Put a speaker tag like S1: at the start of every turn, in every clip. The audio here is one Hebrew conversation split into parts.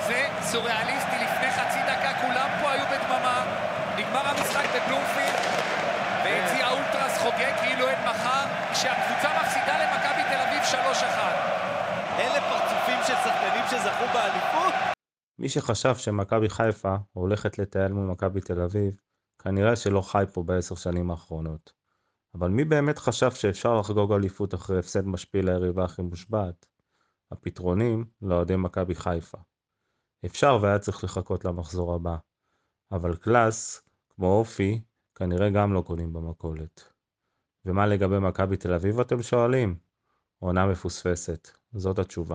S1: זה סוריאליסטי, לפני חצי דקה כולם פה היו בדממה, נגמר המשחק בבלומפילד, ויציע האולטרס חוגג כאילו אין מחר, כשהקבוצה מפסידה למכבי תל אביב 3-1.
S2: אלה פרצופים של שחקנים שזכו באליפות?
S3: מי שחשב שמכבי חיפה הולכת לטייל מול מכבי תל אביב, כנראה שלא חי פה ב10 שנים האחרונות. אבל מי באמת חשב שאפשר לחגוג אליפות אחרי הפסד משפיל ליריבה הכי מושבעת? הפתרונים לאוהדי מכבי חיפה. אפשר והיה צריך לחכות למחזור הבא. אבל קלאס, כמו אופי, כנראה גם לא קונים במכולת. ומה לגבי מכבי תל אביב אתם שואלים? עונה מפוספסת. זאת התשובה.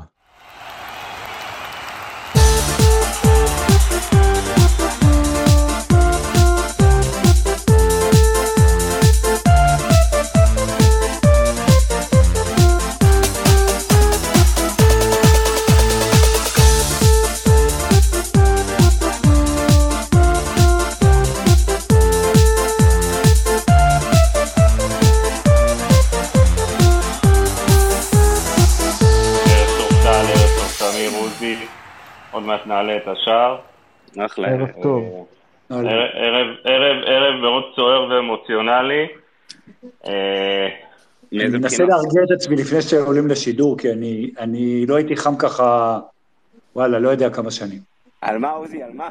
S4: עוד מעט נעלה את השער.
S5: אחלה.
S3: ערב טוב.
S4: ערב מאוד סוער ואמוציונלי.
S6: אני מנסה להרגיע את עצמי לפני שעולים לשידור, כי אני לא הייתי חם ככה, וואלה, לא יודע כמה שנים.
S5: על מה, עוזי, על מה?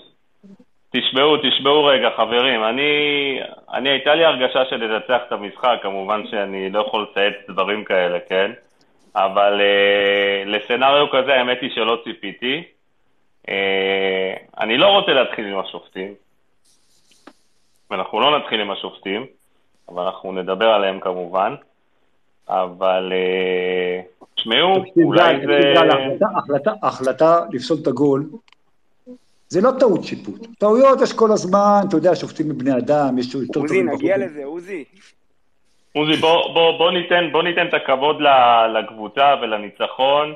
S4: תשמעו רגע, חברים. אני הייתה לי הרגשה של לנצח את המשחק, כמובן שאני לא יכול לצייץ דברים כאלה, כן? אבל לסנריו כזה האמת היא שלא ציפיתי. אני לא רוצה להתחיל עם השופטים, ואנחנו לא נתחיל עם השופטים, אבל אנחנו נדבר עליהם כמובן. אבל תשמעו, אולי זה...
S6: החלטה לפסול את הגול, זה לא טעות שיפוט. טעויות יש כל הזמן, אתה יודע, שופטים מבני אדם, יש יותר טובים.
S5: עוזי, נגיע לזה, עוזי.
S4: עוזי, בוא ניתן את הכבוד לקבוצה ולניצחון,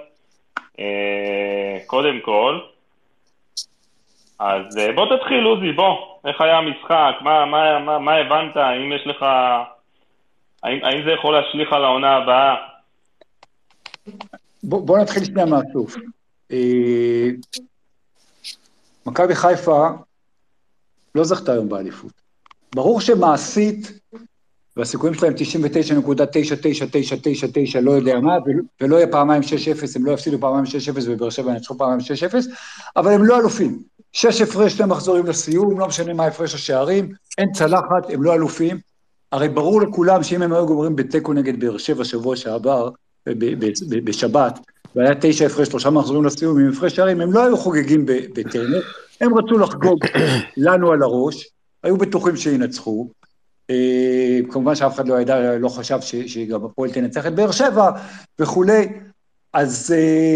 S4: קודם כל. אז בוא תתחיל, עוזי, בוא. איך היה המשחק? מה הבנת? האם יש לך... האם זה יכול להשליך על העונה הבאה?
S6: בוא נתחיל שנייה מהסוף. מכבי חיפה לא זכתה היום באליפות. ברור שמעשית, והסיכויים שלהם 99.99999 לא יודע מה, ולא יהיה פעמיים 6-0, הם לא יפסידו פעמיים 6-0 ובאר שבע ינצחו פעמיים 6-0, אבל הם לא אלופים. 6 הפרש, 2 מחזורים לסיום, לא משנה מה הפרש השערים, אין צלחת, הם לא אלופים. הרי ברור לכולם שאם הם היו גומרים בתיקו נגד באר שבע שבוע שעבר, בשבת, והיה 9 הפרש, 3 מחזורים לסיום עם הפרש שערים, הם לא היו חוגגים בטרנר, הם רצו לחגוג לנו על הראש, היו בטוחים שינצחו, כמובן שאף אחד לא ידע, לא חשב שגם הפועל תנצח את באר שבע וכולי, אז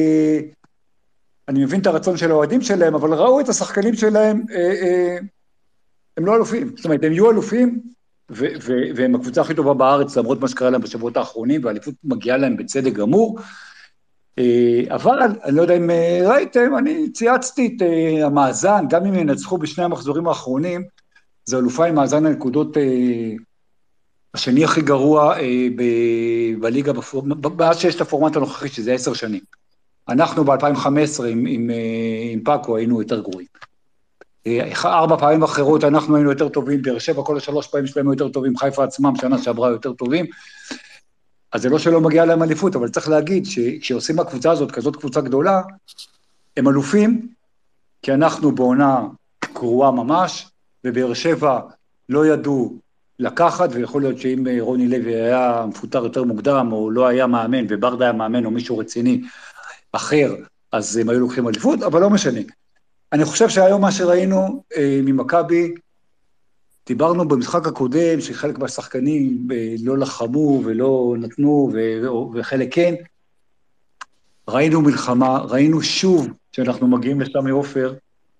S6: אני מבין את הרצון של האוהדים שלהם, אבל ראו את השחקנים שלהם, הם לא אלופים, זאת אומרת, הם יהיו אלופים, והם הקבוצה הכי טובה בארץ, למרות מה שקרה להם בשבועות האחרונים, והאליפות מגיעה להם בצדק גמור, אבל אני לא יודע אם ראיתם, אני צייצתי את המאזן, גם אם ינצחו בשני המחזורים האחרונים, זה אלופה עם מאזן הנקודות השני הכי גרוע בליגה, מאז שיש את הפורמט הנוכחי, שזה 10 שנים. אנחנו ב-2015 עם פאקו היינו יותר גרועים. 4 פעמים אחרות אנחנו היינו יותר טובים, באר שבע כל 3 פעמים שלהם יותר טובים, חיפה עצמם שנה שעברה יותר טובים, אז זה לא שלא מגיע להם אליפות, אבל צריך להגיד שכשעושים הקבוצה הזאת, כזאת קבוצה גדולה, הם אלופים, כי אנחנו בעונה גרועה ממש, ובאר שבע לא ידעו לקחת, ויכול להיות שאם רוני לוי היה מפוטר יותר מוקדם, או לא היה מאמן, וברדה היה מאמן, או מישהו רציני אחר, אז הם היו לוקחים אליפות, אבל לא משנה. אני חושב שהיום מה שראינו ממכבי, דיברנו במשחק הקודם, שחלק מהשחקנים לא לחמו ולא נתנו, וחלק כן. ראינו מלחמה, ראינו שוב שאנחנו מגיעים לסמי עופר.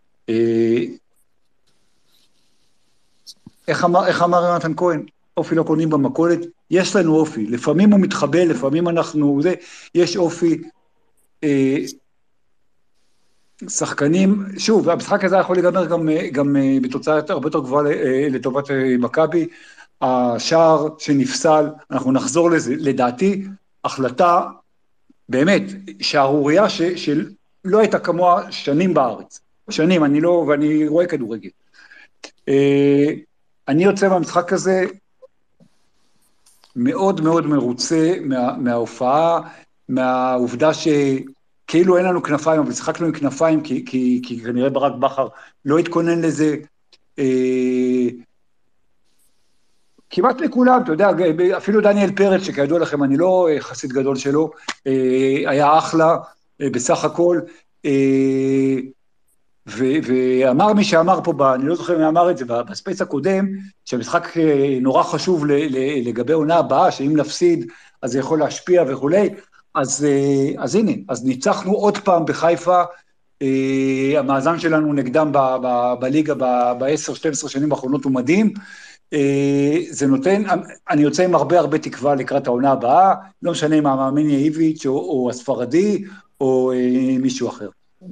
S6: איך אמר יונתן כהן? אופי לא קונים במכולת, יש לנו אופי, לפעמים הוא מתחבל, לפעמים אנחנו, יש אופי, שחקנים, שוב, המשחק הזה יכול להיגמר גם בתוצאה הרבה יותר גבוהה לטובת מכבי, השער שנפסל, אנחנו נחזור לזה, לדעתי, החלטה, באמת, שערוריה לא הייתה כמוה שנים בארץ. שנים, ואני רואה כדורגל. אני יוצא מהמשחק הזה מאוד מאוד מרוצה מההופעה, מהעובדה שכאילו אין לנו כנפיים, אבל שחקנו עם כנפיים, כי כנראה ברק בכר לא התכונן לזה, כמעט לכולם, אתה יודע, אפילו דניאל פרץ, שכידוע לכם, אני לא חסיד גדול שלו, היה אחלה, בסך הכל, ואמר מי שאמר פה, אני לא זוכר מי אמר את זה, בספייס הקודם, שהמשחק נורא חשוב לגבי עונה הבאה, שאם נפסיד, אז זה יכול להשפיע וכולי, אז הנה, אז ניצחנו עוד פעם בחיפה, המאזן שלנו נגדם בליגה ב-10-12 שנים האחרונות הוא מדהים, זה נותן, אני יוצא עם הרבה תקווה לקראת העונה הבאה, לא משנה אם המאמן יאיביץ' או הספרדי, או מישהו אחר.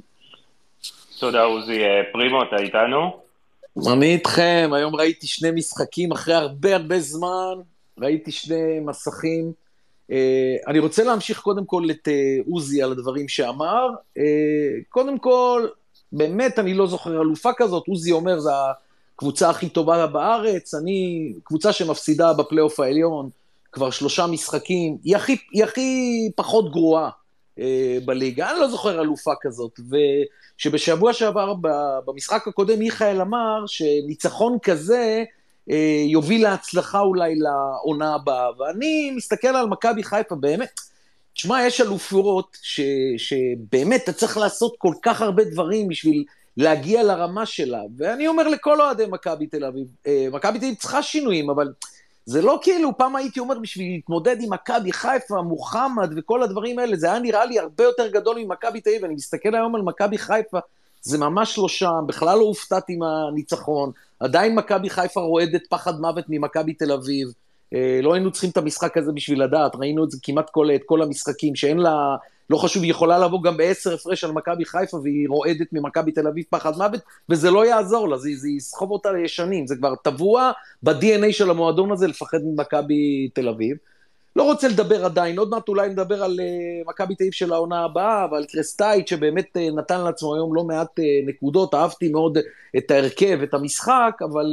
S4: תודה עוזי. פרימו, אתה איתנו?
S7: אני איתכם, היום ראיתי שני משחקים אחרי הרבה זמן, ראיתי שני מסכים, אני רוצה להמשיך קודם כל את עוזי על הדברים שאמר, קודם כל, באמת אני לא זוכר אלופה כזאת, עוזי אומר זה הקבוצה הכי טובה בארץ, אני קבוצה שמפסידה בפלייאוף העליון, כבר 3 משחקים, היא הכי פחות גרועה בליגה, אני לא זוכר אלופה כזאת, ושבשבוע שעבר במשחק הקודם מיכאל אמר שניצחון כזה יוביל להצלחה אולי לעונה הבאה, ואני מסתכל על מכבי חיפה באמת, תשמע, יש אלופות שבאמת אתה צריך לעשות כל כך הרבה דברים בשביל להגיע לרמה שלה, ואני אומר לכל אוהדי מכבי תל אביב, מכבי תל אביב צריכה שינויים, אבל זה לא כאילו, פעם הייתי אומר בשביל להתמודד עם מכבי חיפה, מוחמד וכל הדברים האלה, זה היה נראה לי הרבה יותר גדול ממכבי תל אביב, ואני מסתכל היום על מכבי חיפה, זה ממש לא שם, בכלל לא הופתעתי מהניצחון, עדיין מכבי חיפה רועדת פחד מוות ממכבי תל אביב, לא היינו צריכים את המשחק הזה בשביל לדעת, ראינו את זה כמעט את כל המשחקים, שאין לה, לא חשוב, היא יכולה לבוא גם ב10 הפרש על מכבי חיפה, והיא רועדת ממכבי תל אביב פחד מוות, וזה לא יעזור לה, זה יסחוב אותה לישנים, זה כבר טבוע ב-DNA של המועדון הזה, לפחד ממכבי תל אביב. לא רוצה לדבר עדיין, עוד מעט אולי נדבר על מכבי תל אביב של העונה הבאה, ועל קרסטייט שבאמת נתן לעצמו היום לא מעט נקודות, אהבתי מאוד את ההרכב, את המשחק, אבל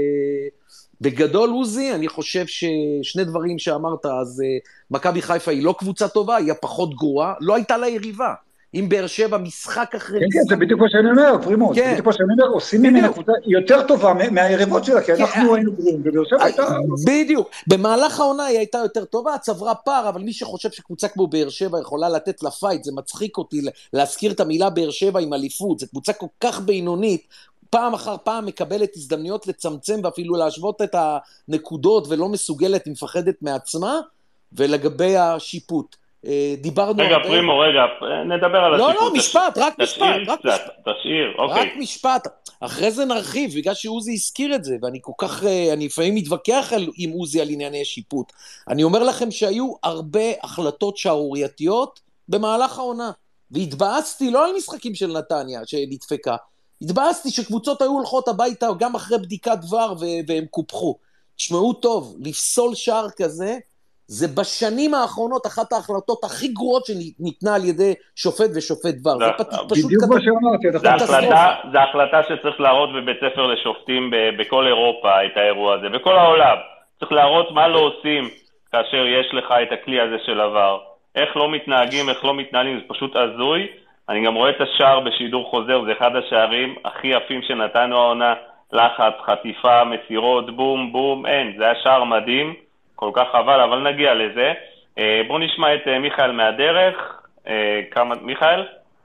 S7: בגדול עוזי, אני חושב ששני דברים שאמרת, אז מכבי חיפה היא לא קבוצה טובה, היא הפחות גרועה, לא הייתה לה יריבה. אם באר שבע משחק אחרי
S6: כן, זה בדיוק מה שאני אומר, פרימו, זה בדיוק מה שאני אומר, עושים ממנה קבוצה יותר טובה מהיריבות שלה, כי אנחנו היינו גרועים, ובאר שבע הייתה...
S7: בדיוק, במהלך העונה היא הייתה יותר טובה, צברה פער, אבל מי שחושב שקבוצה כמו באר שבע יכולה לתת לה פייט, זה מצחיק אותי להזכיר את המילה באר שבע עם אליפות, זו קבוצה כל כך בינונית, פעם אחר פעם מקבלת הזדמנויות לצמצם ואפילו להשוות את הנקודות ולא מסוגלת, היא מפחדת מעצמה, ולגבי השיפוט. דיברנו...
S4: רגע, פרימו, נדבר על השיפוט.
S7: לא, משפט, רק משפט.
S4: תשאיר, אוקיי.
S7: רק משפט. אחרי זה נרחיב, בגלל שעוזי הזכיר את זה, ואני כל כך, אני לפעמים מתווכח עם עוזי על ענייני שיפוט. אני אומר לכם שהיו הרבה החלטות שערורייתיות במהלך העונה, והתבאסתי לא על משחקים של נתניה שנדפקה, התבאסתי שקבוצות היו הולכות הביתה גם אחרי בדיקת דבר והם קופחו. תשמעו טוב, לפסול שער כזה, זה בשנים האחרונות אחת ההחלטות הכי גרועות שניתנה על ידי שופט ושופט דבר. זה פשוט
S6: בדיוק מה שאמרתי.
S4: זה החלטה שצריך להראות בבית ספר לשופטים בכל אירופה את האירוע הזה, בכל העולם. צריך להראות מה לא עושים כאשר יש לך את הכלי הזה של עבר. איך לא מתנהגים, איך לא מתנהלים, זה פשוט הזוי. אני גם רואה את השער בשידור חוזר, זה אחד השערים הכי יפים שנתנו העונה, לחץ, חטיפה, מסירות, בום, בום, אין. זה היה שער מדהים. כל כך חבל, אבל נגיע לזה. בואו נשמע את מיכאל מהדרך. מיכאל?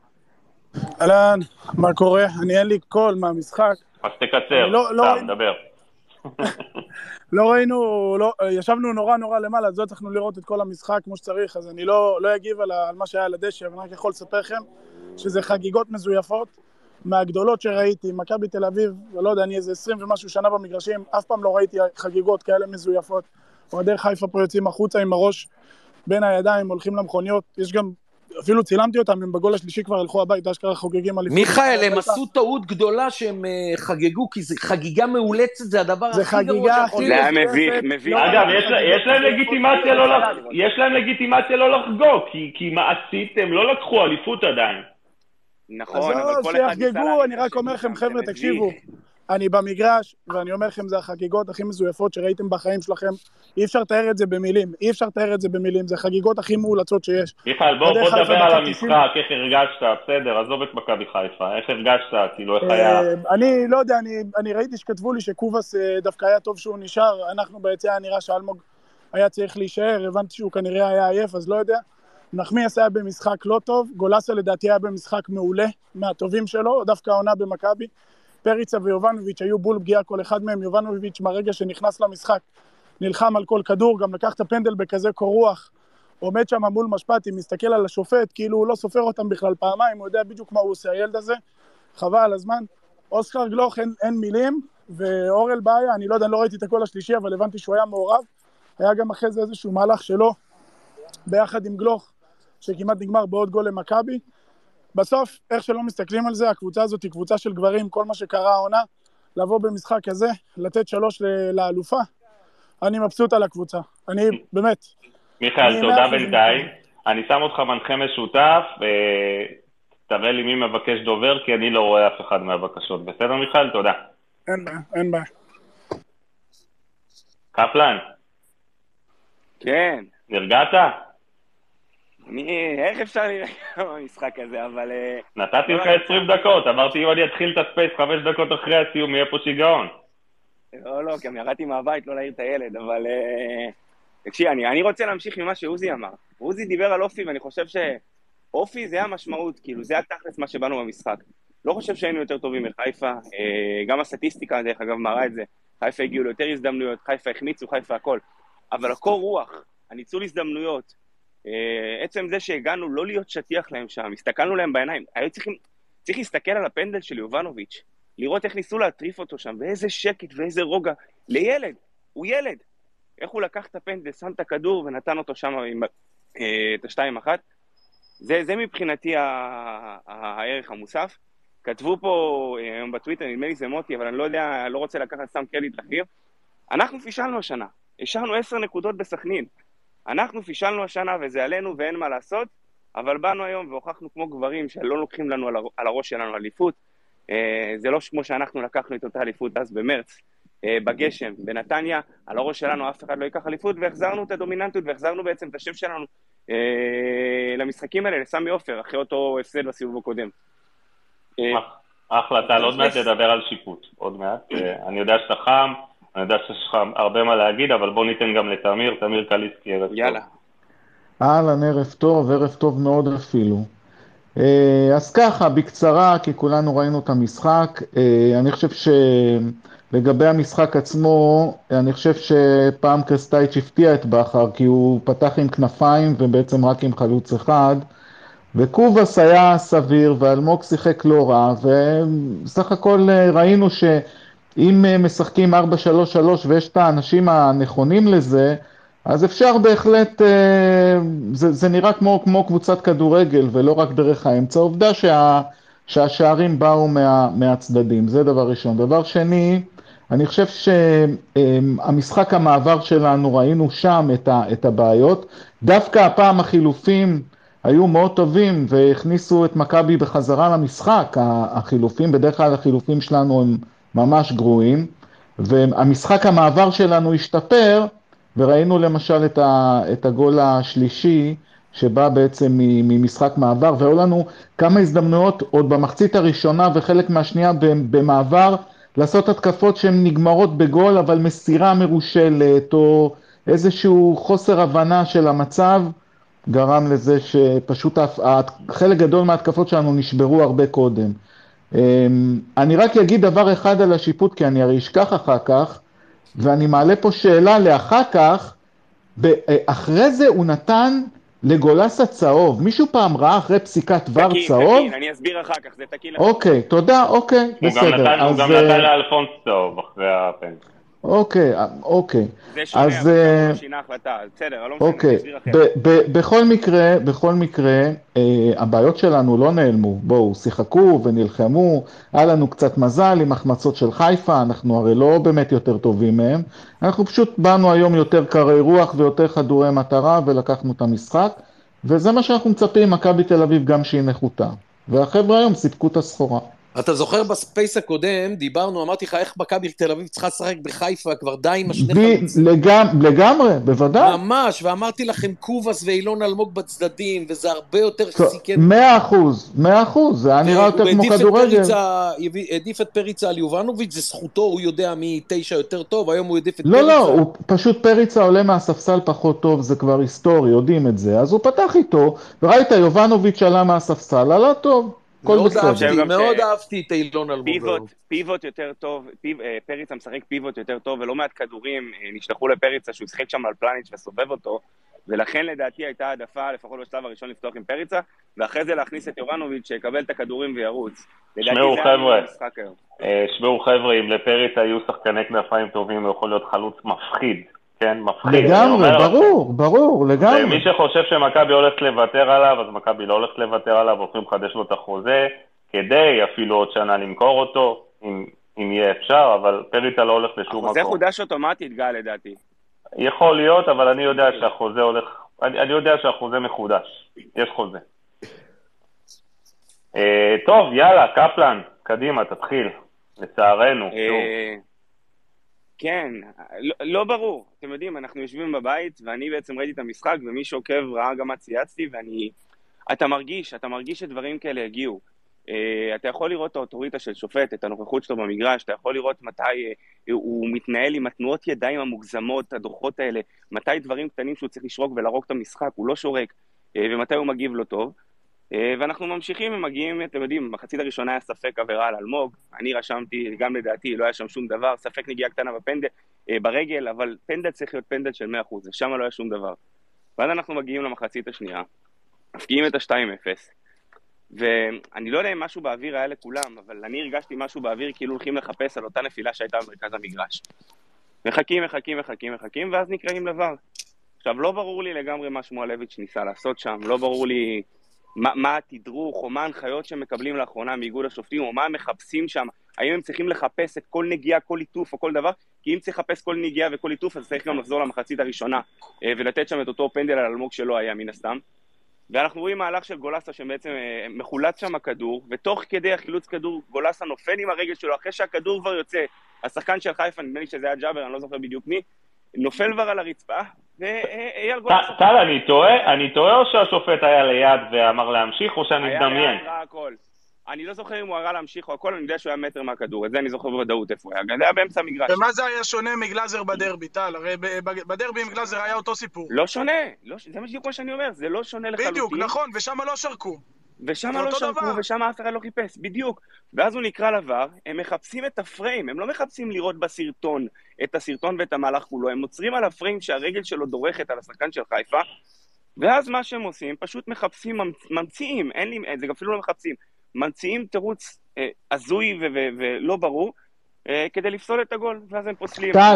S8: אהלן, מה קורה? אני אין לי קול מהמשחק.
S4: אז תקצר, דבר.
S8: לא ראינו, ישבנו נורא למעלה, אז לא צריכנו לראות את כל המשחק כמו שצריך, אז אני לא אגיב על מה שהיה על הדשא, אבל אני רק יכול לספר לכם שזה חגיגות מזויפות, מהגדולות שראיתי, מכבי תל אביב, ולא יודע, אני איזה 20 ומשהו שנה במגרשים, אף פעם לא ראיתי חגיגות כאלה מזויפות. אוהדי חיפה פה יוצאים החוצה עם הראש בין הידיים, הולכים למכוניות, יש גם, אפילו צילמתי אותם, הם בגול השלישי כבר הלכו הביתה, אשכרה חוגגים אליפות.
S7: מיכאל, הם עשו טעות גדולה שהם חגגו, כי זה חגיגה מאולצת, זה הדבר הכי גרוע שיכול להיות.
S5: זה מביך.
S4: אגב, יש להם לגיטימציה לא לחגוג, כי מעשית הם לא לקחו אליפות עדיין.
S5: נכון, אבל
S8: עזוב,
S5: כל אחד ניסה
S8: שיחגגו,
S5: להעריך
S8: אני
S5: את
S8: רק
S5: השני
S8: אומר לכם,
S5: שם,
S8: חבר'ה,
S5: זה
S8: תקשיבו,
S5: מביך.
S8: אני במגרש, ואני אומר לכם, זה החגיגות הכי מזויפות שראיתם בחיים שלכם, אי אפשר לתאר את זה במילים, אי אפשר לתאר את זה במילים, זה חגיגות הכי מאולצות שיש.
S4: מיכאל, בוא
S8: אוהדי חיפה
S4: נדבר על
S8: דקה
S4: המשחק,
S8: 90.
S4: איך הרגשת, בסדר, עזוב את מכבי חיפה, איך הרגשת, כאילו איך היה...
S8: אני לא יודע, אני ראיתי שכתבו לי שקובס דווקא היה טוב שהוא נשאר, אנחנו ביציאה נראה שאלמוג היה צריך להישאר, הבנתי שהוא כנראה היה עייף, אז לא יודע. נחמיאס היה במשחק לא טוב, גולסה לדעתי היה במשחק מעולה, מהטובים שלו, דווקא העונה במכבי. פריצה ויובנוביץ' היו בול פגיעה כל אחד מהם, יובנוביץ' מהרגע שנכנס למשחק, נלחם על כל כדור, גם לקח את הפנדל בכזה קור רוח, עומד שם מול משפטי, מסתכל על השופט, כאילו הוא לא סופר אותם בכלל פעמיים, הוא יודע בדיוק מה הוא עושה, הילד הזה, חבל על הזמן. אוסקר גלוך אין מילים, ואורל בעיה, אני לא יודע, אני לא ראיתי את הקול השלישי, אבל הבנתי שהוא היה מעורב, היה גם אחרי זה איזשהו מהלך שלו, ביחד עם גלוך, שכמעט נגמר בעוד גול למכבי. בסוף, איך שלא מסתכלים על זה, הקבוצה הזאת היא קבוצה של גברים, כל מה שקרה העונה, לבוא במשחק כזה, לתת 3 לאלופה, אני מבסוט על הקבוצה. אני באמת...
S4: מיכאל, תודה בינתיים. אני שם אותך מנחה משותף, תראה לי מי מבקש דובר, כי אני לא רואה אף אחד מהבקשות. בסדר, מיכאל? תודה.
S8: אין בעיה.
S4: קפלן?
S5: כן.
S4: נרגעת?
S5: איך אפשר להירגע במשחק הזה, אבל...
S4: נתתי לך 20 דקות, אמרתי אם אני אתחיל את הספייס 5 דקות אחרי הסיום, יהיה פה שיגעון.
S5: לא, גם ירדתי מהבית, לא להעיר את הילד, אבל... תקשיב, אני רוצה להמשיך ממה שעוזי אמר. עוזי דיבר על אופי, ואני חושב שאופי זה המשמעות, כאילו זה התכלס מה שבאנו במשחק. לא חושב שהיינו יותר טובים מחיפה, גם הסטטיסטיקה, דרך אגב, מראה את זה. חיפה הגיעו ליותר הזדמנויות, חיפה החמיצו, חיפה הכל. אבל הקור רוח, הניצול הזדמנויות, עצם זה שהגענו לא להיות שטיח להם שם, הסתכלנו להם בעיניים, צריך להסתכל על הפנדל של יובנוביץ', לראות איך ניסו להטריף אותו שם, ואיזה שקט ואיזה רוגע, לילד, הוא ילד, איך הוא לקח את הפנדל, שם את הכדור ונתן אותו שם את ה-2-1, זה מבחינתי הערך המוסף. כתבו פה היום בטוויטר, נדמה לי זה מוטי, אבל אני לא יודע, לא רוצה לקחת סתם קרדיט לחיר, אנחנו פישלנו השנה, השארנו 10 נקודות בסכנין, אנחנו פישלנו השנה וזה עלינו ואין מה לעשות, אבל באנו היום והוכחנו כמו גברים שלא לוקחים לנו על הראש שלנו אליפות. זה לא כמו שאנחנו לקחנו את אותה אליפות אז במרץ, בגשם, בנתניה, על הראש שלנו אף אחד לא ייקח אליפות, והחזרנו את הדומיננטיות והחזרנו בעצם את השם שלנו למשחקים האלה, לסמי עופר, אחרי אותו הפסד בסיבוב הקודם.
S4: ההחלטה, עוד מעט לדבר על שיפוט, עוד מעט. אני יודע שאתה חם, אני יודע שיש לך הרבה מה להגיד, אבל בוא ניתן גם לתמיר, תמיר קליסקי, ערב טוב.
S5: יאללה.
S9: אהלן, ערב טוב, ערב טוב מאוד אפילו. אז ככה, בקצרה, כי כולנו ראינו את המשחק, אני חושב שלגבי המשחק עצמו, אני חושב שפעם קרסטייץ' הפתיע את בכר, כי הוא פתח עם כנפיים ובעצם רק עם חלוץ אחד, וקובס היה סביר ואלמוג שיחק לא רע, וסך הכל ראינו שאם משחקים 4-3-3 ויש את האנשים הנכונים לזה, אז אפשר בהחלט, זה נראה כמו קבוצת כדורגל ולא רק דרך האמצע. העובדה שהשערים באו מהצדדים, זה דבר ראשון. דבר שני, אני חושב שהמשחק המעבר שלנו, ראינו שם את הבעיות. דווקא הפעם החילופים היו מאוד טובים והכניסו את מכבי בחזרה למשחק. החילופים, בדרך כלל החילופים שלנו הם ממש גרועים, והמשחק המעבר שלנו השתפר, וראינו למשל את הגול השלישי שבא בעצם ממשחק מעבר, והיו לנו כמה הזדמנויות עוד במחצית הראשונה וחלק מהשנייה במעבר, לעשות התקפות שהן נגמרות בגול, אבל מסירה מרושלת או איזשהו חוסר הבנה של המצב, גרם לזה שפשוט חלק גדול מההתקפות שלנו נשברו הרבה קודם. אני רק אגיד דבר אחד על השיפוט, כי אני הרי אשכח אחר כך, ואני מעלה פה שאלה לאחר כך, אחרי זה הוא נתן לגולס הצהוב. מישהו פעם ראה אחרי פסיקת דבר צהוב?
S5: תקין, אני אסביר אחר כך, זה תקין.
S9: אוקיי, תודה, אוקיי, בסדר.
S4: הוא גם נתן לאלפונס צהוב אחרי הפנדל.
S9: אוקיי.
S5: זה שונה, אבל לא שינה החלטה, בסדר, לא משנה, תסביר אחר.
S9: בכל מקרה, הבעיות שלנו לא נעלמו, בואו, שיחקו ונלחמו, היה לנו קצת מזל עם החמצות של חיפה, אנחנו הרי לא באמת יותר טובים מהם, אנחנו פשוט באנו היום יותר קרי רוח ויותר חדורי מטרה ולקחנו את המשחק, וזה מה שאנחנו מצפים, מכבי תל אביב גם שהיא נחותה, והחבר'ה היום סיפקו את הסחורה.
S7: אתה זוכר בספייס הקודם, דיברנו, אמרתי לך איך מכבי תל אביב צריכה לשחק בחיפה, כבר די עם השני חלוצים.
S9: לגמרי, בוודאי.
S7: ממש, ואמרתי לכם קובס ואילון אלמוג בצדדים, וזה הרבה יותר סיכן.
S9: 100%, זה היה נראה יותר כמו כדורגל.
S7: העדיף את פריצה על יובנוביץ', זה זכותו, הוא יודע מי 9 יותר טוב, היום הוא העדיף את
S9: פריצה. לא,
S7: הוא
S9: פשוט פריצה עולה מהספסל פחות טוב, זה כבר היסטורי, יודעים את זה, אז הוא פתח איתו, וראית, יובנוביץ' עלה מהספסל, עלה טוב.
S7: מאוד אהבתי את אילון אלמוג.
S5: פיבוט יותר טוב, פריצה משחק פיבוט יותר טוב, ולא מעט כדורים נשלחו לפריצה שהוא שחק שם על פלניץ' וסובב אותו, ולכן לדעתי הייתה העדפה, לפחות בשלב הראשון, לפתוח עם פריצה, ואחרי זה להכניס את יובנוביץ' שיקבל את הכדורים וירוץ.
S4: שמעו חבר'ה, אם לפריצה היו שחקני כנפיים טובים, הוא יכול להיות חלוץ מפחיד. כן, מפחיד.
S9: לגמרי, ברור, לגמרי.
S4: ומי שחושב שמכבי הולכת לוותר עליו, אז מכבי לא הולכת לוותר עליו, הולכים לחדש לו את החוזה, כדי אפילו עוד שנה למכור אותו, אם יהיה אפשר, אבל פריצה לא הולך לשום מקום.
S5: החוזה חודש אוטומטית, גל, לדעתי.
S4: יכול להיות, אבל אני יודע שהחוזה הולך, אני יודע שהחוזה מחודש. יש חוזה. טוב, יאללה, קפלן, קדימה, תתחיל. לצערנו, שוב.
S5: כן, לא ברור. אתם יודעים, אנחנו יושבים בבית, ואני בעצם ראיתי את המשחק, ומי שעוקב ראה גם מה צייצתי, אתה מרגיש שדברים כאלה הגיעו. אתה יכול לראות את האוטוריטה של שופט, את הנוכחות שלו במגרש, אתה יכול לראות מתי הוא מתנהל עם התנועות ידיים המוגזמות, הדוחות האלה, מתי דברים קטנים שהוא צריך לשרוק ולרוק את המשחק, הוא לא שורק, ומתי הוא מגיב לא טוב. ואנחנו ממשיכים ומגיעים, אתם יודעים, מחצית הראשונה היה ספק עבירה על אלמוג, אני רשמתי, גם לדעתי, לא היה שם שום דבר, ספק נגיעה קטנה ברגל, אבל פנדל צריך להיות פנדל של 100%, ושם לא היה שום דבר. ואז אנחנו מגיעים למחצית השנייה, מפקיעים את ה-2-0, ואני לא יודע אם משהו באוויר היה לכולם, אבל אני הרגשתי משהו באוויר כאילו הולכים לחפש על אותה נפילה שהייתה במרכז המגרש. מחכים, ואז נקראים לבר. עכשיו, לא ברור לי לגמרי מה שמואלביץ' ניסה לעשות שם, לא ברור לי מה התדרוך או מה ההנחיות שמקבלים לאחרונה מאיגוד השופטים, או מה הם מחפשים שם, האם הם צריכים לחפש את כל נגיעה, כל עיטוף או כל דבר, כי אם צריך לחפש כל נגיעה וכל עיטוף, אז צריך גם לחזור למחצית הראשונה, ולתת שם את אותו פנדל על אלמוג שלא היה מן הסתם. ואנחנו רואים מהלך של גולסה שבעצם מחולץ שם הכדור, ותוך כדי החילוץ כדור גולסה נופל עם הרגל שלו, אחרי שהכדור כבר יוצא, השחקן של חיפה, נדמה לי שזה היה ג'אבר, אני לא זוכר בדיוק מי, נופל כבר על הרצפה, ואייל גולסה...
S4: טל, אני טועה או שהשופט היה ליד ואמר להמשיך, או שאני מדמיין?
S5: היה הכל. אני לא זוכר אם הוא הראה להמשיך או הכל, אני יודע שהוא היה מטר מהכדור, את זה אני זוכר בוודאות איפה הוא היה, זה היה באמצע המגרש.
S8: ומה זה היה שונה מגלאזר בדרבי, טל? הרי בדרבי עם גלאזר היה אותו סיפור.
S5: לא שונה, זה בדיוק מה שאני אומר, זה לא שונה לחלוטין.
S8: בדיוק, נכון, ושם לא שרקו.
S5: ושם אף אחד לא חיפש, בדיוק. ואז הוא נקרא לבר, הם מחפשים את הפריים, הם לא מחפשים לראות בסרטון את הסרטון ואת המהלך כולו, הם מוצרים על הפריים שהרגל שלו דורכת על השחקן של חיפה, ואז מה שהם עושים, פשוט מחפשים, ממציאים, זה אפילו לא מחפשים, ממציאים תירוץ הזוי ולא ברור, כדי לפסול את הגול, ואז הם פוסלים.
S9: טל,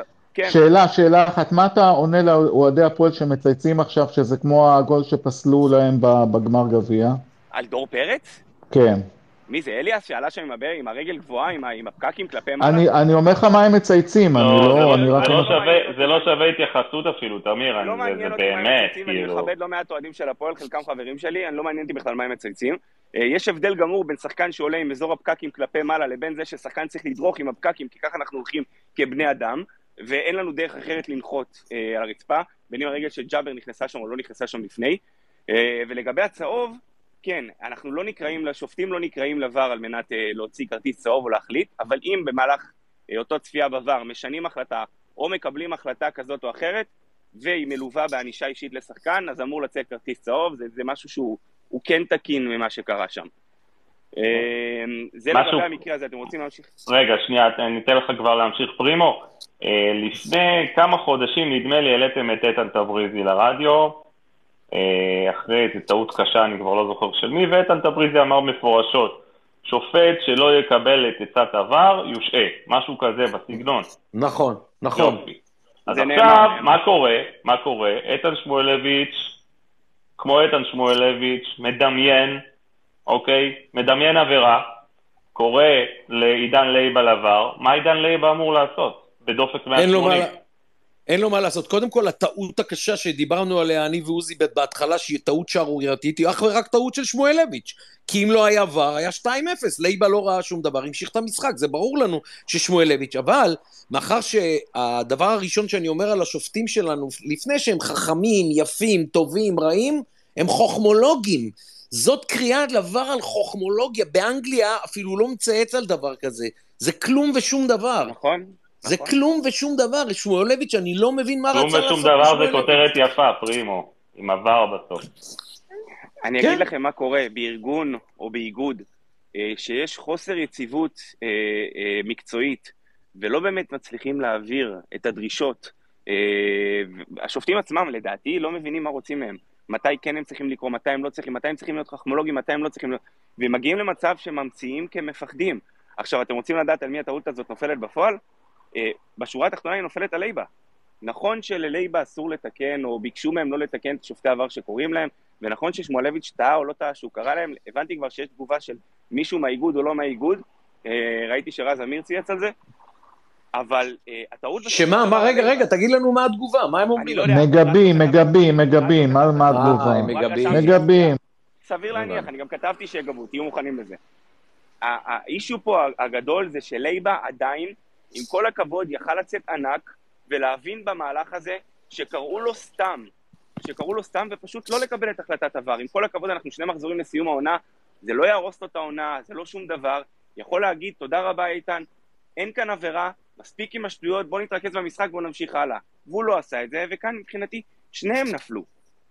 S9: שאלה אחת, מה אתה עונה לאוהדי הפועל שמצייצים עכשיו, שזה כמו הגול שפסלו להם בגמר גביע?
S5: על דור פרץ?
S9: כן.
S5: מי זה, אליאס שעלה שם עם הרגל גבוהה, עם הפקקים כלפי מעלה?
S9: אני אומר לך מה הם מצייצים,
S4: זה לא שווה התייחסות אפילו, תמיר, זה באמת,
S5: אני מכבד לא מעט אוהדים של הפועל, חלקם חברים שלי, אני לא מעניין אותי בכלל מה הם מצייצים. יש הבדל גמור בין שחקן שעולה עם אזור הפקקים כלפי מעלה, לבין זה ששחקן צריך לדרוך עם הפקקים, כי ככה אנחנו הולכים כבני אדם, ואין לנו דרך אחרת לנחות על הרצפה, בין אם הרגל שג'אבר נכנסה שם או לא נכנסה שם לפני. ולגבי הצהוב, כן, אנחנו לא נקראים, לשופטים לא נקראים לבר על מנת להוציא כרטיס צהוב או להחליט, אבל אם במהלך אותו צפייה בבר משנים החלטה או מקבלים החלטה כזאת או אחרת, והיא מלווה בענישה אישית לשחקן, אז אמור לצאת כרטיס צהוב, זה משהו שהוא כן תקין ממה שקרה שם. זה לגבי המקרה הזה, אתם רוצים להמשיך?
S4: רגע, שנייה, אני אתן לך כבר להמשיך פרימו. לפני כמה חודשים, נדמה לי, העליתם את איתן תבריזי לרדיו, אחרי איזו טעות קשה, אני כבר לא זוכר של מי, ואיתן תבריזי אמר מפורשות, שופט שלא יקבל את עצת עבר, יושעה, משהו כזה בסגנון.
S7: נכון.
S4: אז עכשיו, מה קורה? איתן שמואלביץ', כמו איתן שמואלביץ', מדמיין, אוקיי? מדמיין עבירה, קורא לעידן לייבה לבר, מה עידן לייבה אמור לעשות? בדופק 180?
S7: אין לו מה לעשות. קודם כל, הטעות הקשה שדיברנו עליה, אני ועוזי בהתחלה, שהיא טעות שערורייתית, היא אך ורק טעות של שמואלביץ'. כי אם לא היה ור, היה 2-0. לייבה לא ראה שום דבר, המשיך את המשחק. זה ברור לנו ששמואלביץ'. אבל, מאחר שהדבר הראשון שאני אומר על השופטים שלנו, לפני שהם חכמים, יפים, טובים, רעים, הם חוכמולוגים. זאת קריאה דבר על חוכמולוגיה. באנגליה אפילו לא מצייץ על דבר כזה. זה כלום ושום דבר.
S5: נכון.
S7: זה כלום ושום דבר, שמואלביץ', אני לא מבין מה רצה לעשות.
S4: כלום ושום דבר זה כותרת יפה, פרימו, עם עבר בסוף.
S5: אני אגיד לכם מה קורה בארגון או באיגוד, שיש חוסר יציבות מקצועית, ולא באמת מצליחים להעביר את הדרישות. השופטים עצמם, לדעתי, לא מבינים מה רוצים מהם. מתי כן הם צריכים לקרוא, מתי הם לא צריכים, מתי הם צריכים להיות חכמולוגים, מתי הם לא צריכים להיות... והם מגיעים למצב שממציאים כמפחדים. עכשיו, אתם רוצים לדעת על מי הטעות הזאת נופלת בפועל? בשורה התחתונה היא נופלת על לייבה. נכון שללייבה אסור לתקן, או ביקשו מהם לא לתקן את שופטי עבר שקוראים להם, ונכון ששמואלביץ' טעה או לא טעה שהוא קרא להם, הבנתי כבר שיש תגובה של מישהו מהאיגוד או לא מהאיגוד, ראיתי שרז אמיר צייץ על זה, אבל הטעות...
S7: שמה, מה, רגע, תגיד לנו מה התגובה, מה הם אומרים?
S9: מגבים, מה התגובה? מגבים.
S5: סביר להניח, אני גם כתבתי שיגבו, תהיו מוכנים לזה. האישו פה הגדול זה שלייבה עדיין, עם כל הכבוד, יכל לצאת ענק ולהבין במהלך הזה שקראו לו סתם ופשוט לא לקבל את החלטת עבר. עם כל הכבוד, אנחנו 2 מחזורים לסיום העונה, זה לא יהרוס לו את העונה, זה לא שום דבר. יכול להגיד, תודה רבה איתן, אין כאן עבירה, מספיק עם השטויות, בוא נתרכז במשחק, בוא נמשיך הלאה. והוא לא עשה את זה, וכאן מבחינתי שניהם נפלו.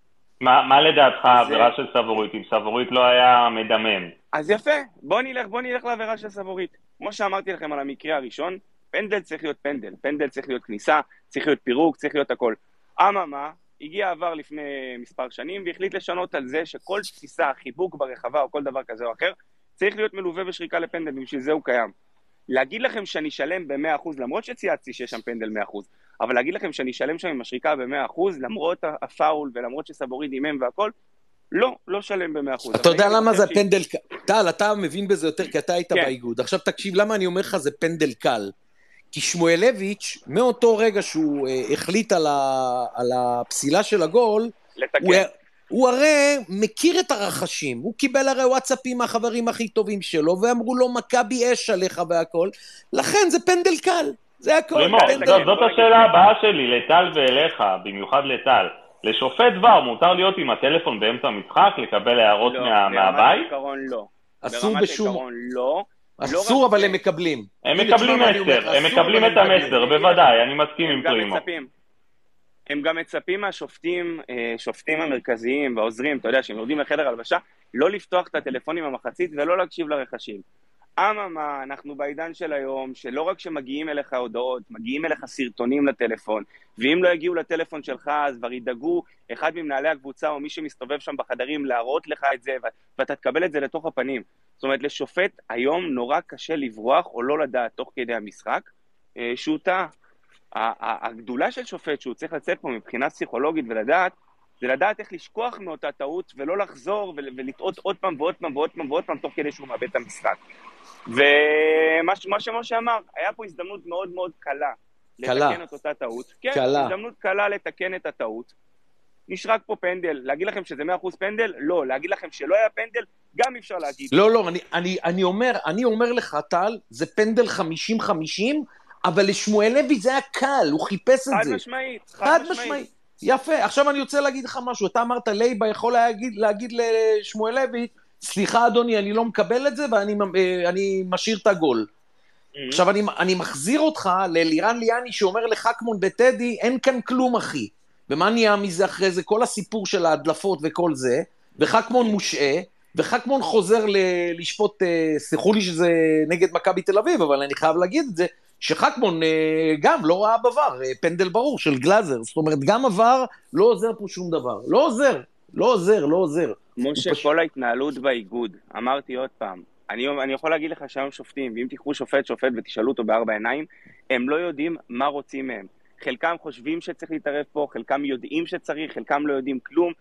S4: מה לדעתך העבירה של סבורית? אם סבורית לא היה מדמם.
S5: אז יפה, בוא נלך לעבירה של סבורית. כמו שאמרתי לכם על המקרה הראשון, פנדל צריך להיות פנדל צריך להיות כניסה, צריך להיות פירוק, צריך להיות הכל. אממה, הגיע עבר לפני מספר שנים, והחליט לשנות על זה שכל תפיסה, חיבוק ברחבה או כל דבר כזה או אחר, צריך להיות מלווה בשריקה לפנדל, בשביל זה הוא קיים. להגיד לכם שאני שלם ב-100%, למרות שצייצתי שיש שם פנדל 100%, אבל להגיד לכם שאני שלם שם עם השריקה ב-100%, למרות הפאול ולמרות שסבורית דימם והכל, לא שלם ב-100%.
S7: אתה יודע למה זה פנדל קל? טל, אתה מבין בזה יותר כי אתה היית באיגוד. עכשיו תקשיב, למה אני אומר לך זה פנדל קל? כי שמואלביץ', מאותו רגע שהוא החליט על הפסילה של הגול, הוא הרי מכיר את הרחשים, הוא קיבל הרי וואטסאפים מהחברים הכי טובים שלו, ואמרו לו מכבי אש עליך והכל, לכן זה פנדל קל, זה הכל.
S4: זאת השאלה הבאה שלי, לטל ואליך, במיוחד לטל. לשופט דבר, מותר להיות עם הטלפון באמצע המשחק, לקבל הערות מהבית?
S5: ברמת עיקרון לא.
S7: אסור בשום...
S5: לא.
S7: אסור, אבל הם מקבלים.
S4: הם מקבלים מסר, הם מקבלים את המסר, בוודאי, אני מסכים עם פרימו.
S5: הם גם מצפים מהשופטים, שופטים המרכזיים והעוזרים, אתה יודע, שהם יורדים לחדר הלבשה, לא לפתוח את הטלפונים המחצית ולא להקשיב לרכשים. אממה, אנחנו בעידן של היום, שלא רק שמגיעים אליך הודעות, מגיעים אליך סרטונים לטלפון, ואם לא יגיעו לטלפון שלך, אז כבר ידאגו אחד ממנהלי הקבוצה או מי שמסתובב שם בחדרים להראות לך את זה, ואתה תקבל את זה לתוך הפנים. זאת אומרת, לשופט היום נורא קשה לברוח או לא לדעת תוך כדי המשחק, שהוא טעה. הגדולה של שופט שהוא צריך לצאת פה מבחינה פסיכולוגית ולדעת, זה לדעת איך לשכוח מאותה טעות ולא לחזור ולטעות עוד פעם ועוד פעם ועוד פעם ועוד פעם תוך כדי שהוא מאבד את המשחק. ומה שמשה אמר, היה פה הזדמנות מאוד מאוד קלה לתקן את אותה טעות. כן, הזדמנות קלה לתקן את הטעות. נשרק פה פנדל. להגיד לכם שזה 100% פנדל? לא. להגיד לכם שלא היה פנדל? גם אפשר להגיד.
S7: לא, אני אומר לך, טל, זה פנדל 50-50, אבל לשמואלביץ' זה היה קל, הוא חיפש את זה. חד משמעית. יפה, עכשיו אני רוצה להגיד לך משהו, אתה אמרת לייבה יכול להגיד לשמואלביץ', סליחה אדוני, אני לא מקבל את זה ואני משאיר את הגול. עכשיו אני מחזיר אותך ללירן ליאני שאומר לחכמון בטדי, אין כאן כלום אחי. ומה נהיה מזה אחרי זה? כל הסיפור של ההדלפות וכל זה, וחכמון מושעה, וחכמון חוזר לשפוט, סליחו לי שזה נגד מכבי תל אביב, אבל אני חייב להגיד את זה, שחכמון גם לא ראה בעבר, פנדל ברור של גלאזר, זאת אומרת גם עבר לא עוזר פה שום דבר, לא עוזר.
S5: משה, כל ההתנהלות באיגוד, אמרתי עוד פעם, אני יכול להגיד לך שהיום שופטים, ואם תקחו שופט ותשאלו אותו בארבע עיניים, הם לא יודעים מה רוצים מהם. חלקם חושבים שצריך להתערב פה, חלקם יודעים שצריך, חלקם לא יודעים כלום.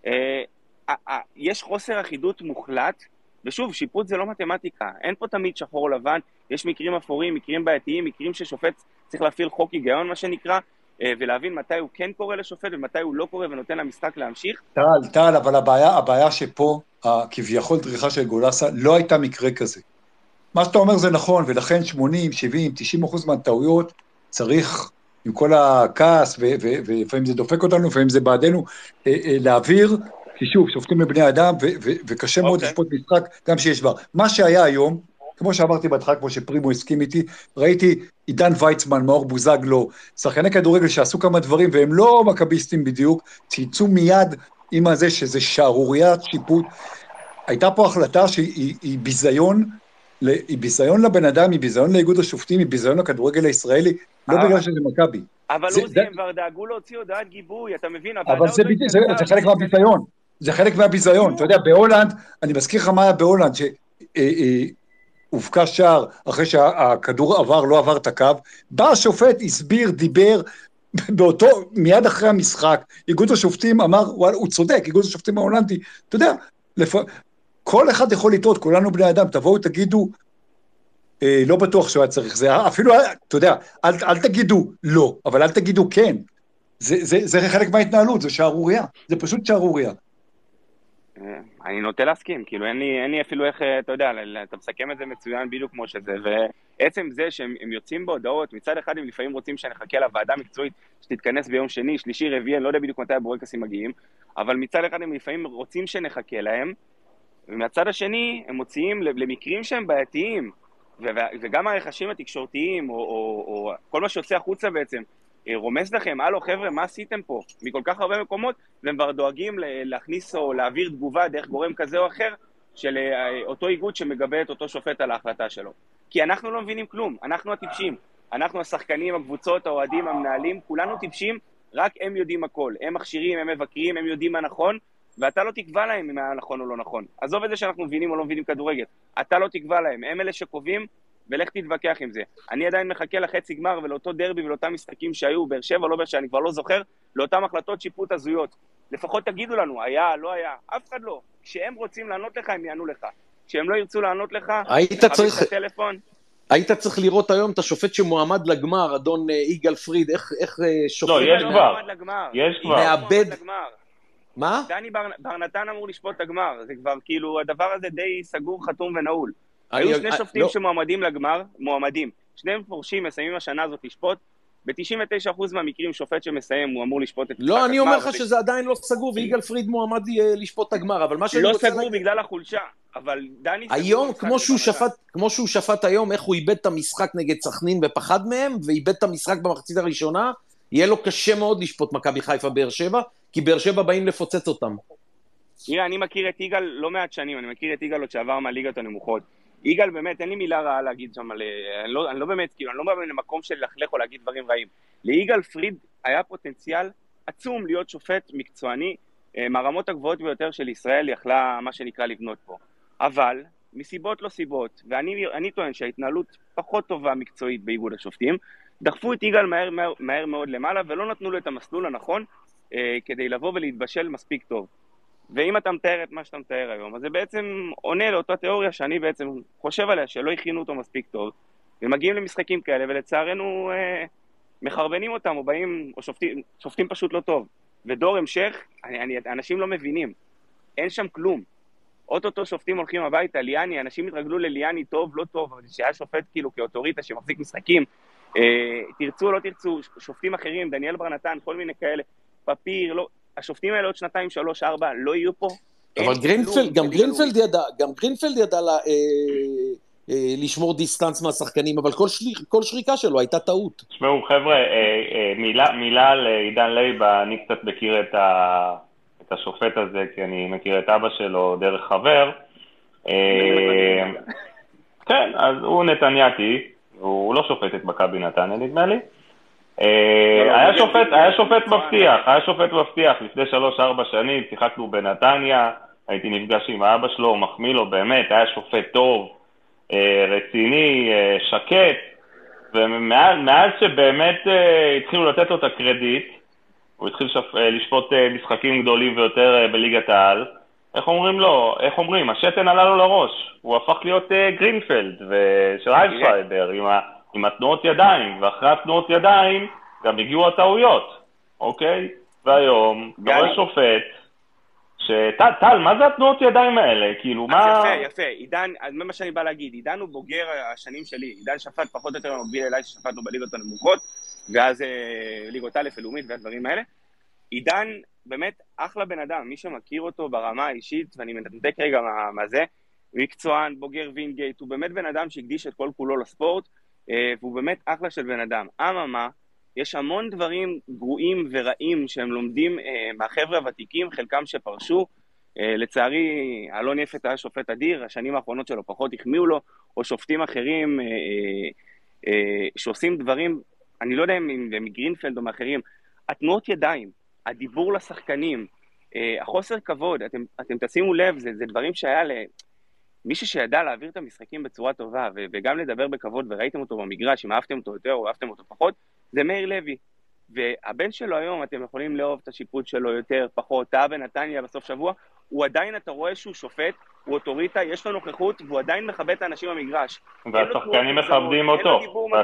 S5: יש חוסר אחידות מוחלט, ושוב, שיפוט זה לא מתמטיקה, אין פה תמיד שחור לבן, יש מקרים אפורים, מקרים בעייתיים, מקרים ששופט צריך להפעיל חוק היגיון, מה שנקרא, ולהבין מתי הוא כן קורא לשופט ומתי הוא לא קורא ונותן למשחק להמשיך.
S6: טל, אבל הבעיה שפה, כביכול דריכה של גולסה, לא הייתה מקרה כזה. מה שאתה אומר זה נכון, ולכן 80, 70, 90% מהטעויות צריך, עם כל הכעס, ולפעמים זה דופק אותנו, לפעמים זה בעדנו, להעביר, כי שוב, שופטים לבני אדם, וקשה מאוד לשפוט משחק, גם שיש דבר. מה שהיה היום, כמו שאמרתי בהתחלה, כמו שפרימו הסכים איתי, ראיתי עידן ויצמן, מאור בוזגלו, שחקני כדורגל שעשו כמה דברים, והם לא מכביסטים בדיוק, צייצו מיד עם הזה שזה שערוריית שיפוט. הייתה פה החלטה שהיא ביזיון, היא ביזיון לבן אדם, היא ביזיון לאיגוד השופטים, היא ביזיון לכדורגל הישראלי, לא בגלל שזה מכבי.
S5: אבל עוזי, הם כבר דאגו להוציא הודעת גיבוי, אתה מבין?
S6: אבל זה חלק מהביזיון, זה חלק מהביזיון, אתה יודע, בהולנד, אני מזכיר לך מה היה בהולנד, שהובקע שער אחרי שהכדור עבר, לא עבר את הקו, בא השופט, הסביר, דיבר, באותו, מיד אחרי המשחק, איגוד השופטים אמר, וואלה, הוא צודק, איגוד השופטים ההולנדי, אתה יודע, כל אחד יכול לטעות, כולנו בני אדם, תבואו תגידו, לא בטוח שהוא היה צריך, זה אפילו, אתה יודע, אל תגידו לא, אבל אל תגידו כן, זה חלק מההתנהלות, זה שערוריה, זה פשוט שערוריה.
S5: אני נוטה להסכים, כאילו אין לי אפילו איך, אתה יודע, אתה מסכם את זה מצוין בדיוק כמו שזה, ועצם זה שהם יוצאים בהודעות, מצד אחד הם לפעמים רוצים שנחכה לוועדה מקצועית שתתכנס ביום שני, שלישי, רביעי, אני לא יודע בדיוק מתי הבורקסים מגיעים, אבל מצד אחד הם לפעמים רוצים שנחכה להם, ומהצד השני הם מוציאים למקרים שהם בעייתיים, וגם הרכשים התקשורתיים, או כל מה שיוצא החוצה בעצם, רומז לכם, הלו חבר'ה, מה עשיתם פה? מכל כך הרבה מקומות, והם כבר דואגים להכניס או להעביר תגובה דרך גורם כזה או אחר, של אותו איגוד שמגבה את אותו שופט על ההחלטה שלו. כי אנחנו לא מבינים כלום, אנחנו הטיפשים, אנחנו השחקנים, הקבוצות, האוהדים, המנהלים, כולנו טיפשים, רק הם יודעים הכל, הם מכשירים, הם מבקרים, הם יודעים מה נכון, ואתה לא תקבע להם אם היה נכון או לא נכון. עזוב את זה שאנחנו מבינים או לא מבינים כדורגל, אתה לא תקבע להם, הם אלה שקובעים, ולך תתווכח עם זה. אני עדיין מחכה לחצי גמר ולאותו דרבי ולאותם משחקים שהיו, באר שבע, לא באר שבע, אני כבר לא זוכר, לאותם החלטות שיפוט הזויות. לפחות תגידו לנו, היה, לא היה, אף אחד לא. כשהם רוצים לענות לך, הם יענו לך. כשהם לא ירצו לענות לך,
S7: היית צריך לראות היום את השופט שמועמד לגמר, אדון יגאל פריד, איך שופט...
S4: לא, יש כבר. יש כבר.
S7: מאבד... מה?
S5: דני ברנתן אמור לשפוט את הגמר, זה כבר כאילו, הדבר הזה די סגור, חתום ונעול. היו שני שופטים שמועמדים לגמר, מועמדים. שניהם פורשים, מסיימים השנה הזאת לשפוט. ב-99% מהמקרים שופט שמסיים, הוא אמור לשפוט את...
S7: לא, אני אומר לך שזה עדיין לא סגור, ויגאל פריד מועמד לשפוט את הגמר, אבל מה שאני
S5: לא סגור בגלל החולשה, אבל דני...
S7: היום, כמו שהוא שפט היום, איך הוא איבד את המשחק נגד סכנין ופחד מהם, ואיבד את המשחק במחצית הראשונה, יהיה לו קשה מאוד לשפוט מכבי חיפה באר שבע, כי באר שבע באים לפוצץ אותם.
S5: תראה, אני מכיר את יגאל לא מעט שנים, אני מכיר את יגאל עוד שעבר מהליגות הנמוכות. יגאל באמת, אין לי מילה רעה להגיד שם, אני לא באמת, כאילו, אני לא בא למקום של לחלך או להגיד דברים רעים. ליגאל פריד היה פוטנציאל עצום להיות שופט מקצועני, מהרמות הגבוהות ביותר של ישראל יכלה מה שנקרא לבנות פה. אבל, מסיבות לא סיבות, ואני טוען שההתנהלות פחות טובה מקצועית באיגוד השופטים, דחפו את יגאל מהר מאוד למעלה, ולא נתנו לו את המסלול הנכון, כדי לבוא ולהתבשל מספיק טוב. ואם אתה מתאר את מה שאתה מתאר היום, אז זה בעצם עונה לאותה תיאוריה שאני בעצם חושב עליה, שלא הכינו אותו מספיק טוב, ומגיעים למשחקים כאלה, ולצערנו מחרבנים אותם, או באים, או שופטים פשוט לא טוב. ודור המשך, אנשים לא מבינים, אין שם כלום. אוטוטו שופטים הולכים הביתה, ליאני, אנשים התרגלו לליאני טוב, לא טוב, אבל שהיה שופט כאילו כאוטוריטה שמחזיק משחקים, תרצו או לא תרצו, שופטים אחרים, דניאל ברנתן, כל מיני כאלה, פפיר, לא... השופטים האלה עוד 2, 3, 4 לא יהיו פה.
S7: אבל גם גרינפלד ידע לשמור דיסטנס מהשחקנים, אבל כל שריקה שלו הייתה טעות.
S4: תשמעו חבר'ה, מילה על עידן לייבה, אני קצת מכיר את השופט הזה, כי אני מכיר את אבא שלו דרך חבר. כן, אז הוא נתניאתי, הוא לא שופט את מכבי נתניה נדמה לי. היה שופט מבטיח לפני 3-4 שנים, שיחקנו בנתניה, הייתי נפגש עם האבא שלו, מחמיא לו באמת, היה שופט טוב, רציני, שקט, ומאז שבאמת התחילו לתת לו את הקרדיט, הוא התחיל לשפוט משחקים גדולים ויותר בליגת העל, איך אומרים, השתן עלה לו לראש, הוא הפך להיות גרינפלד של אייפסיידר עם התנועות ידיים, ואחרי התנועות ידיים גם הגיעו הטעויות, אוקיי? והיום, אתה רואה שופט, טל, מה זה התנועות ידיים האלה? כאילו, מה...
S5: יפה, עידן, מה שאני בא להגיד, עידן הוא בוגר השנים שלי, עידן שפט פחות או יותר מוביל אליי ששפטנו בליגות הנמוכות, ואז ליגות א' לאומית והדברים האלה. עידן באמת אחלה בן אדם, מי שמכיר אותו ברמה האישית, ואני מנתק רגע מה זה, מקצוען, בוגר וינגייט, הוא באמת בן אדם שהקדיש את כל כולו לספורט, והוא באמת אחלה של בן אדם. אממה, יש המון דברים גרועים ורעים שהם לומדים מהחבר'ה הוותיקים, חלקם שפרשו. לצערי, אלון יפת היה שופט אדיר, השנים האחרונות שלו פחות החמיאו לו, או שופטים אחרים שעושים דברים, אני לא יודע אם מגרינפלד או מאחרים, התנועות ידיים, הדיבור לשחקנים, החוסר כבוד, אתם תשימו לב, זה דברים שהיה מישהו שידע להעביר את המשחקים בצורה טובה, וגם לדבר בכבוד, וראיתם אותו במגרש, אם אהבתם אותו יותר או אהבתם אותו פחות, זה מאיר לוי. והבן שלו היום, אתם יכולים לאהוב את השיפוט שלו יותר, פחות, טעה בנתניה בסוף שבוע, הוא עדיין, אתה רואה שהוא שופט, הוא אוטוריטה, יש לו נוכחות, והוא עדיין מכבד את האנשים במגרש.
S4: והשחקנים מכבדים אותו,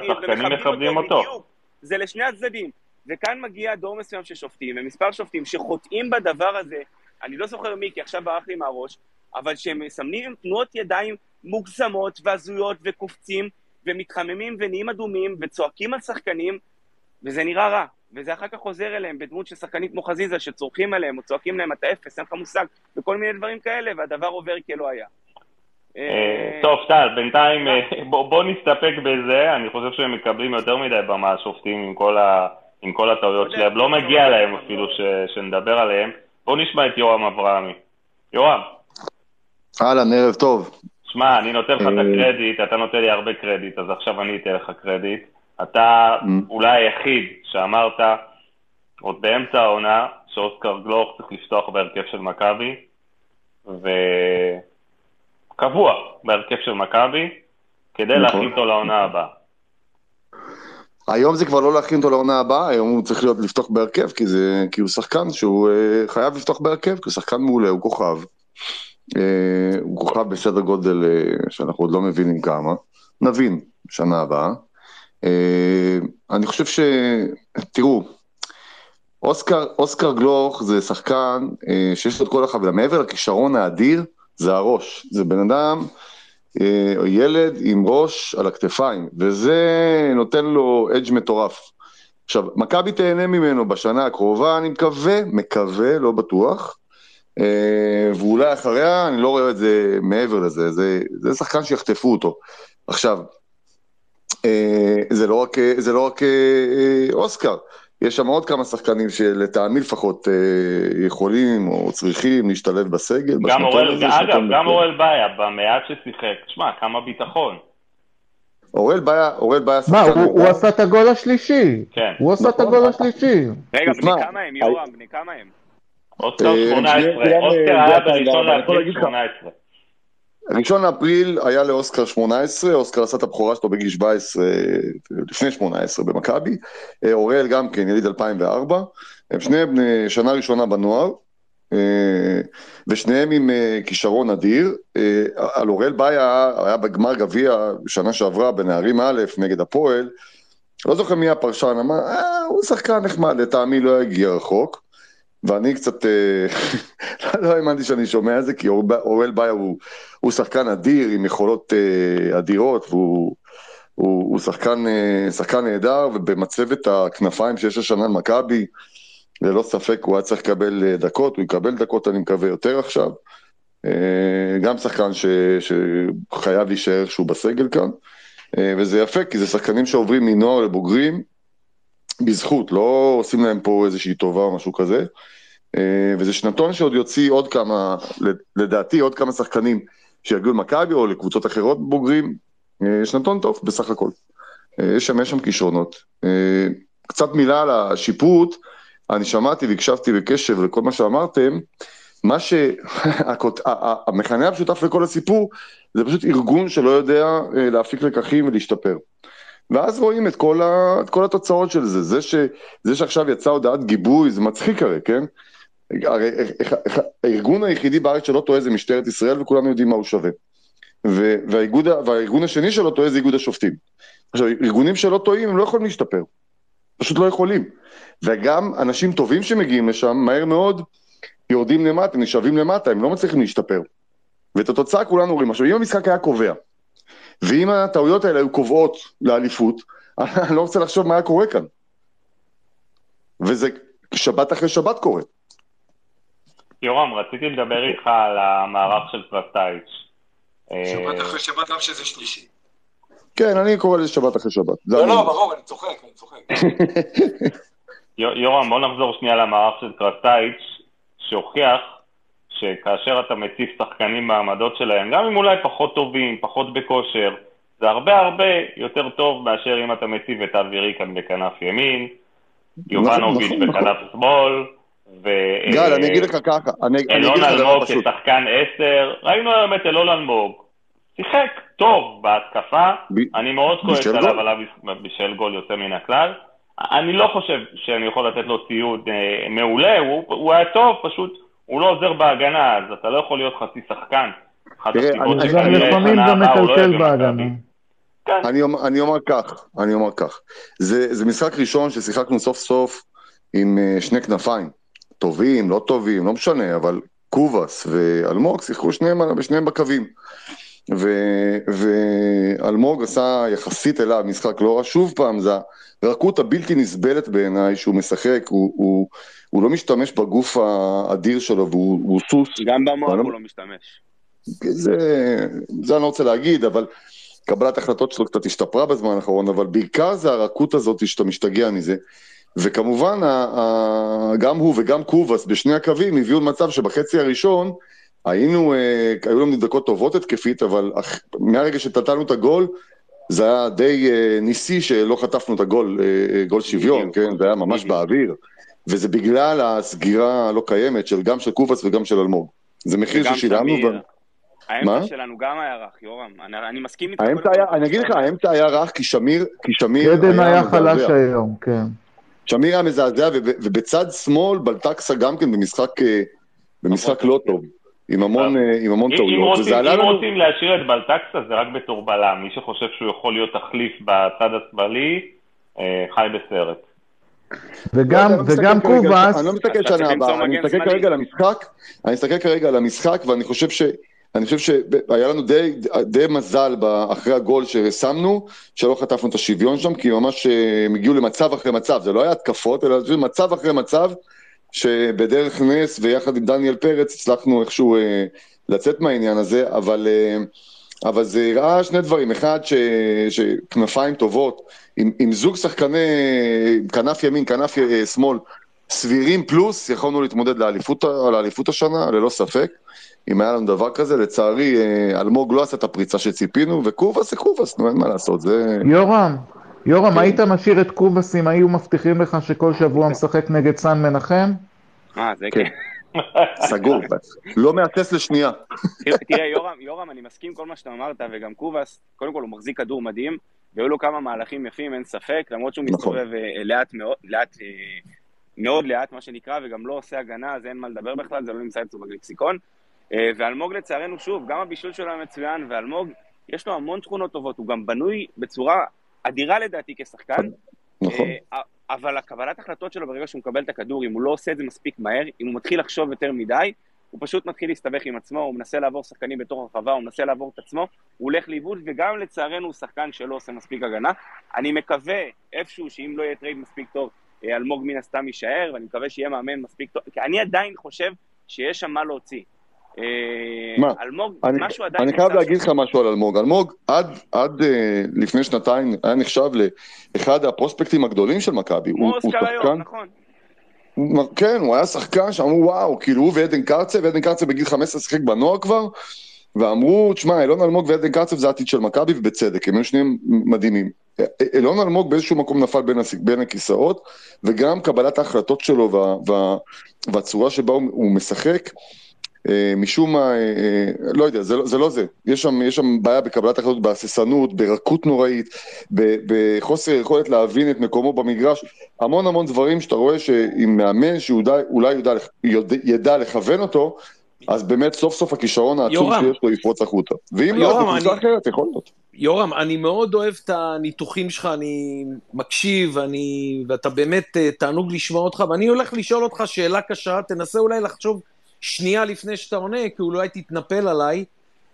S5: זה לשני הצדדים. וכאן מגיע דור מסוים של שופטים, ומספר שופטים שחוטאים בדבר הזה, אני לא זוכר מי, כי עכשיו ברח לי מהראש, אבל שהם מסמנים תנועות ידיים מוגזמות והזויות וקופצים, ומתחממים ונהיים אדומים, וצועקים על שחקנים, וזה נראה רע. וזה אחר כך חוזר אליהם בדמות של שחקנית כמו חזיזה, שצורכים עליהם, או צועקים להם את האפס, אין לך מושג, וכל מיני דברים כאלה, והדבר עובר כלא היה.
S4: טוב, טל, בינתיים בוא נסתפק בזה, אני חושב שהם מקבלים יותר מדי במה השופטים עם כל הטעויות שלהם, לא מגיע להם אפילו שנדבר עליהם. בוא נשמע את יורם אברהמי. יורם.
S10: אהלן, ערב טוב.
S4: שמע, אני נותן לך את הקרדיט, אתה נותן לי הרבה קרדיט, אז עכשיו אני אתן לך קרדיט. אתה אולי היחיד שאמרת, עוד באמצע העונה, שאוסקר גלוך צריך לפתוח בהרכב של מכבי, וקבוע בהרכב של מכבי, כדי להכין אותו לעונה הבאה.
S10: היום זה כבר לא להכין אותו לעונה הבאה, היום הוא צריך לפתוח בהרכב, כי הוא שחקן שהוא חייב לפתוח בהרכב, כי הוא שחקן מעולה, הוא כוכב. הוא כוכב בסדר גודל שאנחנו עוד לא מבינים כמה, נבין שנה הבאה. אני חושב תראו, אוסקר גלוך זה שחקן שיש לו את כל החבילה, מעבר לכישרון האדיר, זה הראש, זה בן אדם, ילד עם ראש על הכתפיים, וזה נותן לו אדג' מטורף. עכשיו, מכבי תהנה ממנו בשנה הקרובה, אני מקווה, לא בטוח, ואולי אחריה, אני לא רואה את זה מעבר לזה, זה שחקן שיחטפו אותו. עכשיו, זה לא רק אוסקר, יש שם עוד כמה שחקנים שלטעמי לפחות יכולים או צריכים להשתלב בסגל.
S4: גם אורל באיה, במעט ששיחק, תשמע, כמה ביטחון.
S10: אורל באיה
S9: מה, הוא עשה את הגול השלישי.
S4: כן.
S9: הוא עשה את הגול השלישי.
S5: רגע, בני כמה הם, יורם, בני כמה הם?
S4: אוסקר 18, אוסקר היה בראשון לאפריל 18.
S10: ראשון לאפריל היה לאוסקר 18, אוסקר עשה את הבכורה שלו בגיל 17, לפני 18 במכבי, אורל גם כן, יליד 2004, הם שניהם שנה ראשונה בנוער, ושניהם עם כישרון אדיר. על אורל באיה היה בגמר גביע שנה שעברה בנערים א' נגד הפועל, לא זוכר מי הפרשן, אמר, הוא שחקן נחמד, לטעמי לא הגיע רחוק, ואני קצת לא האמנתי שאני שומע את זה, כי אורל באיה הוא שחקן אדיר עם יכולות אדירות, והוא שחקן נהדר, ובמצבת הכנפיים שיש השנה למכבי, ללא ספק הוא היה צריך לקבל דקות, הוא יקבל דקות אני מקווה יותר עכשיו, גם שחקן שחייב להישאר שהוא בסגל כאן, וזה יפה כי זה שחקנים שעוברים מנוער לבוגרים, בזכות, לא עושים להם פה איזושהי טובה או משהו כזה, וזה שנתון שעוד יוציא עוד כמה, לדעתי עוד כמה שחקנים שיגיעו למכבי או לקבוצות אחרות בוגרים, שנתון טוב בסך הכל, יש שם כישרונות. קצת מילה על השיפוט, אני שמעתי והקשבתי בקשב לכל מה שאמרתם, המכנה המשותף לכל הסיפור, זה פשוט ארגון שלא יודע להפיק לקחים ולהשתפר. ואז רואים את כל התוצאות של זה. זה שעכשיו יצא הודעת גיבוי, זה מצחיק הרי, כן? הארגון היחידי בארץ שלא טועה זה משטרת ישראל, וכולנו יודעים מה הוא שווה. והארגון השני שלא טועה זה איגוד השופטים. עכשיו, ארגונים שלא טועים, הם לא יכולים להשתפר. פשוט לא יכולים. וגם אנשים טובים שמגיעים לשם, מהר מאוד יורדים למטה, נשאבים למטה, הם לא מצליחים להשתפר. ואת התוצאה כולנו רואים. עכשיו, אם המשחק היה קובע, ואם הטעויות האלה היו קובעות לאליפות, אני לא רוצה לחשוב מה היה קורה כאן. וזה שבת אחרי שבת קורה.
S4: יורם, רציתי לדבר איתך על המערך של קרסטייץ'.
S6: שבת אחרי שבת, גם שזה שלישי.
S10: כן, אני קורא לזה שבת אחרי שבת.
S6: לא, ברור, אני צוחק.
S4: יורם, בוא נחזור שנייה למערך של קרסטייץ', שהוכיח שכאשר אתה מציף שחקנים בעמדות שלהם, גם אם אולי פחות טובים, פחות בכושר, זה הרבה יותר טוב מאשר אם אתה מציב את אבי כאן בכנף ימין, יובנוביץ' בכנף שמאל,
S10: גל, אני אגיד לך ככה,
S4: אלון אלמוג כשחקן 10, ראינו היום את אלון אלמוג, שיחק טוב בהתקפה, אני מאוד כועס עליו בשל גול יוצא מן הכלל, אני לא חושב שאני יכול לתת לו ציוד מעולה, הוא היה טוב, פשוט הוא לא עוזר בהגנה, אז אתה לא יכול להיות חצי שחקן.
S9: לפעמים גם מקלקל בהגנה.
S10: אני אומר כך, זה משחק ראשון ששיחקנו סוף סוף עם שני כנפיים, טובים, לא טובים, לא משנה, אבל קובס ואלמוג שיחקו שניהם בקווים. ואלמוג עשה יחסית אליו משחק לא רע, שוב פעם זה הרכות הבלתי נסבלת בעיניי שהוא משחק, הוא לא משתמש בגוף האדיר שלו והוא סוס.
S5: גם במוח הוא לא משתמש.
S10: זה אני לא רוצה להגיד, אבל קבלת החלטות שלו קצת השתפרה בזמן האחרון, אבל בעיקר זה הרכות הזאת שאתה משתגע מזה, וכמובן גם הוא וגם קובס בשני הקווים הביאו למצב שבחצי הראשון היו לנו דקות טובות התקפית, אבל מהרגע שתתנו את הגול, זה היה די ניסי שלא חטפנו את הגול, גול שוויון, כן? זה היה ממש באוויר, וזה בגלל הסגירה הלא קיימת גם של קובס וגם של אלמוג. זה מחיר ששילמנו.
S5: האמצע שלנו גם היה רך, יורם, אני מסכים איתך.
S10: אני אגיד לך, האמצע היה רך כי שמיר
S9: קדם היה חלש היום, כן.
S10: שמיר היה מזעזע, ובצד שמאל בלטקסה גם כן במשחק לא טוב. עם המון טעויות.
S4: אם רוצים להשאיר את בלטקסה זה רק בתור בלם, מי שחושב שהוא יכול להיות תחליף בצד השמאלי, חי בסרט.
S9: וגם קובס,
S10: אני לא מסתכל שנה הבאה, אני מסתכל כרגע על המשחק, ואני חושב שהיה לנו די מזל אחרי הגול ששמנו, שלא חטפנו את השוויון שם, כי ממש הם הגיעו למצב אחרי מצב, זה לא היה התקפות, אלא מצב אחרי מצב, שבדרך נס ויחד עם דניאל פרץ הצלחנו איכשהו לצאת מהעניין הזה, אבל זה ראה שני דברים, אחד שכנפיים טובות, עם זוג שחקני כנף ימין, כנף שמאל, סבירים פלוס, יכולנו להתמודד לאליפות השנה, ללא ספק, אם היה לנו דבר כזה, לצערי אלמוג לא עשה את הפריצה שציפינו, וקובס זה קובס, אין מה לעשות, זה...
S9: יורם, היית משאיר את קובס אם היו מבטיחים לך שכל שבוע משחק נגד סן מנחם?
S5: זה כן.
S10: סגור, לא מהסס לשנייה.
S5: תראה, יורם, אני מסכים כל מה שאתה אמרת, וגם קובס, קודם כל הוא מחזיק כדור מדהים, והיו לו כמה מהלכים יפים, אין ספק, למרות שהוא מסתובב מאוד לאט, מה שנקרא, וגם לא עושה הגנה, אז אין מה לדבר בכלל, זה לא נמצא אצלו בגליקסיקון. ואלמוג לצערנו שוב, גם הבישול שלו מצוין, ואלמוג יש לו המון תכונות טובות, הוא גם בנוי בצורה אדירה לדעתי כשחקן, אבל הקבלת החלטות שלו ברגע שהוא מקבל את הכדור, אם הוא לא עושה את זה מספיק מהר, אם הוא מתחיל לחשוב יותר מדי, הוא פשוט מתחיל להסתבך עם עצמו, הוא מנסה לעבור שחקנים בתוך הרחבה, הוא מנסה לעבור את עצמו, הוא הולך לאיבוד, וגם לצערנו הוא שחקן שלא עושה מספיק הגנה. אני מקווה איפשהו שאם לא יהיה טרייד מספיק טוב, אלמוג מן הסתם יישאר, ואני מקווה שיהיה מאמן מספיק טוב, כי אני עדיין חושב שיש שם מה להוציא. אלמוג, משהו עדיין...
S10: אני חייב להגיד לך משהו על אלמוג. אלמוג עד לפני שנתיים היה נחשב לאחד הפרוספקטים הגדולים של מכבי.
S5: כמו אוסקר היום, נכון.
S10: כן, הוא היה שחקן שאמרו וואו, כאילו הוא ועדן קרצב, ועדן קרצב בגיל 15 שחק בנוער כבר, ואמרו, תשמע, אלון אלמוג ועדן קרצב זה העתיד של מכבי, ובצדק, הם היו שניהם מדהימים. אלון אלמוג באיזשהו מקום נפל בין הכיסאות, וגם קבלת ההחלטות שלו והצורה שבה הוא משחק, משום מה, לא יודע, זה לא זה. יש שם בעיה בקבלת החלטות, בהססנות, ברכות נוראית, בחוסר יכולת להבין את מקומו במגרש, המון דברים שאתה רואה שעם מאמן שאולי ידע לכוון אותו, אז באמת סוף סוף הכישרון העצום שיש לו יפרוץ החוצה. ואם לא, זה קבוצה אחרת, יכול להיות.
S7: יורם, אני מאוד אוהב את הניתוחים שלך, אני מקשיב, ואתה באמת תענוג לשמוע אותך, ואני הולך לשאול אותך שאלה קשה, תנסה אולי לחשוב שנייה לפני שאתה עונה, כי אולי תתנפל עליי.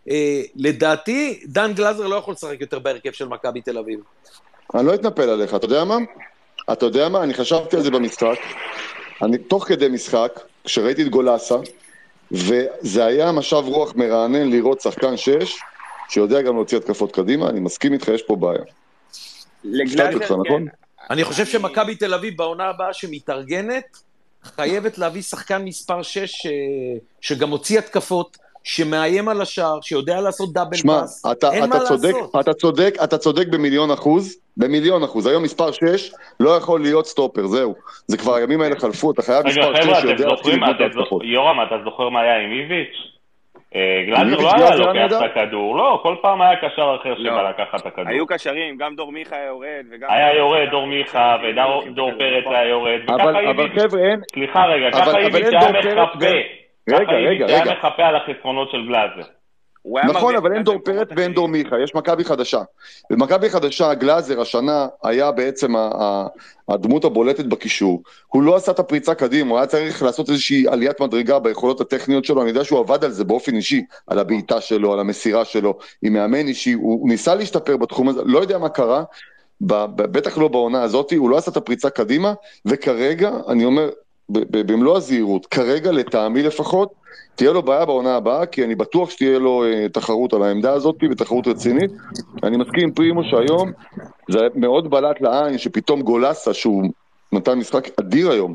S7: לדעתי, דן גלאזר לא יכול לשחק יותר בהרכב של מכבי תל אביב.
S10: אני לא אתנפל עליך, אתה יודע מה? אני חשבתי על זה במשחק, תוך כדי משחק, כשראיתי את גולסה, וזה היה משב רוח מרענן לראות שחקן 6, שיודע גם להוציא התקפות קדימה, אני מסכים איתך, יש פה בעיה.
S5: לגלאזר, כן.
S7: אני חושב שמכבי תל אביב בעונה הבאה שמתארגנת, חייבת להביא שחקן מספר 6, שגם הוציא התקפות, שמאיים על השער, שיודע לעשות דאבל פאס, אין מה לעשות.
S10: אתה צודק ב1,000,000%, היום מספר 6 לא יכול להיות סטופר, זהו. זה כבר הימים האלה חלפו, אתה חייב מספר 6 שיודע להוציא לבנות ההתקפות.
S4: יורם, אתה זוכר מה היה עם איביץ'? גלאזר לא היה לוקח את הכדור, לא, כל פעם היה קשר אחר שבא לקחת את הכדור.
S5: היו קשרים, גם דור מיכה היה יורד,
S4: היה יורד דור מיכה, ודור פרץ היה יורד,
S10: אבל חבר'ה אין...
S4: סליחה רגע, ככה איביץ' היה מחפה. היה מחפה על החסרונות של גלאזר.
S10: נכון, אבל אין דור פרץ ואין דור מיכה, יש מכבי חדשה. במכבי חדשה, גלאזר השנה היה בעצם הדמות הבולטת בקישור. הוא לא עשה את הפריצה קדימה, הוא היה צריך לעשות איזושהי עליית מדרגה ביכולות הטכניות שלו, אני יודע שהוא עבד על זה באופן אישי, על הבעיטה שלו, על המסירה שלו, עם מאמן אישי, הוא ניסה להשתפר בתחום הזה, לא יודע מה קרה, בטח לא בעונה הזאת, הוא לא עשה את הפריצה קדימה, וכרגע, אני אומר, במלוא הזהירות, כרגע לטעמי לפחות, תהיה לו בעיה בעונה הבאה, כי אני בטוח שתהיה לו תחרות על העמדה הזאת, ותחרות רצינית. אני מסכים עם פרימו שהיום, זה מאוד בלט לעין, שפתאום גולסה, שהוא נתן משחק אדיר היום,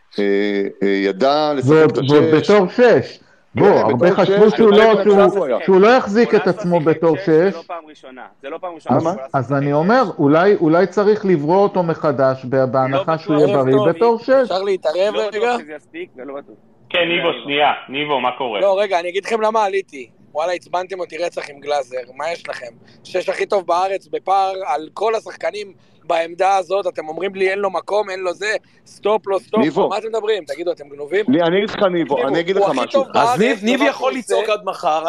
S10: ידע לשחק את השש.
S9: בתור 6. בוא, הרבה חשבו שהוא לא יחזיק את עצמו בתור 6.
S5: זה לא פעם ראשונה.
S9: אז אני אומר, אולי צריך לברוא אותו מחדש, בהנחה שהוא יהיה בריא בתור 6.
S11: אפשר להתערב רגע?
S4: כן, ניבו, שנייה. ניבו, מה קורה?
S11: לא, רגע, אני אגיד לכם למה עליתי. וואלה, הצבנתם אותי רצח עם גלאזר. מה יש לכם? 6 הכי טוב בארץ, בפער על כל השחקנים בעמדה הזאת. אתם אומרים לי, אין לו מקום, אין לו זה, סטופ, לא סטופ.
S10: ניבו.
S11: מה אתם מדברים? תגידו, אתם גנובים?
S10: אני אגיד לך ניבו, אני אגיד לך משהו.
S7: אז ניב יכול לצעוק עד מחר.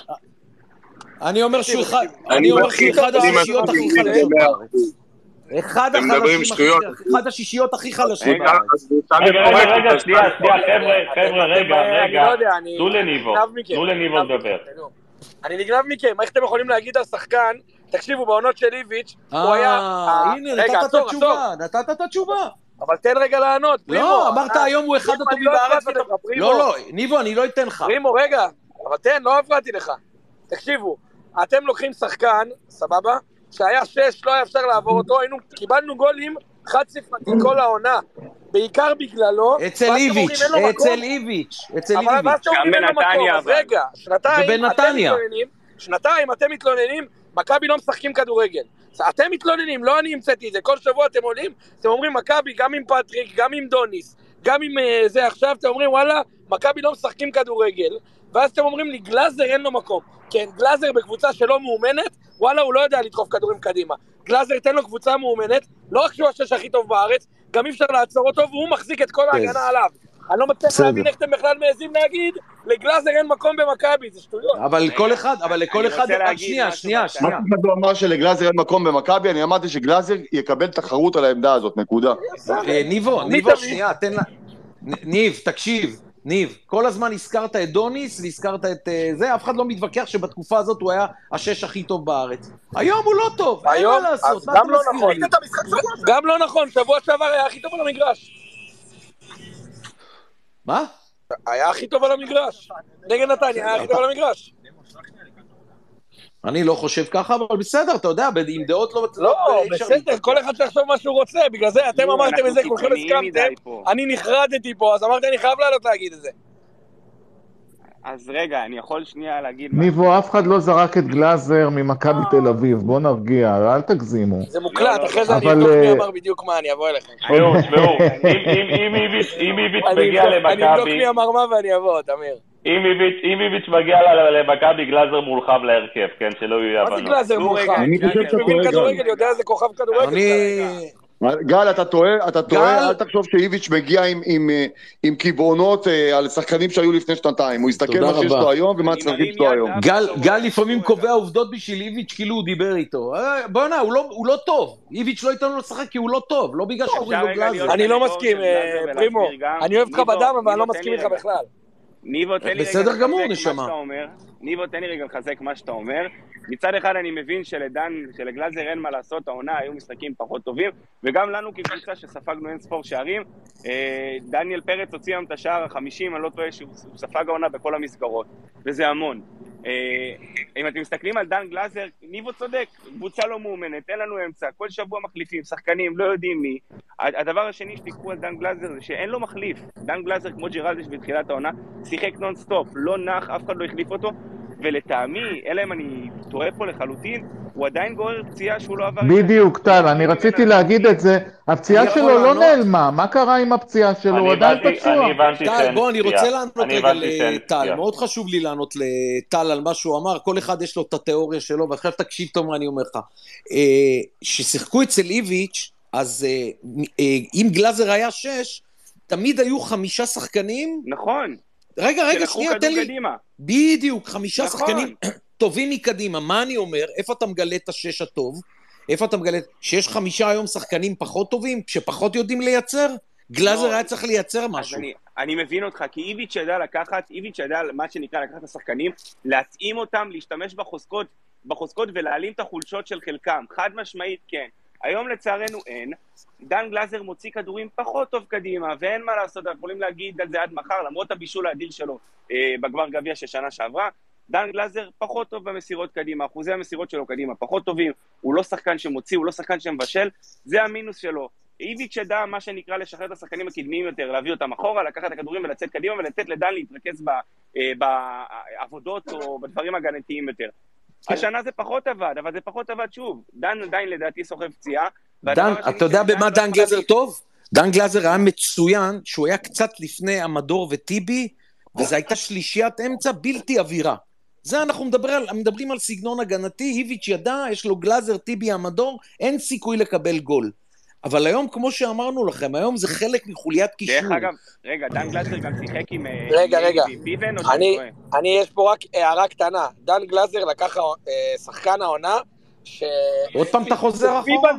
S7: אני אומר שהוא אחד השישיות הכי חלשות בארץ. אחד השישיות הכי חלשות בארץ.
S4: רגע, שנייה, חבר'ה, רגע, תנו לניבו לדבר.
S11: אני נגנב מכם, איך אתם יכולים להגיד על שחקן, תקשיבו, בעונות של איביץ', הוא היה...
S7: הנה, נתת את התשובה.
S11: אבל תן רגע לענות, פרימו.
S7: לא, אמרת היום הוא אחד הטובים בארץ. לא, ניבו, אני לא אתן לך.
S11: פרימו, רגע, אבל תן, לא הפרעתי לך. תקשיבו, אתם לוקחים שחקן, סבבה? שהיה 6, לא היה אפשר לעבור אותו, קיבלנו גולים חד ספרתי כל העונה, בעיקר בגללו.
S7: אצל איביץ'.
S11: אבל מה שאתם אומרים אין לו מקום, אז רגע, שנתיים אתם מתלוננים, מכבי לא משחקים כדורגל. אתם מתלוננים, לא אני המצאתי את זה, כל שבוע אתם עולים, אתם אומרים מכבי גם עם פטריק, גם עם דוניס, גם עם זה עכשיו, אתם אומרים וואלה, מכבי לא משחקים כדורגל, ואז אתם אומרים לי גלאזר אין לו מקום. כן, גלאזר בקבוצה שלא מאומנת, וואלה, הוא לא יודע לדחוף כדורים קדימה. גלאזר תן לו קבוצה מאומנת, לא רק שהוא השש הכי טוב בארץ, גם אי אפשר לעצור אותו, והוא מחזיק את כל ההגנה עליו. אני לא מצליח להבין איך אתם בכלל מעזים להגיד, לגלאזר אין מקום במכבי, זה שטויות.
S7: אבל לכל אחד, שנייה.
S10: מה אתה אמר שלגלאזר אין מקום במכבי? אני אמרתי שגלאזר יקבל תחרות על העמדה הזאת, נקודה.
S7: ניבו, שנייה, תן לה... ניב, תקשיב. ניב, כל הזמן הזכרת את דוניס והזכרת את זה, אף אחד לא מתווכח שבתקופה הזאת הוא היה השש הכי טוב בארץ. היום הוא לא טוב, אין מה לעשות.
S11: גם לא נכון. גם לא נכון, שבוע שעבר היה הכי טוב על המגרש.
S7: מה?
S11: היה הכי טוב על המגרש. נגד נתניה היה הכי טוב על המגרש.
S7: אני לא חושב ככה, אבל בסדר, אתה יודע, עם דעות לא...
S11: לא, בסדר, כל אחד שיחשוב מה שהוא רוצה, בגלל זה אתם אמרתם את זה, כולכם הסכמתם, אני נחרדתי פה, אז אמרתי אני חייב לעלות להגיד את זה.
S5: אז רגע, אני יכול שנייה להגיד...
S9: ניבו, אף אחד לא זרק את גלאזר ממכבי תל אביב, בוא נרגיע, אל תגזימו.
S11: זה מוקלט, אחרי זה אני אבדוק מי אמר בדיוק מה, אני אבוא אליכם.
S4: תשמעו, אם איביץ' מגיע למכבי...
S11: אני אבדוק מי אמר מה ואני אבוא, תמיר.
S4: אם איביץ' מגיע למכבי, גלאזר מורחב להרכב, כן, שלא יהיו הבנות.
S11: מה זה גלאזר מורחב? אני מבין כדורגל, יודע איזה כוכב כדורגל.
S10: גל, אתה טועה, אל תחשוב שאיביץ' מגיע עם קיבעונות על שחקנים שהיו לפני שנתיים, הוא יסתכל מה שיש לו היום ומה הצרכים שלו היום.
S7: גל לפעמים קובע עובדות בשביל איביץ' כאילו הוא דיבר איתו. בוא'נה, הוא לא טוב. איביץ' לא ייתן לו לשחק כי הוא לא טוב, לא בגלל שאומרים לו גלאזר.
S11: אני לא מסכים, פרימו. אני אוהב לך בדם, אבל אני לא מסכים איתך בכלל.
S5: ניבו, תן לי רגע לחזק מה שאתה אומר. ניבו, תן לי רגע לחזק מה שאתה אומר. מצד אחד אני מבין שלגלאזר אין מה לעשות, העונה היו משחקים פחות טובים, וגם לנו כקבוצה שספגנו אין ספור שערים, דניאל פרץ הוציא היום את השער ה-50, אני לא טועה שהוא ספג העונה בכל המסגרות, וזה המון. אם אתם מסתכלים על דן גלאזר, ניבו צודק, קבוצה לא מאומנת, אין לנו אמצע, כל שבוע מחליפים, שחקנים, לא יודעים מי. הדבר השני שתיקחו על דן גלאזר זה שאין לו מחליף. דן גלאזר כמו ג'רלדש בתחילת העונה, שיחק נונסטופ, לא נח, אף אחד לא החליף אותו, ולטעמי, אלא אם אני טועה פה לחלוטין, הוא עדיין גורר פציעה שהוא לא עבר...
S9: בדיוק, טל, אני רציתי להגיד את זה, הפציעה שלו לא נעלמה, מה קרה עם הפציעה שלו? הוא עדיין פצוע.
S7: טל, בוא, אני רוצה לענות רגע לטל, מאוד חשוב לי לענות לטל על מה שהוא אמר, כל אחד יש לו את התיאוריה שלו, ועכשיו תקשיב טוב מה אני אומר לך. ששיחקו אצל איביץ', אז אם גלאזר היה 6, תמיד היו 5 שחקנים.
S5: נכון.
S7: רגע, שנייה, תן לי. בדיוק, 5 שחקנים טובים מקדימה. מה אני אומר? איפה אתה מגלה את 6 הטוב? איפה אתה מגלה שיש 5 היום שחקנים פחות טובים, שפחות יודעים לייצר? גלאזר היה צריך לייצר משהו.
S5: אני מבין אותך, כי איביץ' ידע מה שנקרא לקחת את השחקנים, להתאים אותם, להשתמש בחוזקות ולהעלים את החולשות של חלקם. חד משמעית כן. היום לצערנו אין. דן גלאזר מוציא כדורים פחות טוב קדימה, ואין מה לעשות, אנחנו יכולים להגיד על זה עד מחר, למרות הבישול האדיר שלו בגמר גביע של שנה שעברה, דן גלאזר פחות טוב במסירות קדימה, אחוזי המסירות שלו קדימה פחות טובים, הוא לא שחקן שמוציא, הוא לא שחקן שמבשל, זה המינוס שלו. איביץ' ידע מה שנקרא לשחרר את השחקנים הקדמיים יותר, להביא אותם אחורה, לקחת את הכדורים ולצאת קדימה, ולתת לדן להתרכז בעבודות או בדברים הגנתיים יותר. השנה זה פחות עבד, אבל זה פחות עבד שוב. דן עדיין לדעתי סוחב פציעה.
S7: דן, אתה יודע במה דן גלאזר טוב? דן גלאזר היה מצוין, שהוא היה קצת לפני המדור וטיבי, וזו הייתה שלישיית אמצע בלתי אווירה. זה אנחנו מדברים על סגנון הגנתי, איביץ' ידע, יש לו גלאזר, טיבי, המדור, אין סיכוי לקבל גול. אבל היום, כמו שאמרנו לכם, היום זה חלק מחוליית קישור.
S5: דרך אגב, רגע, דן גלאזר גם שיחק עם...
S11: רגע, אני יש פה רק הערה קטנה. דן גלאזר לקח שחקן העונה,
S7: עוד פעם אתה חוזר אחורה?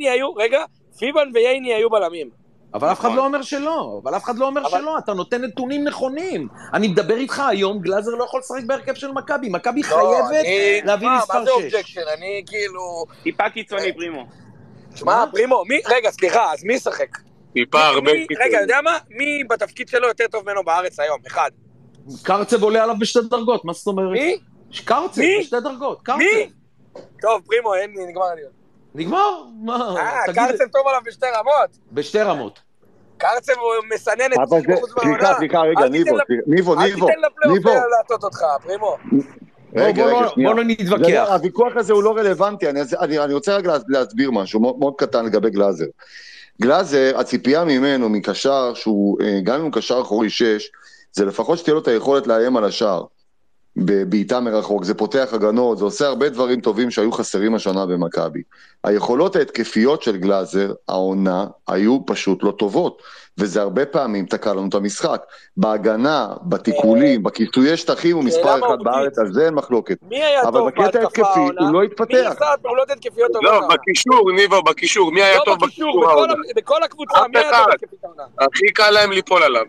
S11: פיבן וייני היו בלמים.
S7: אבל אף אחד לא אומר שלא, אתה נותן נתונים נכונים. אני מדבר איתך היום, גלאזר לא יכול לשחק בהרכב של מכבי, מכבי חייבת להביא מספר 6.
S11: מה זה אובג'קשן? אני כאילו...
S5: טיפה קיצוני, פרימו.
S11: שמע, פרימו, רגע, סליחה, אז מי ישחק?
S12: טיפה הרבה קיצוני.
S11: רגע, יודע מה? מי בתפקיד שלו יותר טוב ממנו בארץ היום? אחד.
S7: קרצב עולה עליו בשתי דרגות, מה זאת אומרת?
S11: מי?
S7: קרצב, בשתי דרגות, קרצב.
S11: מי? טוב, פרימו, נגמר הדיון.
S7: נגמר? מה?
S11: קרצב טוב עליו בשתי רמות.
S7: בשתי רמות.
S11: קרצב הוא מסנן את חוץ מהעונה.
S10: סליחה, רגע, ניבו.
S11: אל תיתן לפלייאוף להטות אותך, פרימו.
S7: בוא לא נתווכח.
S10: הוויכוח הזה הוא לא רלוונטי, אני רוצה רק להסביר משהו מאוד קטן לגבי גלאזר. גלאזר, הציפייה ממנו, מקשר, שהוא גם אם הוא קשר אחורי 6, זה לפחות שתהיה לו את היכולת לאיים על השער, בבעיטה מרחוק, זה פותח הגנות, זה עושה הרבה דברים טובים שהיו חסרים השנה במכבי. היכולות ההתקפיות של גלאזר, העונה, היו פשוט לא טובות, וזה הרבה פעמים תקע לנו את המשחק. בהגנה, בתיקולים, בכיסויי שטחים הוא מספר אחד בארץ, על זה אין מחלוקת. אבל בקטע התקפי הוא לא התפתח.
S11: מי עשה פעולות התקפיות טובות?
S12: לא, בקישור, ניבו, בקישור. מי היה טוב בקישור?
S11: בכל הקבוצה, מי היה טוב התקפית העונה?
S12: הכי קל להם ליפול עליו.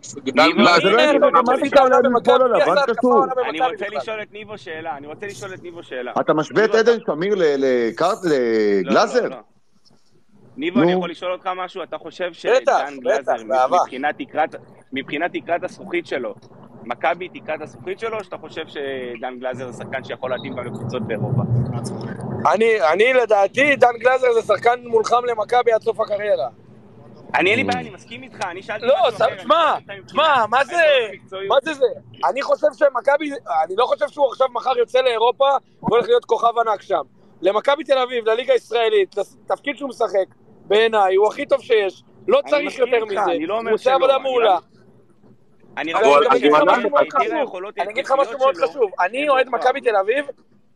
S5: אני רוצה לשאול את ניבו שאלה.
S10: אתה משווה את עדן שמיר לגלאזר?
S5: ניבו, אני יכול לשאול אותך משהו? אתה חושב שדן גלאזר, מבחינת תקרת הזכוכית שלו, מכבי תקרת הזכוכית שלו, או שאתה חושב שדן גלאזר זה שחקן שיכול להתאים גם לקבוצות באירופה?
S11: אני לדעתי, דן גלאזר זה שחקן מולחם למכבי עד סוף הקריירה.
S5: אין לי בעיה, אני מסכים איתך, אני שאלתי
S11: משהו אחר. תשמע, מה זה זה? אני חושב שמכבי, אני לא חושב שהוא עכשיו מחר יוצא לאירופה, והולך להיות כוכב ענק שם. למכבי תל אביב, לליגה הישראלית, לתפקיד שהוא משחק, בעיניי, הוא הכי טוב שיש, לא צריך יותר מזה, הוא עושה עבודה מעולה. אני אגיד לך משהו מאוד חשוב, אני אוהד מכבי תל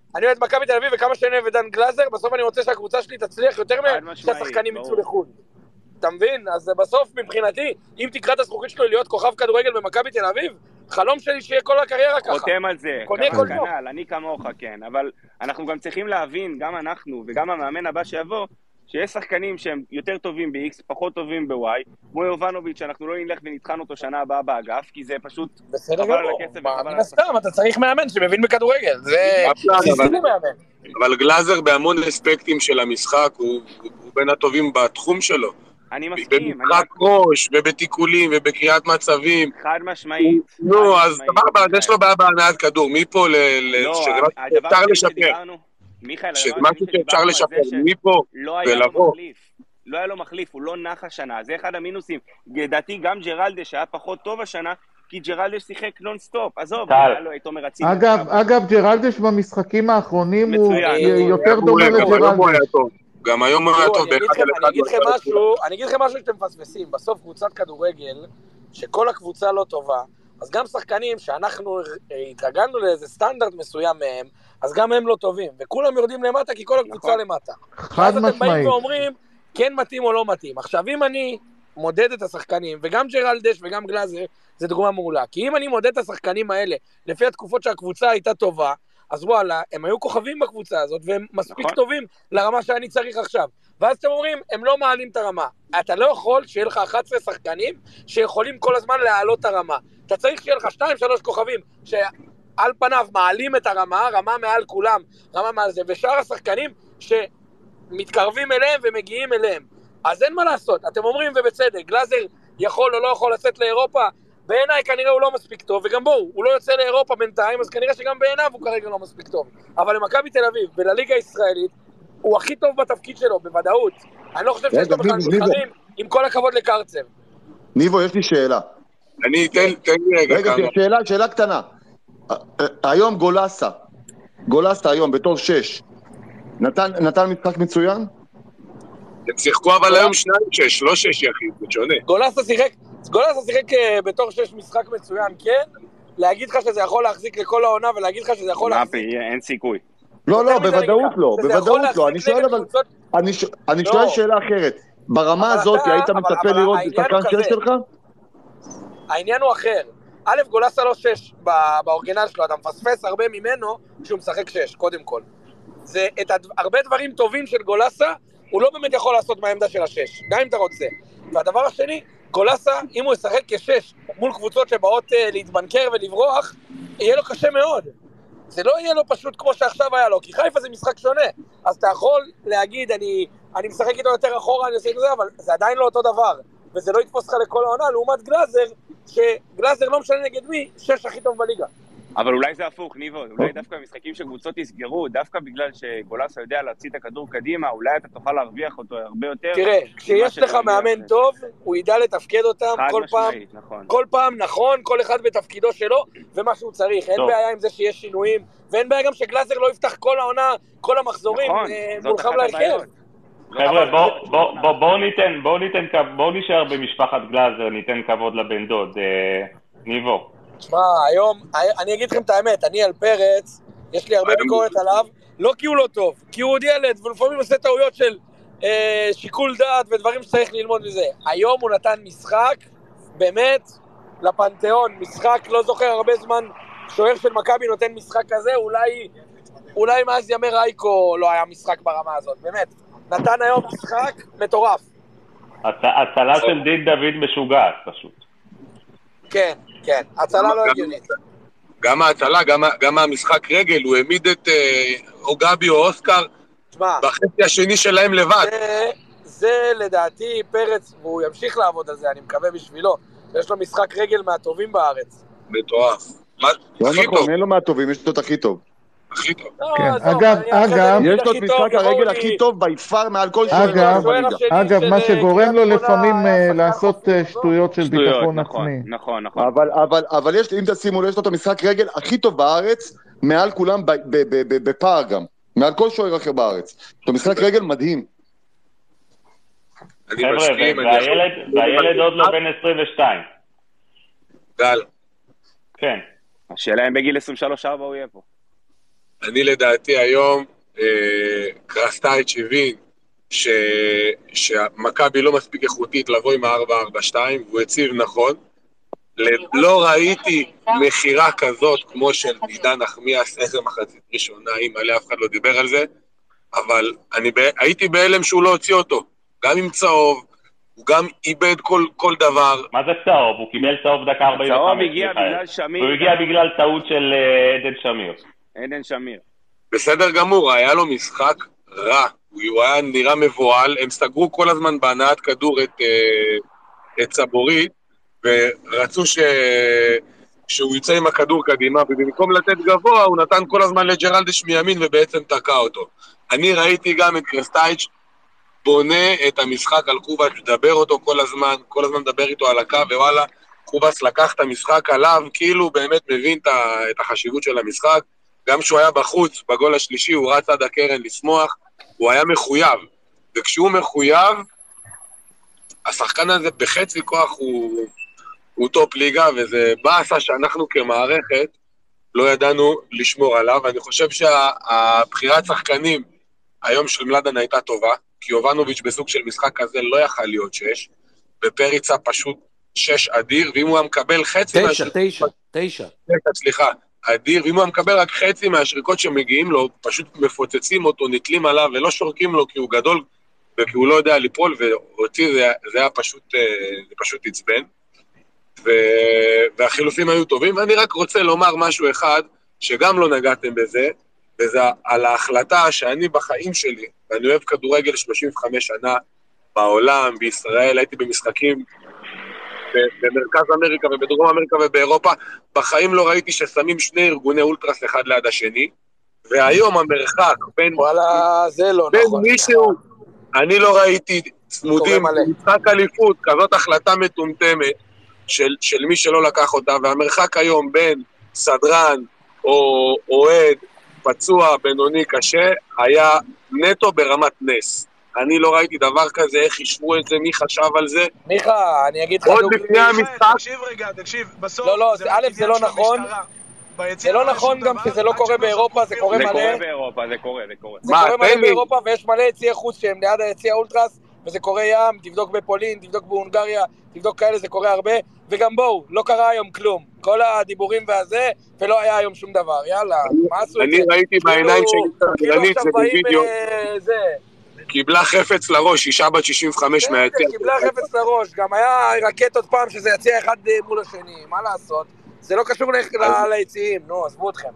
S11: אביב, וכמה שאני אוהב את דן גלאזר, בסוף אני רוצה שהקבוצה שלי תצליח יותר מהם, שהשחקנים יצאו לחו"ל. אתה מבין? אז בסוף מבחינתי, אם תקרא את הזכוכית שלו להיות כוכב כדורגל במכבי תל אביב, חלום שלי שיהיה כל הקריירה ככה.
S5: חותם על זה,
S11: קונה כל יום.
S5: אני כמוך, כן, אבל אנחנו גם צריכים להבין, גם אנחנו וגם המאמן הבא שיבוא, שיש שחקנים שהם יותר טובים ב-X, פחות טובים ב-Y, כמו יובנוביץ', שאנחנו לא נלך ונתחן אותו שנה הבאה באגף, כי זה פשוט חבל על הכסף וחבל על
S11: הסתם, אתה צריך מאמן שמבין בכדורגל, זה בסיסי למאמן.
S12: אבל גלאזר בהמון אספקטים של המשחק, הוא בין הטובים בתחום שלו.
S5: אני מסכים.
S12: במשחק ראש, ובתיקולים, ובקריאת מצבים.
S5: חד משמעית.
S12: נו, אז סבבה, אז יש לו בעיה בהנעת כדור. מפה שאפשר לשפר.
S5: מיכאל,
S12: משהו שאפשר לשפר. מפה ולבוא.
S5: לא היה לו מחליף, הוא לא נח השנה. זה אחד המינוסים. לדעתי גם ג'רלדש היה פחות טוב השנה, כי ג'רלדש שיחק נונסטופ. עזוב, היה לו את עומר אצילי.
S9: אגב, ג'רלדש במשחקים האחרונים הוא יותר דומה לג'רלדש.
S12: גם היום הוא היה טוב.
S11: אני אגיד לכם משהו שאתם מפספסים. בסוף קבוצת כדורגל, שכל הקבוצה לא טובה, אז גם שחקנים שאנחנו התרגלנו לאיזה סטנדרט מסוים מהם, אז גם הם לא טובים. וכולם יורדים למטה כי כל הקבוצה למטה.
S9: חד משמעית.
S11: אז אתם באים ואומרים, כן מתאים או לא מתאים. עכשיו, אם אני מודד את השחקנים, וגם ג'רלדש וגם גלאזר, זה דוגמה מעולה. כי אם אני מודד את השחקנים האלה, לפי התקופות שהקבוצה הייתה טובה, אז וואלה, הם היו כוכבים בקבוצה הזאת, והם מספיק טובים לרמה שאני צריך עכשיו. ואז אתם אומרים, הם לא מעלים את הרמה. אתה לא יכול שיהיה לך 11 שחקנים שיכולים כל הזמן להעלות את הרמה. אתה צריך שיהיה לך 2-3 כוכבים שעל פניו מעלים את הרמה, רמה מעל כולם, רמה מעל זה, ושאר השחקנים שמתקרבים אליהם ומגיעים אליהם. אז אין מה לעשות. אתם אומרים, ובצדק, גלאזר יכול או לא יכול לצאת לאירופה, בעיניי כנראה הוא לא מספיק טוב, וגם בואו, הוא לא יוצא לאירופה בינתיים, אז כנראה שגם בעיניו הוא כרגע לא מספיק טוב. אבל למכבי תל אביב ולליגה הישראלית, הוא הכי טוב בתפקיד שלו, בוודאות. אני לא חושב שיש לו בכלל מתחרים, עם כל הכבוד לקרצב.
S10: ניבו, יש לי שאלה.
S12: אני תן לי רגע כמה.
S10: שאלה קטנה. היום גולסה היום בתור 6, נתן משחק מצוין?
S12: הם שיחקו אבל היום 2-6, לא 6 יחיד, זה שונה.
S11: גולסה שיחק בתור 6 משחק מצוין, כן? להגיד לך שזה יכול להחזיק לכל העונה ולהגיד לך שזה יכול להחזיק.
S5: אין סיכוי.
S10: לא, בוודאות לא. אני שואל שאלה אחרת. ברמה הזאת היית מצפה לראות את שחקן 6 שלך?
S11: העניין הוא אחר. א', גולסה לא 6 באורגינל שלו, אתה מפספס הרבה ממנו כשהוא משחק 6, קודם כל. זה את הרבה דברים טובים של גולסה, הוא לא באמת יכול לעשות מהעמדה של 6, גם אם אתה רוצה. והדבר השני, גולסה, אם הוא ישחק כ6 מול קבוצות שבאות להתבנקר ולברוח, יהיה לו קשה מאוד. זה לא יהיה לו פשוט כמו שעכשיו היה לו, כי חיפה זה משחק שונה. אז אתה יכול להגיד, אני משחק איתו יותר אחורה, אני עושה את זה, אבל זה עדיין לא אותו דבר. וזה לא יתפוס לך לכל העונה, לעומת גלאזר, שגלאזר לא משנה נגד מי, 6 הכי טוב בליגה.
S5: אבל אולי זה הפוך, ניבו, אולי דווקא במשחקים שקבוצות יסגרו, דווקא בגלל שגולסה יודע להוציא את הכדור קדימה, אולי אתה תוכל להרוויח אותו הרבה יותר.
S11: תראה, כשיש לך מאמן טוב, הוא ידע לתפקד אותם כל פעם נכון, כל אחד בתפקידו שלו, ומה שהוא צריך. אין בעיה עם זה שיש שינויים, ואין בעיה גם שגלאזר לא יפתח כל העונה, כל המחזורים, מולחם להרכב.
S4: חבר'ה, בואו נשאר במשפחת גלאזר, ניתן כבוד לבן דוד, ניבו.
S11: תשמע, היום, אני אגיד לכם את האמת, אני על פרץ, יש לי הרבה ביקורת עליו, לא כי הוא לא טוב, כי הוא עוד ילד, ולפעמים עושה טעויות של שיקול דעת ודברים שצריך ללמוד מזה. היום הוא נתן משחק, באמת, לפנתיאון, משחק, לא זוכר הרבה זמן, שוער של מכבי נותן משחק כזה, אולי מאז ימי רייקו לא היה משחק ברמה הזאת, באמת. נתן היום משחק מטורף.
S4: הצלה של דין דוד משוגעת, פשוט.
S11: כן, הצלה לא הגיונית.
S12: גם ההצלה, גם המשחק רגל, הוא העמיד את או גבי או אוסקר בחצי השני שלהם לבד.
S11: זה לדעתי פרץ, והוא ימשיך לעבוד על זה, אני מקווה בשבילו. יש לו משחק רגל מהטובים בארץ.
S12: מטורף.
S10: לא נכון, אין לו מהטובים, יש לו את הכי טוב.
S12: הכי טוב.
S9: אגב,
S10: יש לו את משחק הרגל הכי טוב ביפר מעל כל שוער בליגה.
S9: אגב, מה שגורם לו לפעמים לעשות שטויות של ביטחון עצמי.
S5: נכון.
S10: אבל אם תשימו, יש לו את המשחק רגל הכי טוב בארץ, מעל כולם בפער גם. מעל כל שוער אחר בארץ. זה משחק רגל מדהים.
S4: חבר'ה, והילד עוד לא בן 22.
S12: גל.
S4: כן.
S5: השאלה אם בגיל 23-4 הוא יהיה פה.
S12: אני לדעתי היום קרסטייץ' הבין שמכבי לא מספיק איכותית לבוא עם ה-4-4-2, והוא הציב נכון. לא ראיתי מחירה כזאת כמו של עידן נחמיאס, איזה מחצית ראשונה, אם עליה אף אחד לא דיבר על זה, אבל הייתי בהלם שהוא לא הוציא אותו, גם עם צהוב, הוא גם איבד כל דבר.
S4: מה זה צהוב? הוא קיבל צהוב דקה 45.
S5: צהוב הגיע בגלל שמיר.
S4: הוא הגיע בגלל טעות של עדן שמיר.
S5: עדן שמיר.
S12: בסדר גמור, היה לו משחק רע, הוא היה נראה מבועל, הם סגרו כל הזמן בהנעת כדור את סבורית, ורצו שהוא יצא עם הכדור קדימה, ובמקום לתת גבוה, הוא נתן כל הזמן לג'רלדש מימין, ובעצם תקע אותו. אני ראיתי גם את קרסטייץ' בונה את המשחק על קובאס, מדבר אותו כל הזמן מדבר איתו על הקו, ווואלה, קובאס לקח את המשחק עליו, כאילו באמת מבין את החשיבות של המשחק, גם כשהוא היה בחוץ, בגול השלישי, הוא רץ עד הקרן לשמוח, הוא היה מחויב, וכשהוא מחויב, השחקן הזה בחצי כוח הוא טופ ליגה, וזה בעשה שאנחנו כמערכת לא ידענו לשמור עליו, ואני חושב שהבחירת שחקנים היום של מלאדן הייתה טובה, כי יובנוביץ' בסוג של משחק כזה לא יכל להיות 6, בפריצה פשוט 6 אדיר, ואם הוא מקבל חצי...
S7: 9.
S12: סליחה, אדיר, ואם הוא מקבל רק חצי מהשריקות שמגיעים לו, פשוט מפוצצים אותו, נטלים עליו ולא שורקים לו כי הוא גדול וכי הוא לא יודע ליפול, ואותי זה היה פשוט עצבן. והחילופים היו טובים, ואני רק רוצה לומר משהו אחד, שגם לא נגעתם בזה, וזה על ההחלטה שאני בחיים שלי, ואני אוהב כדורגל 35 שנה בעולם, בישראל, הייתי במשחקים במרכז אמריקה ובדרום אמריקה ובאירופה, בחיים לא ראיתי ששמים שני ארגוני אולטרס אחד ליד השני, והיום המרחק בין...
S11: וואלה, זה לא
S12: בין
S11: נכון.
S12: מישהו, אני לא ראיתי צמודים, משחק אליפות, כזאת החלטה מטומטמת, של מי שלא לקח אותה, והמרחק היום בין סדרן או אוהד, פצוע, בינוני, קשה, היה נטו ברמת נס. אני לא ראיתי דבר כזה, איך ישבו את זה, מי חשב על זה.
S11: מיכה, אני אגיד לך...
S12: עוד לפני המשחק...
S13: תקשיב, בסוף...
S11: לא, א', זה לא נכון. זה לא נכון גם שזה לא קורה באירופה, זה קורה מלא.
S5: זה קורה באירופה, זה קורה.
S11: זה קורה מלא באירופה, ויש מלא יציאי חוץ שהם ליד היציאי האולטרס, וזה קורה ים, תבדוק בפולין, תבדוק בהונגריה, תבדוק כאלה, זה קורה הרבה, וגם בואו, לא קרה היום כלום. כל הדיבורים והזה, ולא היה היום שום דבר, יאללה, מה עשו את זה?
S12: אני ראיתי בעיניים שלי, זה בווידאו, קיבלה חפץ לראש, אישה בת 65 מהיציע.
S11: קיבלה חפץ לראש, גם היה רקטות פעם שזה יציע אחד מול השני, מה לעשות? זה לא קשור ליציעים, נו, עזבו אתכם.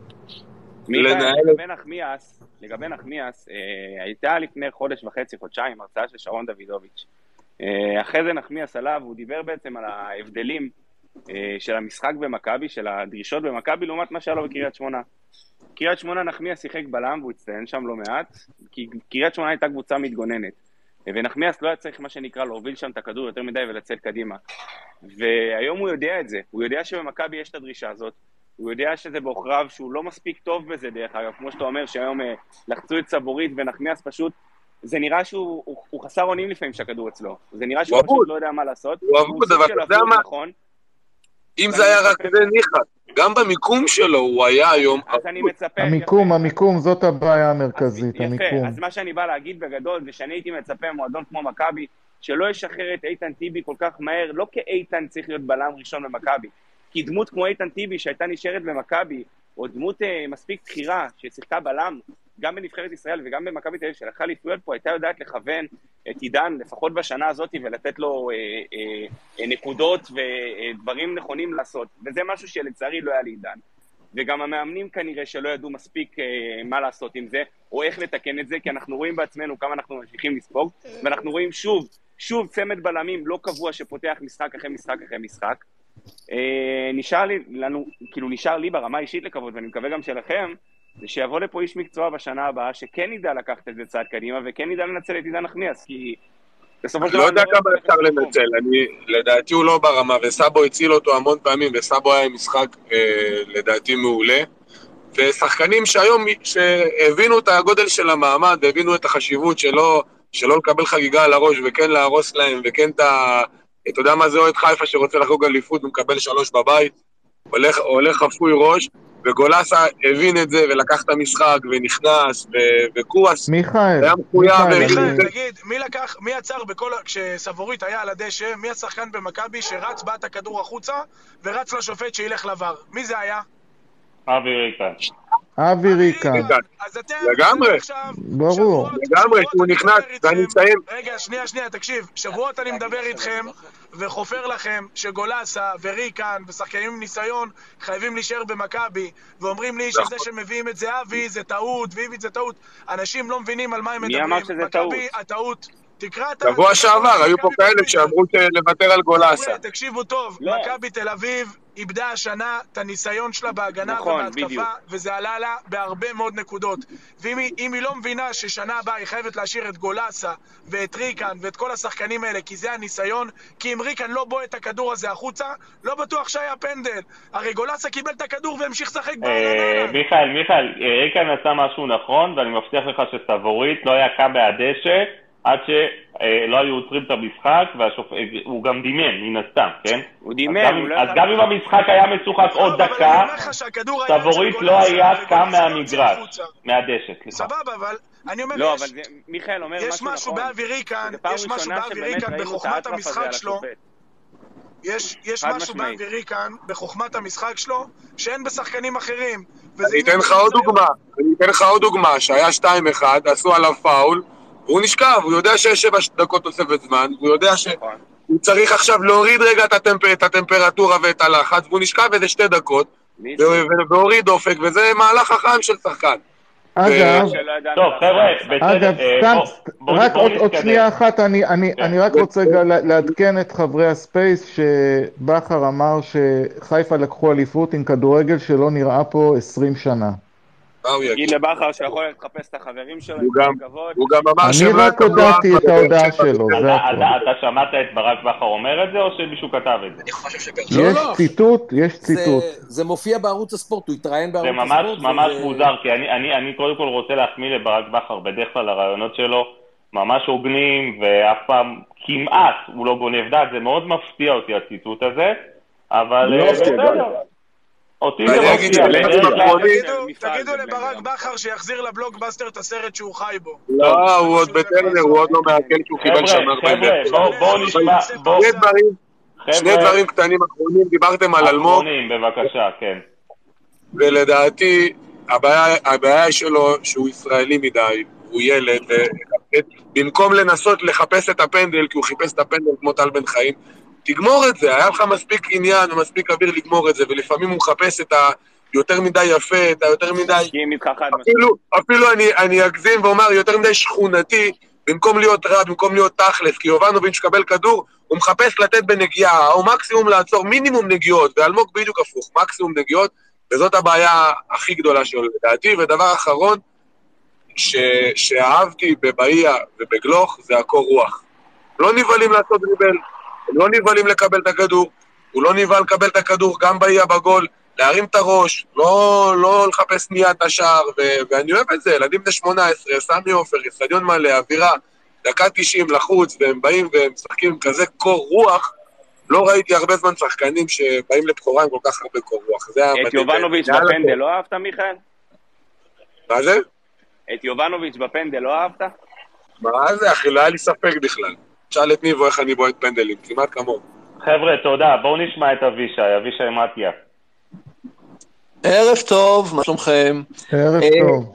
S5: לגבי נחמיאס, הייתה לפני חודש וחצי, חודשיים, הרצאה של שרון דוידוביץ'. אחרי זה נחמיאס עליו, הוא דיבר בעצם על ההבדלים של המשחק במכבי, של הדרישות במכבי, לעומת מה שהיה לו בקריית שמונה. קריית שמונה נחמיאס שיחק בלם, והוא הצטיין שם לא מעט, כי קריית שמונה הייתה קבוצה מתגוננת. ונחמיאס לא היה צריך מה שנקרא להוביל שם את הכדור יותר מדי ולצאת קדימה. והיום הוא יודע את זה, הוא יודע שבמכבי יש את הדרישה הזאת, הוא יודע שזה באוכריו שהוא לא מספיק טוב בזה דרך אגב, כמו שאתה אומר שהיום לחצו את סבורית ונחמיאס פשוט, זה נראה שהוא חסר אונים לפעמים שהכדור אצלו, זה נראה שהוא פשוט לא יודע מה לעשות,
S12: הוא עבוד, אבל אתה יודע מה, אם זה היה רק זה ניחא, גם במיקום שלו הוא היה היום
S9: המיקום, זאת הבעיה המרכזית, המיקום.
S5: אז מה שאני בא להגיד בגדול, זה שאני הייתי מצפה מועדון כמו מכבי, שלא ישחרר את איתן טיבי כל כך מהר, לא כאיתן צריך להיות בלם ראשון במכבי, כי דמות כמו איתן טיבי שהייתה נשארת במכבי, או דמות מספיק בחירה ששיחקה בלם, גם בנבחרת ישראל וגם במכבי תל אביב, שלקחה ליפויות פה, הייתה יודעת לכוון את עידן, לפחות בשנה הזאת, ולתת לו נקודות ודברים נכונים לעשות, וזה משהו שלצערי לא היה לעידן. וגם המאמנים כנראה שלא ידעו מספיק מה לעשות עם זה, או איך לתקן את זה, כי אנחנו רואים בעצמנו כמה אנחנו ממשיכים לספוג, ואנחנו רואים שוב צמד בלמים לא קבוע שפותח משחק אחרי משחק אחרי משחק. נשאר לי ברמה אישית לקוות, ואני מקווה גם שלכם, זה שיבוא לפה איש מקצוע בשנה הבאה, שכן ידע לקחת את זה צעד קדימה, וכן ידע לנצל את עידן נחמיאס, כי בסופו של דבר...
S12: לא יודע כמה אפשר לנצל, לדעתי הוא לא ברמה, וסאבו הציל אותו המון פעמים, וסאבו היה משחק לדעתי מעולה, ושחקנים שהיום, שהבינו את הגודל של המעמד, הבינו את החשיבות שלא לקבל חגיגה על הראש, וכן להרוס להם, וכן אתה יודע מה זה אוהד חיפה שרוצה לחגוג אליפות, הוא מקבל 3 בבית, הולך חפוי ראש, וגולסה הבין את זה ולקח את המשחק ונכנס, וקורס
S9: מיכאל,
S12: היה מחויב.
S8: מיכאל, תגיד, מי עצר כשסבורית היה על הדשא, מי השחקן במכבי שרץ באת הכדור החוצה ורץ לשופט שילך לבר? מי זה היה?
S4: אבי ריקן.
S9: אבי ריקן.
S8: אז אתם
S12: לגמרי.
S9: ברור.
S12: לגמרי, הוא נכנס, ואני מסיים.
S8: רגע, שנייה, תקשיב. שבועות אני מדבר איתכם וחופר לכם שגולסה וריקן ושחקנים עם ניסיון חייבים להישאר במכבי, ואומרים לי שזה שמביאים את זה אבי זה טעות, ואיבי זה טעות. אנשים לא מבינים על מה הם מדברים.
S5: מי אמר שזה טעות?
S8: מכבי, הטעות.
S12: שבוע שעבר, היו פה כאלה שאמרו לוותר על גולסה.
S8: תקשיבו טוב, מכבי תל אביב איבדה השנה את הניסיון שלה בהגנה ובהתקפה, וזה עלה לה בהרבה מאוד נקודות. ואם היא לא מבינה ששנה הבאה היא חייבת להשאיר את גולסה ואת ריקן ואת כל השחקנים האלה, כי זה הניסיון, כי אם ריקן לא בוא את הכדור הזה החוצה, לא בטוח שהיה פנדל. הרי גולסה קיבל את הכדור והמשיך לשחק בעלנה.
S4: מיכאל, ריקן עשה משהו נכון, ואני מבטיח לך שסבורית לא היה קם מהדשא עד שלא היו עוצרים את המשחק, והוא גם דימן, מן הסתם, כן?
S5: הוא דימן.
S4: אז גם אם המשחק היה משוחק עוד דקה, סבורית לא היה קם מהמגרש, מהדשא, סליחה.
S8: סבבה, אבל אני אומר,
S5: לא, אבל מיכאל אומר
S8: יש משהו באבי ריקן, בחוכמת המשחק שלו, יש משהו באבי ריקן, בחוכמת המשחק שלו, שאין בשחקנים אחרים.
S12: אני אתן לך עוד דוגמה, שהיה 2-1, עשו עליו פאול, והוא נשכב, הוא יודע שיש 7 דקות תוספת זמן, הוא יודע שהוא צריך עכשיו להוריד רגע את הטמפרטורה ואת הלחץ, והוא נשכב איזה 2 דקות, והוריד דופק, וזה מהלך החיים של שחקן.
S9: אגב,
S4: טוב חבר'ה,
S9: רק עוד שנייה אחת, אני רק רוצה לעדכן את חברי הספייס, שבחר אמר שחיפה לקחו אליפות עם כדורגל שלא נראה פה 20 שנה.
S5: תגיד לבחר שיכול לחפש את החברים שלו.
S12: הוא גם אמר
S9: אני רק הודעתי את ההודעה שלו.
S4: אתה שמעת את ברק בכר אומר את זה, או שמישהו כתב את זה?
S9: יש ציטוט.
S7: זה מופיע בערוץ הספורט, הוא התראיין בערוץ הספורט.
S4: זה ממש מוזר, כי אני קודם כל רוצה להחמיא לברק בכר, בדרך כלל הרעיונות שלו ממש הוגנים, ואף פעם כמעט הוא לא גונב דעת, זה מאוד מפתיע אותי הציטוט הזה, אבל אותי זה מפתיע.
S8: תגידו לברק בכר שיחזיר לבלוגבאסטר את הסרט שהוא חי בו.
S12: לא, הוא עוד בטרנר, הוא עוד לא מעכל שהוא קיבל שם 40.
S4: בואו נשמע.
S12: שני דברים קטנים אחרונים, דיברתם על אלמוג.
S4: אחרונים, בבקשה, כן.
S12: ולדעתי, הבעיה שלו שהוא ישראלי מדי, הוא ילד, במקום לנסות לחפש את הפנדל, כי הוא חיפש את הפנדל כמו טל בן חיים, תגמור את זה, היה לך מספיק עניין ומספיק אוויר לגמור את זה, ולפעמים הוא מחפש את היותר מדי יפה, את היותר מדי... אפילו אני אגזים ואומר, יותר מדי שכונתי, במקום להיות רע, במקום להיות תכלס, כי יובנוביץ' קבל כדור, הוא מחפש לתת בנגיעה, או מקסימום לעצור מינימום נגיעות, ואלמוג בדיוק הפוך, מקסימום נגיעות, וזאת הבעיה הכי גדולה שלו לדעתי. ודבר אחרון, שאהבתי בבאיה ובגלוך, זה הקור רוח. לא נבלים לעשות דריבל, הם לא נבלים לקבל את הכדור, הוא לא נבל לקבל את הכדור גם באיה בגול, להרים את הראש, לא לחפש מיד את השער, ואני אוהב את זה, ילדים זה 18, סמי עופר, אצטדיון מלא, אווירה, דקה 90 לחוץ, והם באים והם משחקים כזה קור רוח, לא ראיתי הרבה זמן שחקנים שבאים לבחורה עם כל כך הרבה קור רוח.
S5: את יובנוביץ' בפנדל לא אהבת, מיכאל?
S12: מה זה?
S5: את יובנוביץ' בפנדל לא אהבת?
S12: מה זה, אחי, לא היה לי ספק בכלל. תשאל את ניבו איך אני בועט פנדלים, כמעט כמוהו.
S4: חבר'ה, תודה. בואו נשמע את אבישי מתיה.
S13: ערב טוב, מה שלומכם?
S9: ערב טוב.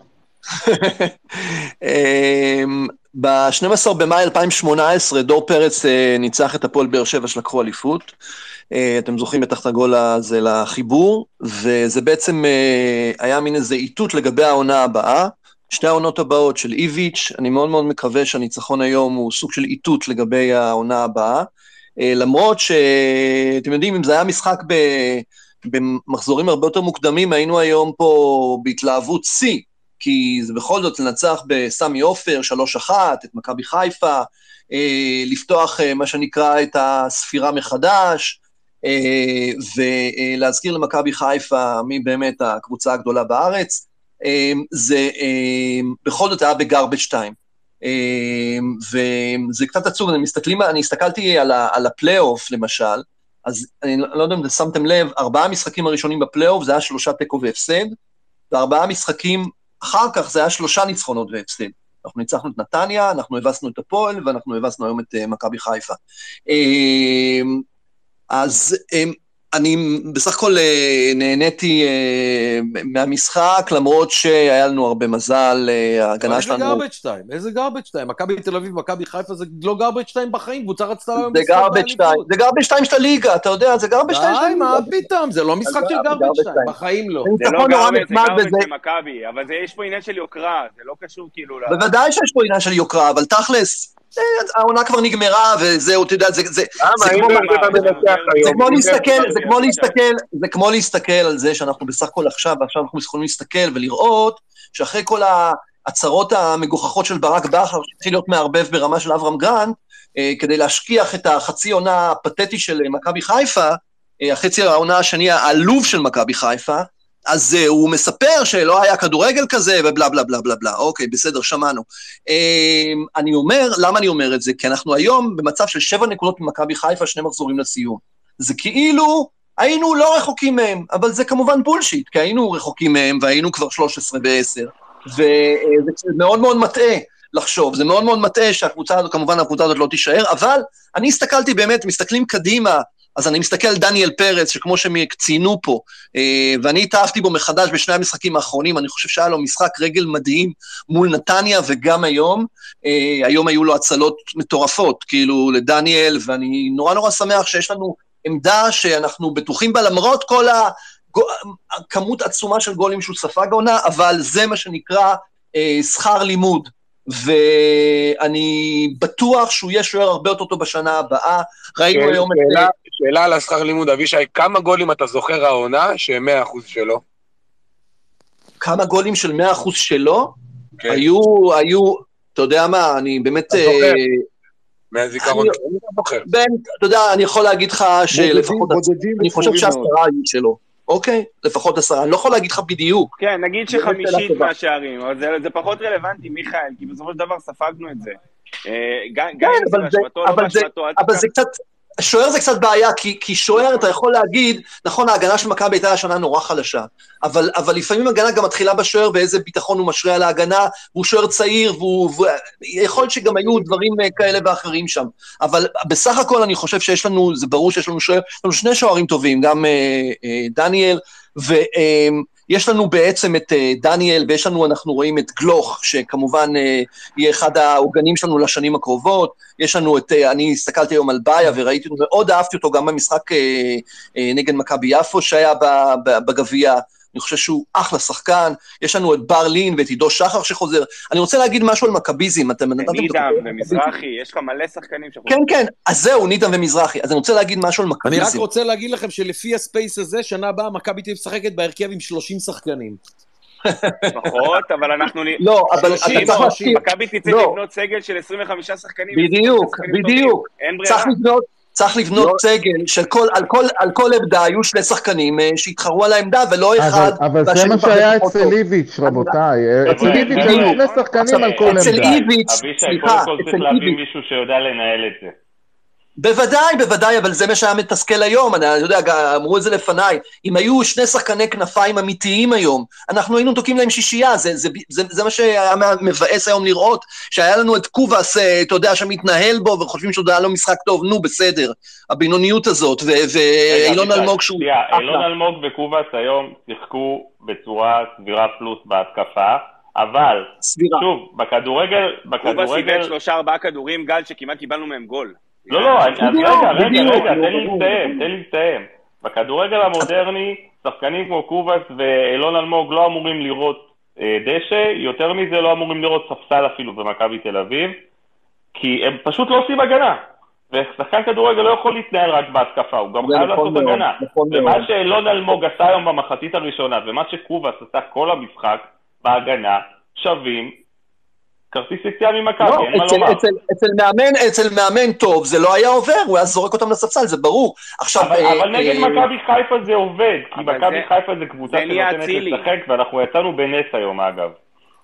S13: ב-12 במאי 2018 דור פרץ ניצח את הפועל באר שבע שלקחו אליפות. אתם זוכרים בטח את הגול הזה לחיבור, וזה בעצם היה מין איזה איתות לגבי העונה הבאה. שתי העונות הבאות של איביץ', אני מאוד מאוד מקווה שהניצחון היום הוא סוג של איתות לגבי העונה הבאה, למרות שאתם יודעים, אם זה היה משחק במחזורים הרבה יותר מוקדמים, היינו היום פה בהתלהבות C, כי זה בכל זאת לנצח בסמי עופר, 3-1, את מכבי חיפה, לפתוח מה שנקרא את הספירה מחדש, ולהזכיר למכבי חיפה מי באמת הקבוצה הגדולה בארץ, זה בכל זאת היה בגרבג' 2, וזה קצת עצוב. אני הסתכלתי על הפלייאוף למשל, אז אני לא יודע אם שמתם לב, 4 משחקים הראשונים בפלייאוף, זה היה 3 תיקו והפסד, ו4 משחקים אחר כך זה היה 3 ניצחונות והפסד. אנחנו ניצחנו את נתניה, אנחנו הבסנו את הפועל, ואנחנו הבסנו היום את מכבי חיפה. אז אני בסך הכל נהניתי מהמשחק, למרות שהיה לנו הרבה מזל, ההגנה שלנו...
S7: איזה גרבג' 2? מכבי תל אביב, מכבי חיפה זה לא גרבג' 2 בחיים, קבוצה רצתה היום
S13: משחק באליפות. זה גרבג' 2 של הליגה, אתה יודע, זה גרבג' 2 של הליגה.
S7: מה פתאום, זה לא משחק של גרבג' 2, בחיים לא.
S5: זה לא גרבג' של מכבי, אבל יש פה עניין של יוקרה, זה לא קשור כאילו...
S13: בוודאי שיש פה עניין של יוקרה, אבל תכלס... העונה כבר נגמרה, וזהו, אתה יודע, זה כמו להסתכל על זה שאנחנו בסך הכל עכשיו אנחנו יכולים להסתכל ולראות שאחרי כל ההצהרות המגוחכות של ברק בכר, שהתחיל להיות מערבב ברמה של אברהם גרנט, כדי להשכיח את החצי עונה הפתטי של מכבי חיפה, החצי העונה השני העלוב של מכבי חיפה, אז הוא מספר שלא היה כדורגל כזה, ובלה בלה בלה בלה בלה, אוקיי, בסדר, שמענו. אני אומר, למה אני אומר את זה? כי אנחנו היום במצב של 7 נקודות ממכבי חיפה, 2 מחזורים לסיום. זה כאילו, היינו לא רחוקים מהם, אבל זה כמובן בולשיט, כי היינו רחוקים מהם, והיינו כבר 13 ב-10, וזה מאוד מאוד מטעה לחשוב, זה מאוד מאוד מטעה שהקבוצה הזאת, כמובן הקבוצה הזאת לא תישאר, אבל אני הסתכלתי באמת, מסתכלים קדימה, אז אני מסתכל על דניאל פרץ, שכמו שהם ציינו פה, ואני התאהבתי בו מחדש בשני המשחקים האחרונים, אני חושב שהיה לו משחק רגל מדהים מול נתניה, וגם היום היו לו הצלות מטורפות, כאילו לדניאל, ואני נורא נורא שמח שיש לנו עמדה שאנחנו בטוחים בה, למרות כל הכמות עצומה של גולים שהוא ספג עונה, אבל זה מה שנקרא שכר לימוד, ואני בטוח שהוא יהיה שוער הרבה יותר טוב בשנה הבאה. ראינו היום את...
S12: שאלה על השכר לימוד, אבישי, כמה גולים אתה זוכר העונה שהם 100% שלו?
S13: כמה גולים של 100% שלו? היו, אתה יודע מה, אני באמת...
S12: מהזיכרון, אני זוכר.
S13: אתה יודע, אני יכול להגיד לך שלפחות... אני חושב ש10 היו שלו. אוקיי, לפחות 10, אני לא יכול להגיד לך בדיוק.
S5: כן, נגיד ש50 מהשערים, אבל זה פחות רלוונטי, מיכאל, כי בסופו של דבר ספגנו את זה. גם אם זה באשמתו, לא באשמתו.
S13: אבל זה קצת, שוער זה קצת בעיה, כי שוער אתה יכול להגיד, נכון, ההגנה של מכבי הייתה השנה נורא חלשה, אבל לפעמים הגנה גם מתחילה בשוער, ואיזה ביטחון הוא משרה על ההגנה, והוא שוער צעיר, ויכול להיות שגם היו דברים כאלה ואחרים שם. אבל בסך הכל אני חושב שיש לנו, זה ברור שיש לנו שוער, יש לנו 2 שוערים טובים, גם דניאל, יש לנו בעצם את דניאל, ויש לנו, אנחנו רואים את גלוך, שכמובן יהיה אחד העוגנים שלנו לשנים הקרובות, יש לנו את, אני הסתכלתי היום על באיה, וראיתי אותו, מאוד אהבתי אותו גם במשחק נגד מכבי יפו, שהיה בגביע, אני חושב שהוא אחלה שחקן, יש לנו את ברלין ואת עידו שחר שחוזר, אני רוצה להגיד משהו על מכביזם,
S5: נידם ומזרחי, יש לך מלא שחקנים שחוזר.
S13: כן, כן, אז זהו, נידם ומזרחי, אז אני רוצה להגיד משהו על מכביזם.
S7: אני רק רוצה להגיד לכם שלפי הספייס הזה, שנה הבאה מכבי תהיה משחקת בהרכב עם 30 שחקנים.
S5: פחות, אבל אנחנו...
S13: לא, אבל
S5: מכבי תצא לבנות סגל של 25 שחקנים.
S13: בדיוק.
S5: אין ברירה.
S13: צריך לבנות סגל על כל עמדה, היו 2 שחקנים שהתחרו על העמדה ולא אחד.
S9: אבל זה מה שהיה אצל איביץ', רבותיי. אצל איביץ' היו 2 שחקנים על כל עמדה.
S13: אצל איביץ',
S4: אבישי, קודם כל צריך להביא מישהו שיודע לנהל את זה.
S13: בוודאי, אבל זה מה שהיה מתסכל היום, אני יודע, אמרו את זה לפניי, אם היו 2 שחקני כנפיים אמיתיים היום, אנחנו היינו תוקעים להם 6, זה מה שהיה מבאס היום לראות, שהיה לנו את קובס, אתה יודע, שמתנהל בו, וחושבים שהוא היה לו משחק טוב, נו, בסדר, הבינוניות הזאת, ואילון אלמוג שהוא...
S4: אילון אלמוג וקובס היום שיחקו בצורה סבירה פלוס בהתקפה, אבל, שוב, בכדורגל...
S5: קובס איבד 3-4 כדורים, גל, שכמעט קיבלנו מהם גול.
S4: לא, רגע, תן לי לסיים. בכדורגל המודרני, שחקנים כמו קובס ואילון אלמוג לא אמורים לראות דשא, יותר מזה לא אמורים לראות ספסל אפילו במכבי תל אביב, כי הם פשוט לא עושים הגנה. ושחקן כדורגל לא יכול להתנהל רק בהתקפה, הוא גם חייב לעשות הגנה. ומה שאילון אלמוג עשה היום במחצית הראשונה, ומה שקובס עשה כל המשחק בהגנה, שווים, כרטיס יציאה ממכבי, אין מה לומר.
S13: אצל מאמן טוב, זה לא היה עובר, הוא היה זורק אותם לספסל, זה ברור.
S4: אבל נגד מכבי חיפה זה עובד, כי מכבי חיפה זה קבוצה שנותנת לשחק, ואנחנו יצאנו בנס היום, אגב.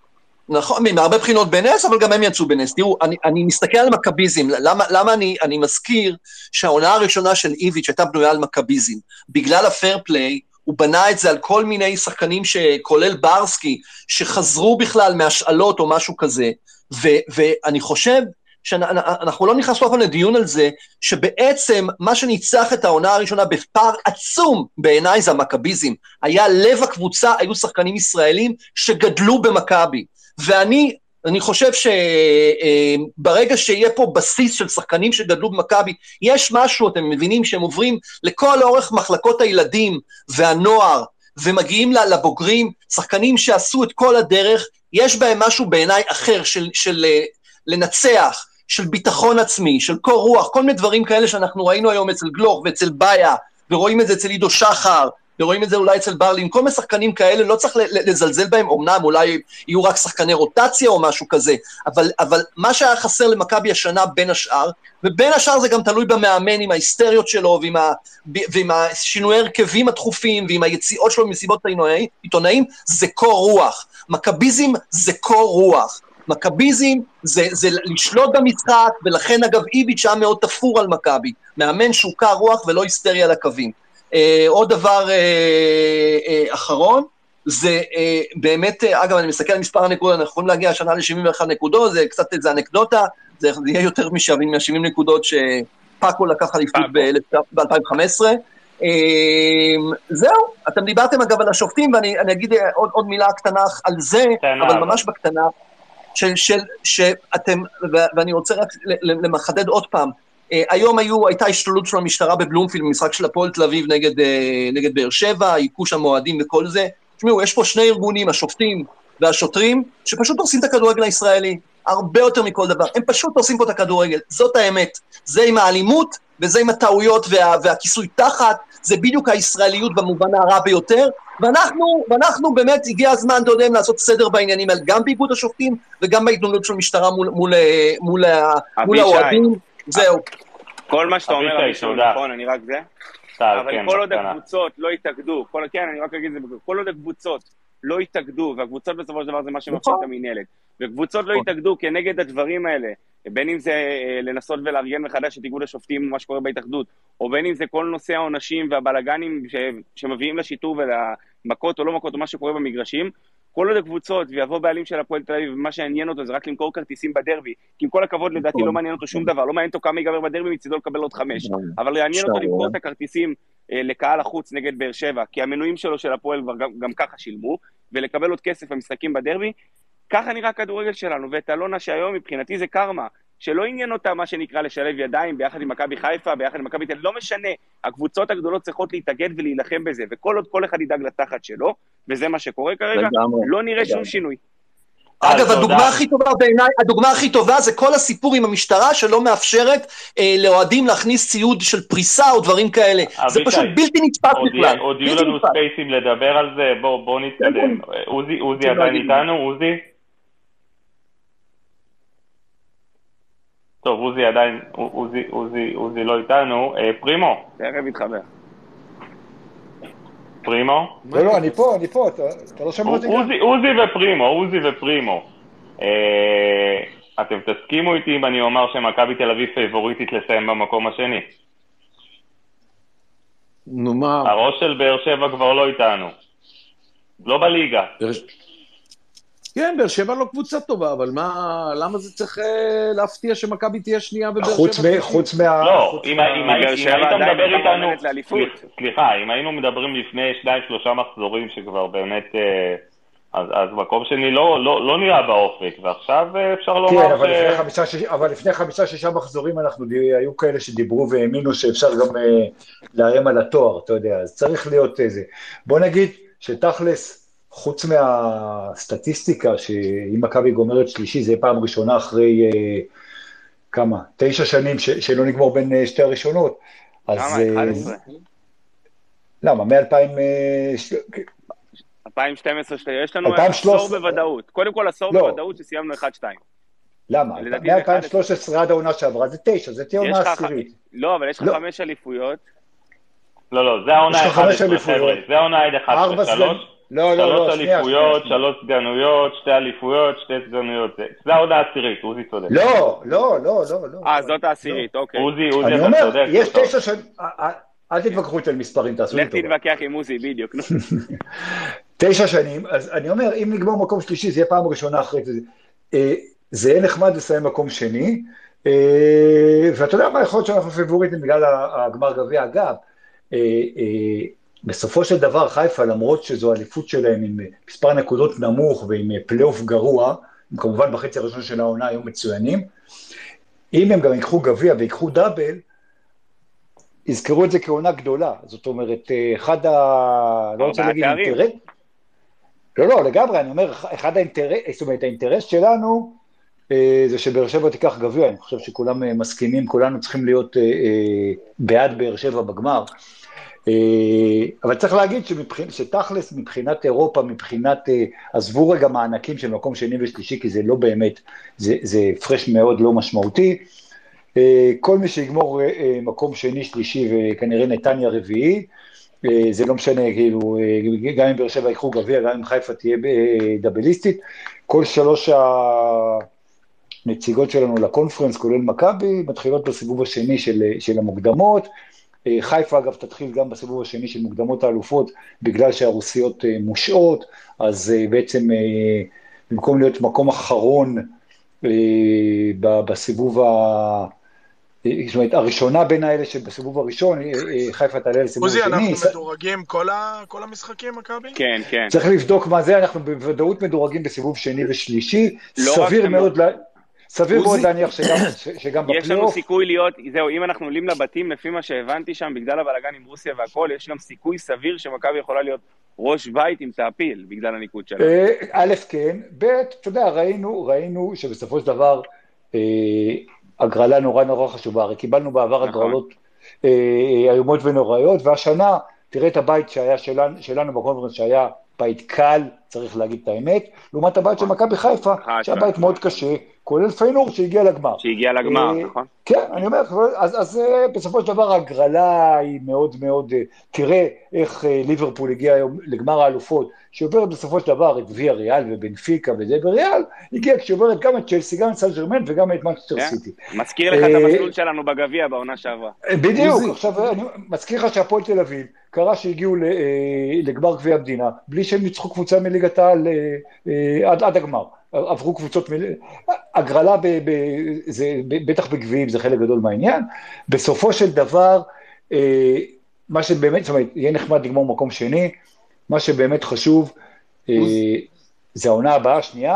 S13: נכון, מהרבה בחינות בנס, אבל גם הם יצאו בנס. תראו, אני מסתכל על מכביזם, למה אני מזכיר שהעונה הראשונה של איביץ' הייתה בנויה על מכביזם? בגלל הפייר פליי, הוא בנה את זה על כל מיני שחקנים שכולל ברסקי, שחזרו בכלל מהשאלות או משהו כזה, ואני חושב שאנחנו לא נכנסנו אף פעם לדיון על זה, שבעצם מה שניצח את העונה הראשונה בפער עצום בעיניי זה המכביזם, היה לב הקבוצה, היו שחקנים ישראלים שגדלו במכבי, ואני חושב שברגע שיהיה פה בסיס של שחקנים שגדלו במכבי, יש משהו, אתם מבינים, שהם עוברים לכל אורך מחלקות הילדים והנוער, ומגיעים לבוגרים, שחקנים שעשו את כל הדרך, יש בהם משהו בעיניי אחר של לנצח, של ביטחון עצמי, של קור רוח, כל מיני דברים כאלה שאנחנו ראינו היום אצל גלוך ואצל ביה, ורואים את זה אצל עידו שחר, ורואים את זה אולי אצל ברלין, כל מיני שחקנים כאלה, לא צריך לזלזל בהם, אמנם אולי יהיו רק שחקני רוטציה או משהו כזה, אבל מה שהיה חסר למכבי השנה בין השאר, ובין השאר זה גם תלוי במאמן עם ההיסטריות שלו, ועם השינוי הרכבים התכופים, ועם היציאות שלו מסיבות עיתונאים, זה קור רוח. מכביזם זה קור רוח. מכביזם זה לשלוט במשחק, ולכן אגב איביץ' היה מאוד תפור על מכבי, מאמן שהוא קר רוח ולא היסטריה על הקווים. עוד דבר אחרון, זה באמת, אגב אני מסתכל על מספר הנקודות, אנחנו יכולים להגיע השנה ל-71 נקודות, זה קצת איזה אנקדוטה, זה יהיה יותר מ-70 נקודות שפאקו לקח אליפות ב-2015, זהו, אתם דיברתם אגב על השופטים, ואני אגיד עוד מילה קטנה על זה, אבל ממש בקטנה, שאתם, ואני רוצה רק למחדד עוד פעם, היום הייתה השתוללות של המשטרה בבלומפילד, במשחק של הפועל תל אביב נגד באר שבע, עיקוש המועדים וכל זה. תשמעו, יש פה שני ארגונים, השופטים והשוטרים, שפשוט עושים את הכדורגל הישראלי, הרבה יותר מכל דבר. הם פשוט עושים פה את הכדורגל, זאת האמת. זה עם האלימות, וזה עם הטעויות והכיסוי תחת, זה בדיוק הישראליות במובן הרע ביותר, ואנחנו באמת הגיע הזמן, אתה יודע, לעשות סדר בעניינים, גם באיגוד השופטים, וגם בהתנהלות של המשטרה מול האוהדים. זהו.
S5: כל מה שאתה אומר, אבישי, נכון, אני רק זה. אבל כל עוד הקבוצות לא יתאגדו, כן, אני רק אגיד את זה, כל עוד הקבוצות לא יתאגדו, והקבוצות בסופו של דבר זה מה שמפסיד את המנהלת, וקבוצות לא יתאגדו כנגד הדברים האלה, בין אם זה לנסות ולארגן מחדש את איגוד השופטים ומה שקורה בהתאחדות, או בין אם זה כל נושא העונשים והבלגנים שמביאים לשיטור ולמכות או לא מכות או מה שקורה במגרשים, כל עוד הקבוצות ויבוא בעלים של הפועל תל אביב, ומה שעניין אותו זה רק למכור כרטיסים בדרבי, כי עם כל הכבוד לדעתי לא מעניין אותו שום דבר, לא מעניין אותו כמה ייגמר בדרבי מצדו לקבל עוד 5, אבל יעניין אותו למכור את הכרטיסים לקהל החוץ נגד באר שבע, כי המנויים שלו של הפועל גם ככה שילמו, ולקבל עוד כסף במשחקים בדרבי, ככה נראה הכדורגל שלנו, ואת אלונה שהיום מבחינתי זה קרמה, שלא עניין אותה מה שנקרא לשלב ידיים ביחד עם מכבי חיפה, ביחד עם מכבי תל אביב, לא משנה, הקבוצות הגדולות צריכות להתאגד ולהילחם בזה, וכל עוד כל אחד ידאג לתחת שלו, וזה מה שקורה כרגע, לא נראה שום שינוי.
S13: אגב, הדוגמה הכי טובה זה כל הסיפור עם המשטרה שלא מאפשרת לאוהדים להכניס ציוד של פריסה או דברים כאלה. זה פשוט בלתי נתפס בכלל.
S4: עוד יהיו לנו ספייסים לדבר על זה, בואו נתקדם. עוזי עדיין איתנו, עוזי? טוב, עוזי עדיין, עוזי לא איתנו. פרימו.
S5: תכף מתחבר.
S4: פרימו?
S6: לא, אני פה, אתה לא שומע אותי גם?
S4: עוזי ופרימו. אתם תסכימו איתי אם אני אומר שמכבי תל אביב פייבוריטית לסיים במקום השני.
S7: נו מה?
S4: הראש של באר שבע כבר לא איתנו. לא בליגה.
S7: כן, באר שבע לא קבוצה טובה, אבל למה זה צריך להפתיע שמכבי תהיה שנייה בבאר שבע?
S6: חוץ מה...
S4: לא, אם היית מדבר איתנו... סליחה, אם היינו מדברים לפני 2-3 מחזורים שכבר באמת... אז מקום שני לא נראה באופק, ועכשיו אפשר לומר
S6: כן, אבל לפני 5-6 מחזורים היו כאלה שדיברו והאמינו שאפשר גם להרים על התואר, אתה יודע, אז צריך להיות איזה... בוא נגיד שתכלס... חוץ מהסטטיסטיקה, שאם מכבי גומרת שלישי, זה פעם ראשונה אחרי כמה? 9 שנים שלא נגמור בין שתי הראשונות.
S5: למה? 11?
S6: למה?
S5: מ-2012, יש לנו עשור בוודאות. קודם כל עשור בוודאות שסיימנו 1-2.
S6: למה? מ-2013 עד העונה שעברה, זה 9, זה תהיה עונה עשירית.
S5: לא, אבל יש לך 5 אליפויות.
S4: לא, זה העונה 11, חבר'ה. זה העונה 11, 3.
S6: לא,
S4: שלוש אליפויות, שלוש סגנויות, שתי אליפויות, שתי סגנויות. זה העונה העשירית, עוזי צודק.
S6: לא.
S5: זאת העשירית, אוקיי.
S4: עוזי,
S6: אני
S4: אתה
S6: אומר,
S4: צודק.
S6: יש 9 שנים, אל תתווכחו אצל מספרים, תעשו לי
S5: לך
S6: טובה.
S5: תתווכח עם עוזי, בדיוק.
S6: 9 שנים, אז אני אומר, אם נגמור מקום שלישי, זה יהיה פעם ראשונה אחרי זה. זה יהיה נחמד לסיים מקום שני, ואתה יודע מה, יכול להיות שאנחנו פיבוריטים בגלל הגמר גביע. אגב, בסופו של דבר חיפה, למרות שזו אליפות שלהם עם מספר נקודות נמוך ועם פלייאוף גרוע, הם כמובן בחצי הראשון של העונה היו מצוינים, אם הם גם ייקחו גביע ויקחו דאבל, יזכרו את זה כעונה גדולה. זאת אומרת, אחד לא רוצה להגיד אינטרס, לא, לגמרי, אני אומר, אחד האינטרס, זאת אומרת, האינטרס שלנו, זה שבאר שבע תיקח גביע. אני חושב שכולם מסכימים, כולנו צריכים להיות בעד באר שבע בגמר, אבל צריך להגיד שתכלס מבחינת אירופה, מבחינת, עזבו רגע מענקים של מקום שני ושלישי, כי זה לא באמת, זה פרש מאוד לא משמעותי, כל מי שיגמור מקום שני שלישי וכנראה נתניה רביעי, זה לא משנה, כאילו, גם אם באר שבע יקחו גביע, גם אם חיפה תהיה דאבליסטית, כל 3 הנציגות שלנו לקונפרנס, כולל מכבי, מתחילות בסיבוב השני של המוקדמות. חיפה אגב תתחיל גם בסיבוב השני של מוקדמות האלופות, בגלל שהרוסיות מושעות, אז בעצם במקום להיות מקום אחרון בסיבוב זאת אומרת, הראשונה בין האלה שבסיבוב הראשון, חיפה תעלה לסיבוב השני.
S8: עוזי, אנחנו מדורגים כל המשחקים, מכבי?
S5: כן, כן.
S6: צריך לבדוק מה זה, אנחנו בוודאות מדורגים בסיבוב שני ושלישי, סביר מאוד להניח שגם בפלייאוף.
S5: יש לנו סיכוי להיות, זהו, אם אנחנו עולים לבתים, לפי מה שהבנתי שם, בגלל הבלגן עם רוסיה והכל, יש גם סיכוי סביר שמכבי יכולה להיות ראש בית עם תעפיל, בגלל הניקוד שלנו.
S6: א', כן, ב', אתה יודע, ראינו שבסופו של דבר, הגרלה נורא חשובה, הרי קיבלנו בעבר הגרלות איומות ונוראיות, והשנה, תראה את הבית שהיה שלנו בקונפרנס, שהיה בית קל, צריך להגיד את האמת, לעומת הבית של מכבי חיפה, שהיה בית מאוד קשה, כולל פיינור שהגיע לגמר.
S5: שהגיע לגמר, נכון.
S6: כן, אני אומר, אז בסופו של דבר הגרלה היא מאוד מאוד, תראה איך ליברפול הגיע היום לגמר האלופות, שעוברת בסופו של דבר את ויה ריאל ובנפיקה וזה, וריאל הגיע כשעוברת גם את צ'לסי, גם את סן ז'רמן וגם את מנצ'סטר סיטי.
S5: מזכיר לך את המסלול שלנו בגביע בעונה שעברה.
S6: בדיוק, עכשיו אני מזכיר לך שהפועל תל אביב, קרה שהגיעו לגמר גביע המדינה, בלי שהם ניצחו קבוצה מליגת העל עד הגמר. עברו קבוצות, הגרלה בטח בגביעים, זה חלק גדול מהעניין. בסופו של דבר, מה שבאמת, זאת אומרת, יהיה נחמד לגמור מקום שני, מה שבאמת חשוב, זה העונה הבאה השנייה,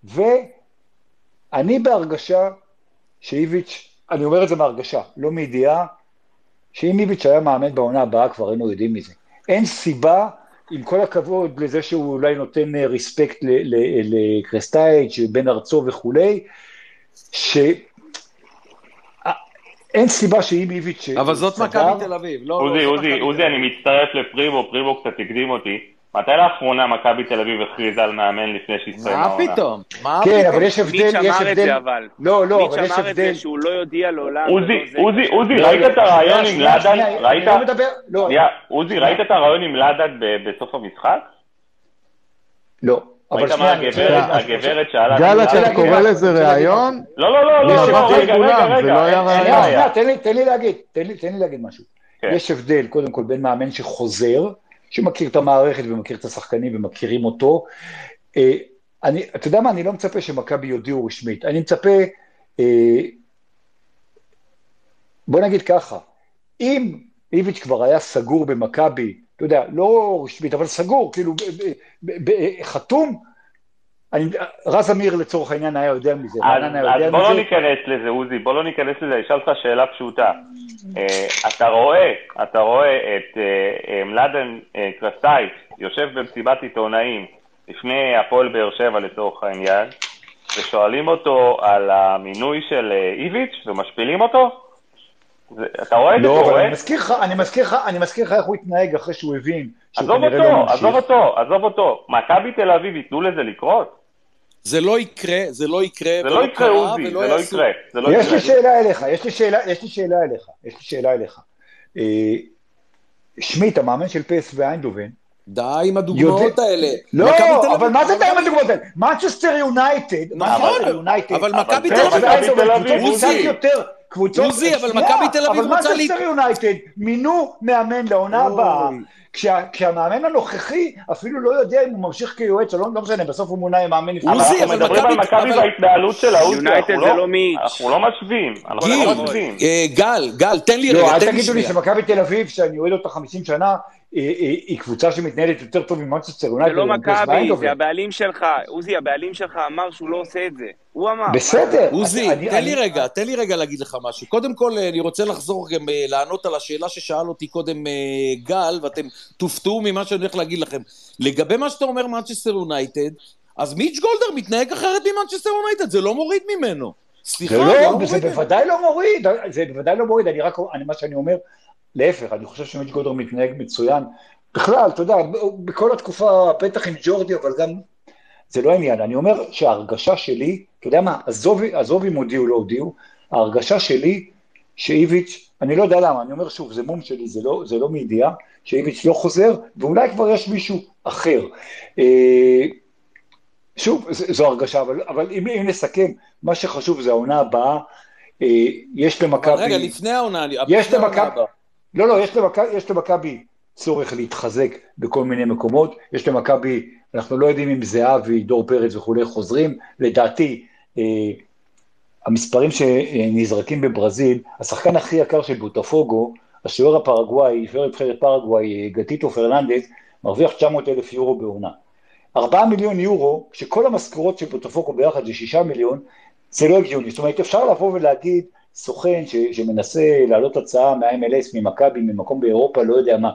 S6: ואני בהרגשה שאיביץ', אני אומר את זה מהרגשה, לא מידיעה, שאם איביץ' היה מאמן בעונה הבאה, כבר היינו יודעים מזה. אין סיבה, עם כל הכבוד לזה שהוא אולי נותן ריספקט לקרסטייץ' בן ארצו וכולי, שאין סיבה שאם איביץ'
S7: אבל זאת מכבי תל אביב.
S4: עוזי, אני מצטרף לפריבו קצת הקדים אותי. מתי לאחרונה מכבי תל אביב הכריז על מאמן לפני שהסתיים העונה?
S7: מה פתאום?
S6: כן, אבל יש הבדל,
S5: מי שמר את זה אבל?
S6: לא, אבל יש
S5: מי שמר את
S6: הבדל.
S5: זה שהוא לא יודיע לעולם.
S4: עוזי, ראית את הרעיון עם לדן? עוזי, ראית את הרעיון עם לדן בסוף המשחק?
S6: לא.
S4: ראית מה הגברת שאלה?
S9: גל, אתה קורא לזה רעיון?
S4: לא,
S6: רגע, תן לי להגיד משהו. יש הבדל, קודם כל, בין מאמן שחוזר, שמכיר את המערכת ומכיר את השחקנים ומכירים אותו. אתה יודע מה, אני לא מצפה שמכבי יודיעו רשמית, אני מצפה, בוא נגיד ככה, אם איביץ' כבר היה סגור במכבי, אתה יודע, לא רשמית, אבל סגור, כאילו, חתום, רז אמיר לצורך העניין היה יודע מזה.
S4: אז בוא לא ניכנס לזה, עוזי, בוא לא ניכנס לזה, אשאל אותך שאלה פשוטה. אתה רואה את מלאדן קרסטייץ' יושב במסיבת עיתונאים לפני הפועל באר שבע לצורך העניין, ושואלים אותו על המינוי של איביץ' ומשפילים אותו? אתה רואה את זה?
S6: לא, אבל אני מזכיר לך איך הוא התנהג אחרי שהוא הבין.
S4: עזוב אותו. מכבי תל אביב ייתנו לזה לקרות?
S7: זה לא יקרה,
S4: זה לא יקרה, עוזי, זה לא יקרה.
S6: יש לי שאלה אליך. שמיט, המאמן של פס ואיינדובן,
S7: די עם הדוגמאות האלה.
S6: לא, אבל מה זה די עם הדוגמאות האלה? מנצ'סטר יונייטד,
S7: אבל מכבי תל אביב, עוזי, אבל מכבי תל אביב רוצה
S6: אבל מנצ'סטר יונייטד מינו מאמן לעונה הבאה, כשהמאמן הנוכחי אפילו לא יודע אם הוא ממשיך כיועץ, לא משנה, בסוף הוא מונה עם מאמן נבחר.
S4: אנחנו מדברים על מכבי וההתנהלות שלה, אנחנו לא משווים.
S7: גל, תן לי רגע,
S6: לא, אל תגידו לי שמכבי תל אביב, שאני אוהד אותה 50 שנה, היא קבוצה שמתנהלת יותר טוב ממנצ'סטר יונייטד.
S5: זה לא מכבי, זה הבעלים שלך. עוזי, הבעלים שלך אמר שהוא לא עושה את זה. הוא אמר.
S6: בסדר.
S7: עוזי, תן לי רגע להגיד לך משהו. קודם כל, אני רוצה לחזור גם לענות על השאלה ששאל אותי קודם גל, ואתם תופתעו ממה שאני הולך להגיד לכם. לגבי מה שאתה אומר מנצ'סטר יונייטד, אז מיץ' גולדהר מתנהג אחרת ממנצ'סטר יונייטד, זה לא מוריד ממנו. סליחה,
S6: זה בוודאי לא מוריד. זה בוודאי לא מוריד. מה שאני אומר, להפך, אני חושב שמיץ' גולדהר מתנהג מצוין. בכלל, אתה יודע, בכל התקופה, בטח עם ג'ורדי, אבל גם, זה לא העניין. אני אומר שההרגשה שלי, אתה יודע מה, עזוב אם הודיעו לא הודיעו, ההרגשה שלי, שאיביץ', אני לא יודע למה, אני אומר שוב, זה מום שלי, זה לא מידיעה, שאיביץ' לא חוזר, ואולי כבר יש מישהו אחר. שוב, זו הרגשה, אבל אם נסכם, מה שחשוב זה העונה הבאה, יש למכבי...
S7: אבל רגע, לפני העונה,
S6: יש למכבי צורך להתחזק בכל מיני מקומות, יש למכבי, אנחנו לא יודעים אם זהבי, דור פרץ וכולי חוזרים, לדעתי, המספרים שנזרקים בברזיל, השחקן הכי יקר של בוטפוגו, השוער הפרגוואי, שוער נבחרת פרגוואי, גטיטו פרננדס, מרוויח 900,000 יורו בעונה. 4 מיליון יורו, כשכל המשכורות של בוטפוגו ביחד זה 6 מיליון, זה לא הגיוני. זאת אומרת, אפשר לבוא ולהגיד, סוכן שמנסה לעלות הצעה מה-MLS, ממכבי, ממקום באירופה, לא יודע מה.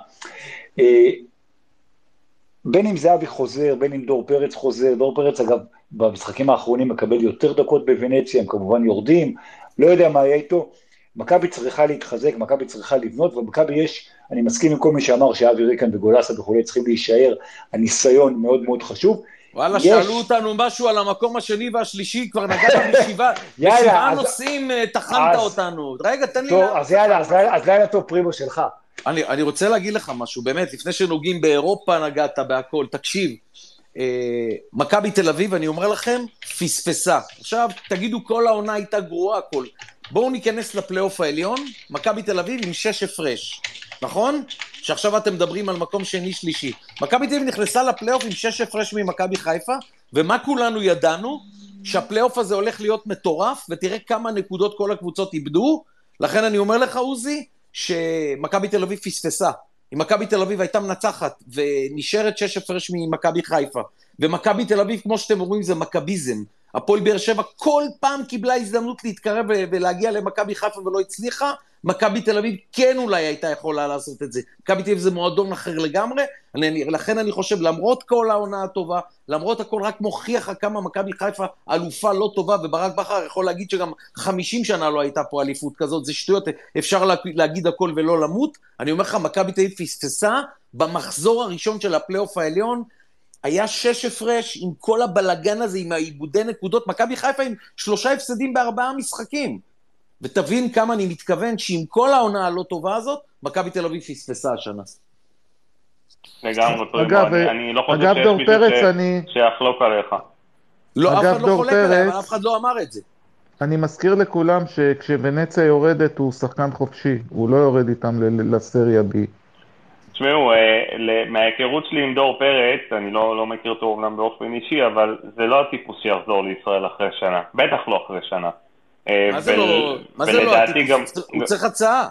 S6: בין אם זהבי חוזר, בין אם דור פרץ חוזר, דור פרץ אגב במשחקים האחרונים מקבל יותר דקות בוונציה, הם כמובן יורדים, לא יודע מה יהיה איתו, מכבי צריכה להתחזק, מכבי צריכה לבנות, ומכבי יש, אני מסכים עם כל מי שאמר שאבי ריקן וגולסה וכולי צריכים להישאר, הניסיון מאוד מאוד חשוב.
S7: וואלה, שאלו אותנו משהו על המקום השני והשלישי, כבר נגעת בשבעה נושאים, תחנת אותנו. רגע, תן לי...
S6: טוב, אז יאללה, אז לילה טוב פרימו שלך.
S7: אני רוצה להגיד לך משהו, באמת, לפני שנוגעים באירופה נגעת בהכל, תקשיב, מכבי תל אביב, אני אומר לכם, פספסה. עכשיו, תגידו, כל העונה הייתה גרועה, הכל. בואו ניכנס לפלייאוף העליון, מכבי תל אביב עם 6 הפרש, נכון? שעכשיו אתם מדברים על מקום שני שלישי. מכבי תל אביב נכנסה לפלייאוף עם 6 הפרש ממכבי חיפה, ומה כולנו ידענו? שהפלייאוף הזה הולך להיות מטורף, ותראה כמה נקודות כל הקבוצות איבדו, לכן אני אומר לך, עוזי, שמכבי תל אביב פספסה. אם מכבי תל אביב הייתה מנצחת, ונשארת 6 הפרש ממכבי חיפה, ומכבי תל אביב, כמו שאתם אומרים, זה מכביזם. הפועל באר שבע כל פעם קיבלה הזדמנות להתקרב ולהגיע למכבי חיפה ולא הצליחה, מכבי תל אביב כן אולי הייתה יכולה לעשות את זה. מכבי תל אביב זה מועדון אחר לגמרי, לכן אני חושב, למרות כל העונה הטובה, למרות הכל רק מוכיח כמה מכבי חיפה אלופה לא טובה, וברק בכר יכול להגיד שגם 50 שנה לא הייתה פה אליפות כזאת, זה שטויות, אפשר להגיד הכל ולא למות. אני אומר לך, מכבי תל אביב פספסה במחזור הראשון של הפלייאוף העליון, היה 6 הפרש עם כל הבלגן הזה, עם העיבודי נקודות, מכבי חיפה עם 3 הפסדים ב4 משחקים. ותבין כמה אני מתכוון שעם כל העונה הלא טובה הזאת, מכבי תל אביב פספסה השנה.
S4: לגמרי, אני לא חושב שיש מישהו שיחלוק עליך.
S7: לא, אף אחד לא חולק עליהם, אף אחד לא אמר את זה.
S9: אני מזכיר לכולם שכשוונציה יורדת הוא שחקן חופשי, הוא לא יורד איתם לסריה B.
S4: תשמעו, מההיכרות שלי עם דור פרץ, אני לא מכיר אותו אומנם באופן אישי, אבל זה לא הטיפוס שיחזור לישראל אחרי שנה, בטח לא אחרי שנה.
S7: מה זה לא הטיפוס? הוא צריך הצעה,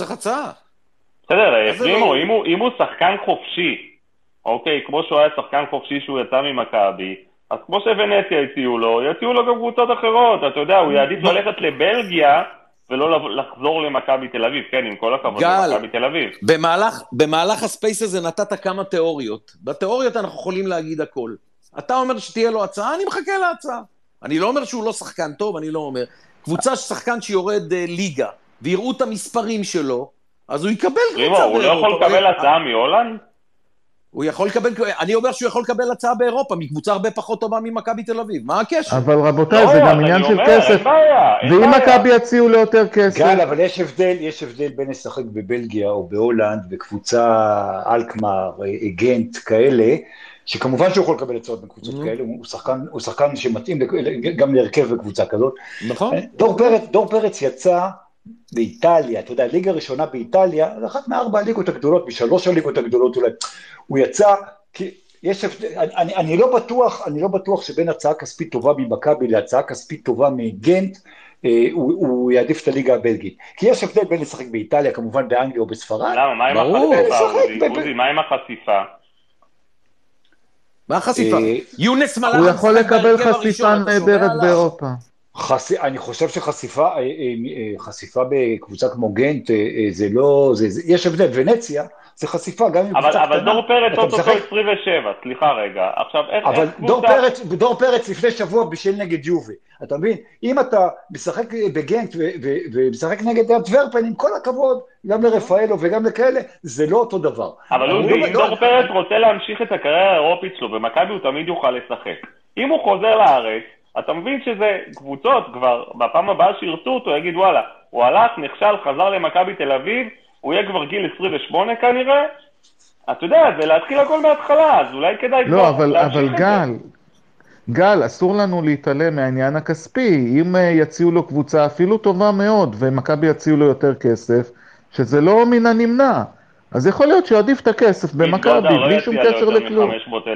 S4: בסדר, פרימו, אם הוא שחקן חופשי, אוקיי, כמו שהוא היה שחקן חופשי שהוא יצא ממכבי, אז כמו שוונציה יציעו לו גם קבוצות אחרות, אתה יודע, הוא יעדיף ללכת לבלגיה, ולא לחזור למכבי תל אביב, כן, עם כל הכבוד למכבי תל אביב.
S7: במהלך הספייס הזה נתת כמה תיאוריות. בתיאוריות אנחנו יכולים להגיד הכל. אתה אומר שתהיה לו הצעה, אני מחכה להצעה. אני לא אומר שהוא לא שחקן טוב, אני לא אומר. קבוצה ששחקן שיורד ליגה, ויראו את המספרים שלו, אז הוא יקבל קבוצה.
S4: הוא לא יכול לקבל הצעה מהולנד?
S7: הוא יכול לקבל, אני אומר שהוא יכול לקבל הצעה באירופה, מקבוצה הרבה פחות טובה ממכבי תל אביב, מה הקשר?
S9: אבל רבותיי, זה גם עניין של כסף, ואם מכבי יציעו לו יותר כסף...
S6: גל, אבל יש הבדל בין לשחק בבלגיה או בהולנד, בקבוצה אלקמר, גנט, כאלה, שכמובן שהוא יכול לקבל הצעות בקבוצות כאלה, הוא שחקן שמתאים גם להרכב בקבוצה כזאת.
S7: נכון.
S6: דור פרץ יצא באיטליה, אתה יודע, הליגה הראשונה באיטליה, זה אחת מארבע הליגות הגדולות, משלוש הליגות הגדולות אולי, הוא יצא, כי יש, אני לא בטוח שבין הצעה כספית טובה ממכבי להצעה כספית טובה מגנט, הוא יעדיף את הליגה הבלגית, כי יש הבדל בין לשחק באיטליה, כמובן באנגליה או בספרד.
S4: למה? מה עם החשיפה? עוזי, מה עם החשיפה?
S7: מה החשיפה? יונס מלאך,
S9: הוא יכול לקבל חשיפה נהדרת באירופה.
S6: אני חושב שחשיפה בקבוצה כמו גנט, זה לא, יש הבדל, ונציה, זה חשיפה גם עם קבוצה קטנה.
S4: אבל דור פרץ אותו 27, סליחה רגע, עכשיו איך
S6: אבל דור פרץ לפני שבוע בשל נגד יובה, אתה מבין? אם אתה משחק בגנט ומשחק נגד אנטוורפן, עם כל הכבוד, גם לרפאלו וגם לכאלה, זה לא אותו דבר.
S4: אבל אם דור פרץ רוצה להמשיך את הקריירה האירופית שלו, במכבי הוא תמיד יוכל לשחק. אם הוא חוזר לארץ, אתה מבין שזה קבוצות כבר, בפעם הבאה שירצו אותו, יגיד וואלה, הוא הלך, נכשל, חזר למכבי תל אביב, הוא יהיה כבר גיל 28 כנראה, אתה יודע, זה להתחיל הכל מההתחלה, אז אולי כדאי
S9: לא, אבל גל, אסור לנו להתעלם מהעניין הכספי, אם יציעו לו קבוצה אפילו טובה מאוד, ומכבי יציעו לו יותר כסף, שזה לא מן הנמנע, אז יכול להיות שעדיף את הכסף במכבי, בלי שום קשר לכלום.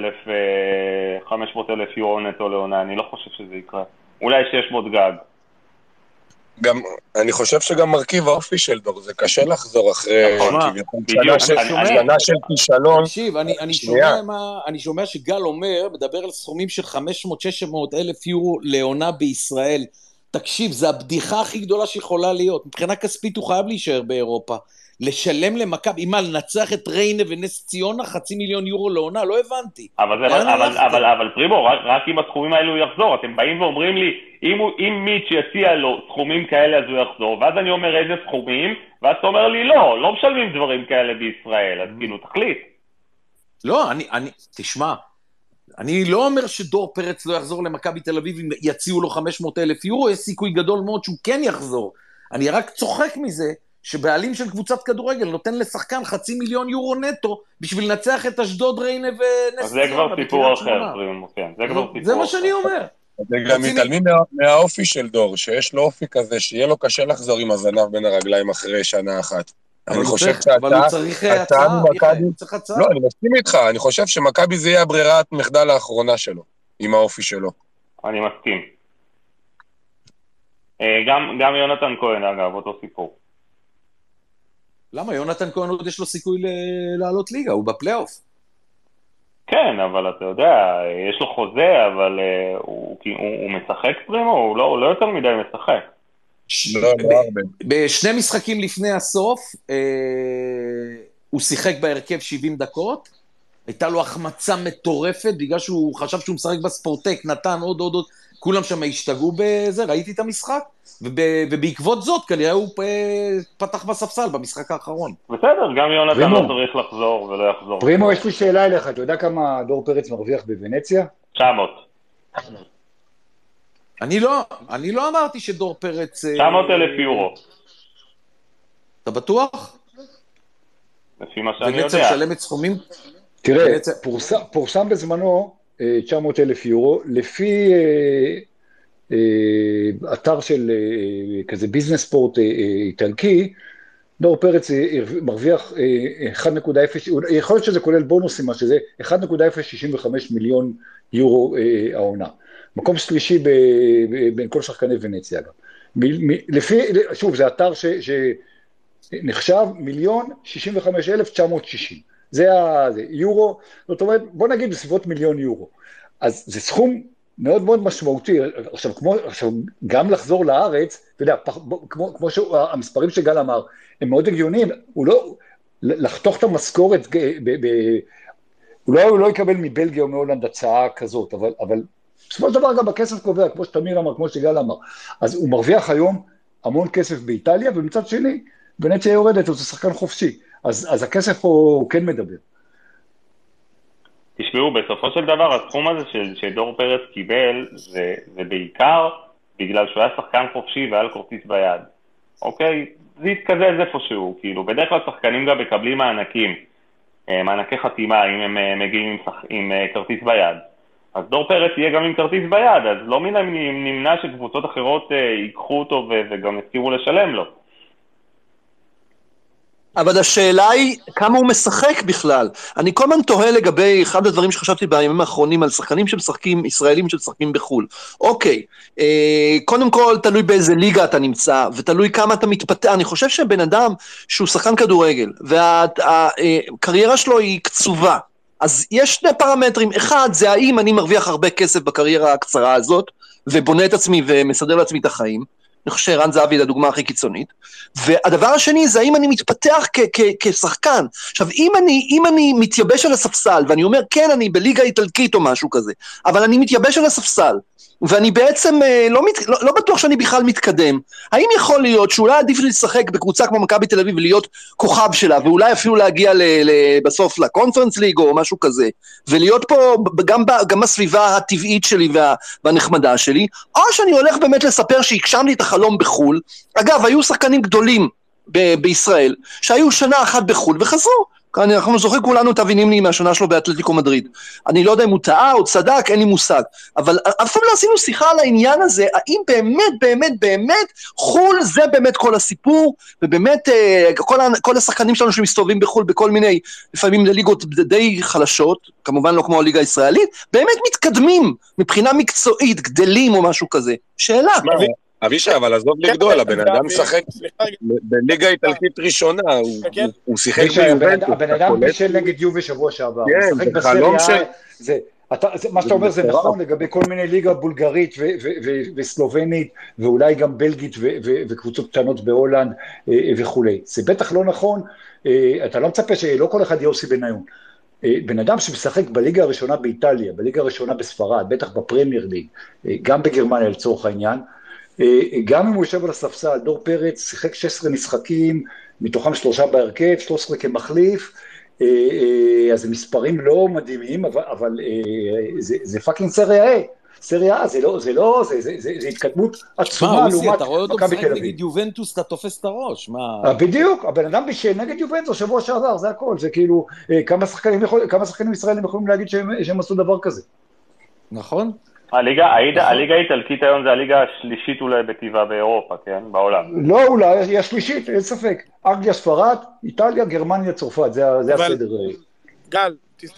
S4: 500,000 יורו נטו לעונה, אני לא חושב שזה יקרה. אולי 600 גג.
S12: גם, אני חושב שגם מרכיב האופי של דור, זה קשה לחזור אחרי שנה של כישלון.
S7: תקשיב, אני שומע שגל מדבר על סכומים של 500-600 אלף יורו לעונה בישראל. תקשיב, זה הבדיחה הכי גדולה שיכולה להיות. מבחינה כספית הוא חייב להישאר באירופה. לשלם למכבי, מה, לנצח את ריינה ונס ציונה, 500,000 יורו לעונה, לא הבנתי.
S4: אבל פרימו, רק אם הסכומים האלו יחזור, אתם באים ואומרים לי, אם מיץ' יציע לו סכומים כאלה אז הוא יחזור, ואז אני אומר איזה סכומים, ואז אתה אומר לי לא משלמים דברים כאלה בישראל, אז כאילו תחליט.
S7: לא, תשמע, אני לא אומר שדור פרץ לא יחזור למכבי תל אביב, אם יציעו לו 500,000 יורו, יש סיכוי גדול מאוד שהוא כן יחזור. אני רק צוחק מזה, שבעלים של קבוצת כדורגל נותן לשחקן 500,000 יורו נטו בשביל לנצח את אשדוד, ריינה ונס
S4: ציונה. זה כבר סיפור אחר.
S7: זה מה שאני אומר.
S12: זה גם מתעלמים מהאופי של דור, שיש לו אופי כזה, שיהיה לו קשה לחזור עם הזנב בין הרגליים אחרי שנה אחת.
S7: אבל הוא צריך הצעה, צריך הצעה.
S12: לא, אני מסכים איתך, אני חושב שמכבי זה יהיה הברירת מחדל האחרונה שלו, עם האופי שלו.
S4: אני מסכים. גם יונתן כהן, אגב, אותו סיפור.
S7: למה? יונתן כהן עוד יש לו סיכוי לעלות ליגה, הוא בפלייאוף.
S4: כן, אבל אתה יודע, יש לו חוזה, אבל הוא משחק פרימו, הוא לא יותר מדי משחק.
S12: לא הרבה.
S7: בשני משחקים לפני הסוף, הוא שיחק בהרכב 70 דקות, הייתה לו החמצה מטורפת, בגלל שהוא חשב שהוא משחק בספורטק, נתן עוד, כולם שם השתגעו בזה, ראיתי את המשחק, ובעקבות זאת, כנראה הוא פתח בספסל במשחק האחרון.
S4: בסדר, גם יונתן לא צריך לחזור ולא יחזור.
S6: פרימו, יש לי שאלה אליך, אתה יודע כמה דור פרץ מרוויח בוונציה?
S4: 900.
S7: אני לא אמרתי שדור פרץ...
S4: 900,000 יורו.
S7: אתה בטוח?
S4: לפי מה שאני יודע.
S7: ונצר משלמת סכומים?
S6: תראה, פורסם בזמנו 900,000 יורו, לפי אתר של כזה ביזנס ספורט איטלקי, דור פרץ מרוויח 1.0, יכול להיות שזה כולל בונוסים, מה שזה 1.065 מיליון יורו העונה. מקום שלישי בין כל שחקני ונציה אגב. שוב, זה אתר שנחשב 1,065,960. זה יורו, זאת אומרת, בוא נגיד בסביבות 1,000,000 יורו. אז זה סכום מאוד מאוד משמעותי. עכשיו, גם לחזור לארץ, אתה יודע, כמו שהמספרים שגל אמר, הם מאוד הגיוניים, הוא לא, לחתוך את המשכורת, הוא לא יקבל מבלגיה או מהולנד הצעה כזאת, אבל בסופו של דבר גם הכסף קובע, כמו שתמיר אמר, כמו שגל אמר. אז הוא מרוויח היום המון כסף באיטליה, ומצד שני, ונציה יורדת, הוא שחקן חופשי. אז הכסף הוא כן מדבר.
S4: תשמעו, בסופו של דבר הסכום הזה שדור פרץ קיבל, זה בעיקר בגלל שהוא היה שחקן חופשי והיה לו כרטיס ביד. אוקיי? זה יתקזז איפשהו, כאילו, בדרך כלל שחקנים גם מקבלים מענקים, מענקי חתימה אם הם מגיעים עם כרטיס ביד. אז דור פרץ יהיה גם עם כרטיס ביד, אז לא מן נמנע שקבוצות אחרות ייקחו אותו וגם הסכימו לשלם לו.
S13: אבל השאלה היא כמה הוא משחק בכלל. אני כל הזמן תוהה לגבי אחד הדברים שחשבתי בימים האחרונים על שחקנים שמשחקים, ישראלים שמשחקים בחול. אוקיי, קודם כל תלוי באיזה ליגה אתה נמצא, ותלוי כמה אתה מתפתח. אני חושב שבן אדם שהוא שחקן כדורגל, והקריירה שלו היא קצובה. אז יש שני פרמטרים. אחד, זה האם אני מרוויח הרבה כסף בקריירה הקצרה הזאת, ובונה את עצמי ומסדר לעצמי את החיים. אני חושב שערן זהבי היא הדוגמה הכי קיצונית. והדבר השני זה האם אני מתפתח כשחקן. עכשיו, אם אני מתייבש על הספסל, ואני אומר, כן, אני בליגה איטלקית או משהו כזה, אבל אני מתייבש על הספסל, ואני בעצם לא בטוח שאני בכלל מתקדם, האם יכול להיות שאולי עדיף לשחק בקבוצה כמו מכבי תל אביב ולהיות כוכב שלה, ואולי אפילו להגיע בסוף לקונפרנס ליג או משהו כזה, ולהיות פה גם בסביבה הטבעית שלי והנחמדה שלי, או שאני הולך באמת לספר שהגשם לי את החלום בחול. אגב, היו שחקנים גדולים בישראל, שהיו שנה אחת בחול וחזרו, אנחנו זוכרים כולנו את אבינימני מהשנה שלו באתלטיקו מדריד. אני לא יודע אם הוא טעה או צדק, אין לי מושג. אבל אף פעם לא עשינו שיחה על העניין הזה, האם באמת חול זה באמת כל הסיפור, ובאמת כל השחקנים שלנו שמסתובבים בחול בכל מיני, לפעמים לליגות די חלשות, כמובן לא כמו הליגה הישראלית, באמת מתקדמים מבחינה מקצועית, גדלים או משהו כזה. שאלה.
S12: אבישי, אבל עזוב לגדול, הבן אדם משחק בליגה איטלקית ראשונה, הוא שיחק ביובנטוס.
S6: הבן אדם בשל נגד יובה שבוע שעבר, הוא משחק בסריה, מה שאתה אומר זה נכון לגבי כל מיני ליגה בולגרית וסלובנית, ואולי גם בלגית וקבוצות קטנות בהולנד וכו'. זה בטח לא נכון, אתה לא מצפה שלא כל אחד יוסי בניון. בן אדם שמשחק בליגה הראשונה באיטליה, בליגה הראשונה בספרד, בטח בפרמייר ליג, גם בגרמניה לצורך העניין, גם אם הוא יושב על הספסל, דור פרץ שיחק 16 משחקים, מתוכם 3 בהרכב, 13 כמחליף, אז זה מספרים לא מדהימים, אבל זה פאקינג סריה, זה התקדמות עצומה לעומת
S7: אתה רואה אותו משחק נגד יובנטוס, אתה תופס את הראש, מה?
S6: בדיוק, הבן אדם נגד יובנטוס שבוע שעבר, זה הכל, זה כאילו, כמה שחקנים ישראלים יכולים להגיד שהם עשו דבר כזה.
S7: נכון?
S4: הליגה האיטלקית היום זה הליגה השלישית אולי בטבעה באירופה, כן? בעולם.
S6: לא אולי, היא השלישית, אין ספק. אנגליה, ספרד, איטליה, גרמניה, צרפת, זה הסדר.
S8: גל,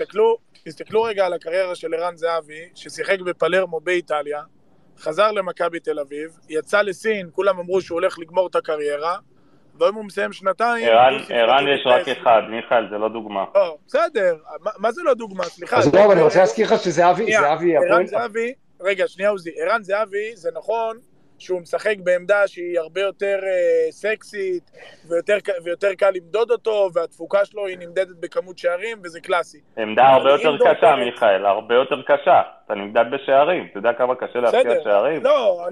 S8: תסתכלו רגע על הקריירה של ערן זהבי, ששיחק בפלרמו באיטליה, חזר למכבי תל אביב, יצא לסין, כולם אמרו שהוא הולך לגמור את הקריירה, והיום הוא מסיים שנתיים.
S4: ערן יש רק אחד, מיכאל, זה לא דוגמה.
S8: לא, בסדר, מה זה לא דוגמה? סליחה.
S6: אז לא, אבל אני רוצה להזכיר לך שזהבי,
S8: ערן זהבי, רגע, שנייה עוזי, ערן זהבי, זה נכון שהוא משחק בעמדה שהיא הרבה יותר סקסית, ויותר קל למדוד אותו, והתפוקה שלו היא נמדדת בכמות שערים, וזה קלאסי.
S4: עמדה הרבה יותר קשה, מיכאל, הרבה יותר קשה. אתה נמדד בשערים, אתה יודע כמה קשה להפקיע שערים?
S8: לא,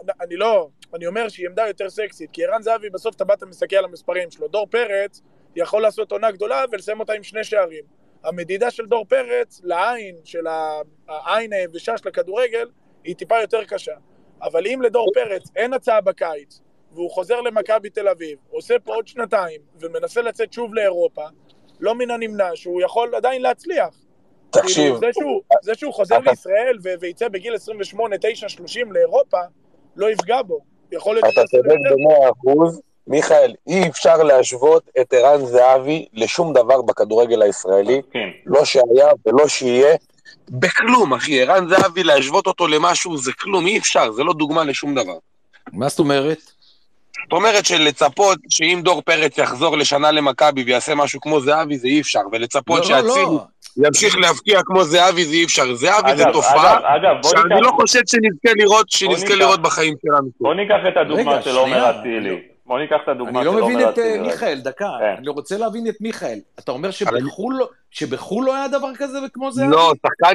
S8: אני אומר שהיא עמדה יותר סקסית, כי ערן זהבי בסוף אתה מסתכל על המספרים שלו. דור פרץ יכול לעשות עונה גדולה ולסיים אותה עם 2 שערים. המדידה של דור פרץ לעין, של העין היבשה של הכדורגל, היא טיפה יותר קשה. אבל אם לדור פרץ אין הצעה בקיץ, והוא חוזר למכבי תל אביב, עושה פה עוד 2 ומנסה לצאת שוב לאירופה, לא מן הנמנע שהוא יכול עדיין להצליח.
S12: תקשיב.
S8: זה שהוא חוזר לישראל ויצא בגיל 28, 9, 30 לאירופה, לא יפגע בו. יכול להיות
S12: אתה צודק ב100%. מיכאל, אי אפשר להשוות את ערן זהבי לשום דבר בכדורגל הישראלי, לא שהיה ולא שיהיה, בכלום, אחי. ערן זהבי להשוות אותו למשהו זה כלום, אי אפשר, זה לא דוגמה לשום דבר.
S7: מה זאת אומרת?
S12: זאת אומרת שלצפות שאם דור פרץ יחזור לשנה למכבי ויעשה משהו כמו זהבי זה אי אפשר, ולצפות שהציל ימשיך להפקיע כמו זהבי זה אי אפשר. זהבי זה תופעה שאני לא חושב שנזכה לראות בחיים שלנו.
S4: בוא ניקח את הדוגמה של עומר אצילי. בוא ניקח את הדוגמה של עומר אצילי.
S7: אני לא מבין את מיכאל, דקה, אני רוצה להבין את מיכאל. אתה אומר שבחול לא היה דבר כזה כמו זהבי?
S12: לא,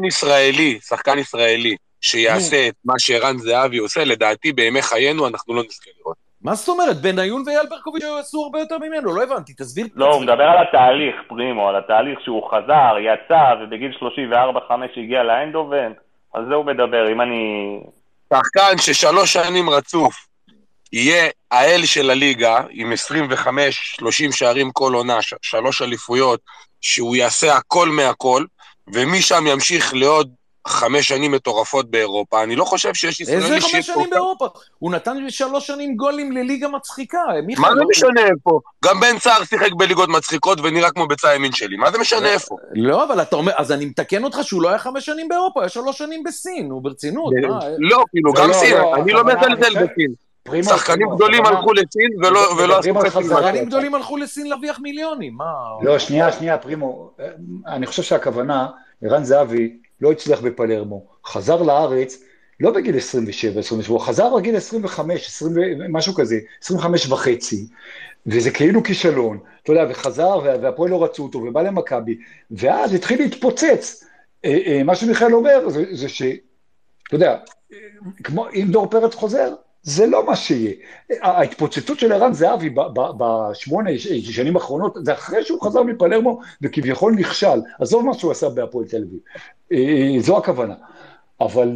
S12: שחקן ישראלי שיעשה את מה שערן זהבי עושה, לדעתי בימי חיינו אנחנו לא נזכה לראות.
S7: מה זאת אומרת? בניון ואייל ברקוביץ' עשו הרבה יותר ממנו, לא הבנתי, תסביר.
S4: לא, הוא מדבר על התהליך, פרימו, על התהליך שהוא חזר, יצא, ובגיל 34-5 הגיע לאיינדהובן, על זה הוא מדבר, אם אני...
S12: שחקן ש3 שנים רצוף, יהיה האל של הליגה, עם 25-30 שערים כל עונה, 3 אליפויות, שהוא יעשה הכל מהכל, ומשם ימשיך לעוד 5 שנים מטורפות באירופה. אני לא חושב שיש ישראלי...
S7: איזה 5 שנים באירופה? הוא נתן 3 שנים גולים לליגה מצחיקה.
S12: מה זה משנה איפה? גם בן צער שיחק בליגות מצחיקות ונראה כמו בצע ימין שלי. מה זה משנה איפה?
S7: לא, אבל אתה אומר, אז אני מתקן אותך שהוא לא היה 5 שנים באירופה, היה 3 שנים בסין, הוא ברצינות.
S12: לא, כאילו, גם סין, אני לא מזלזל בסין. שחקנים גדולים הלכו לסין ולא עשו חצי.
S7: שחקנים גדולים הלכו לסין להרוויח מיליונים, מה?
S6: לא, שנייה, פרימו. אני חושב שהכוונה, ערן זהבי לא הצליח בפלרמו, חזר לארץ, לא בגיל 27, הוא חזר בגיל 25, 20, משהו כזה, 25 וחצי, וזה כאילו כישלון, אתה יודע, וחזר, והפועל לא רצו אותו, ובא למכבי, ואז התחיל להתפוצץ. מה שמיכאל אומר, זה ש, אתה יודע, כמו אם דור פרץ חוזר, זה לא מה שיהיה. ההתפוצצות של ערן זהבי בשמונה שנים האחרונות, זה אחרי שהוא חזר מפלרמו וכביכול נכשל. עזוב מה שהוא עשה בהפועל תל אביב. זו הכוונה. אבל,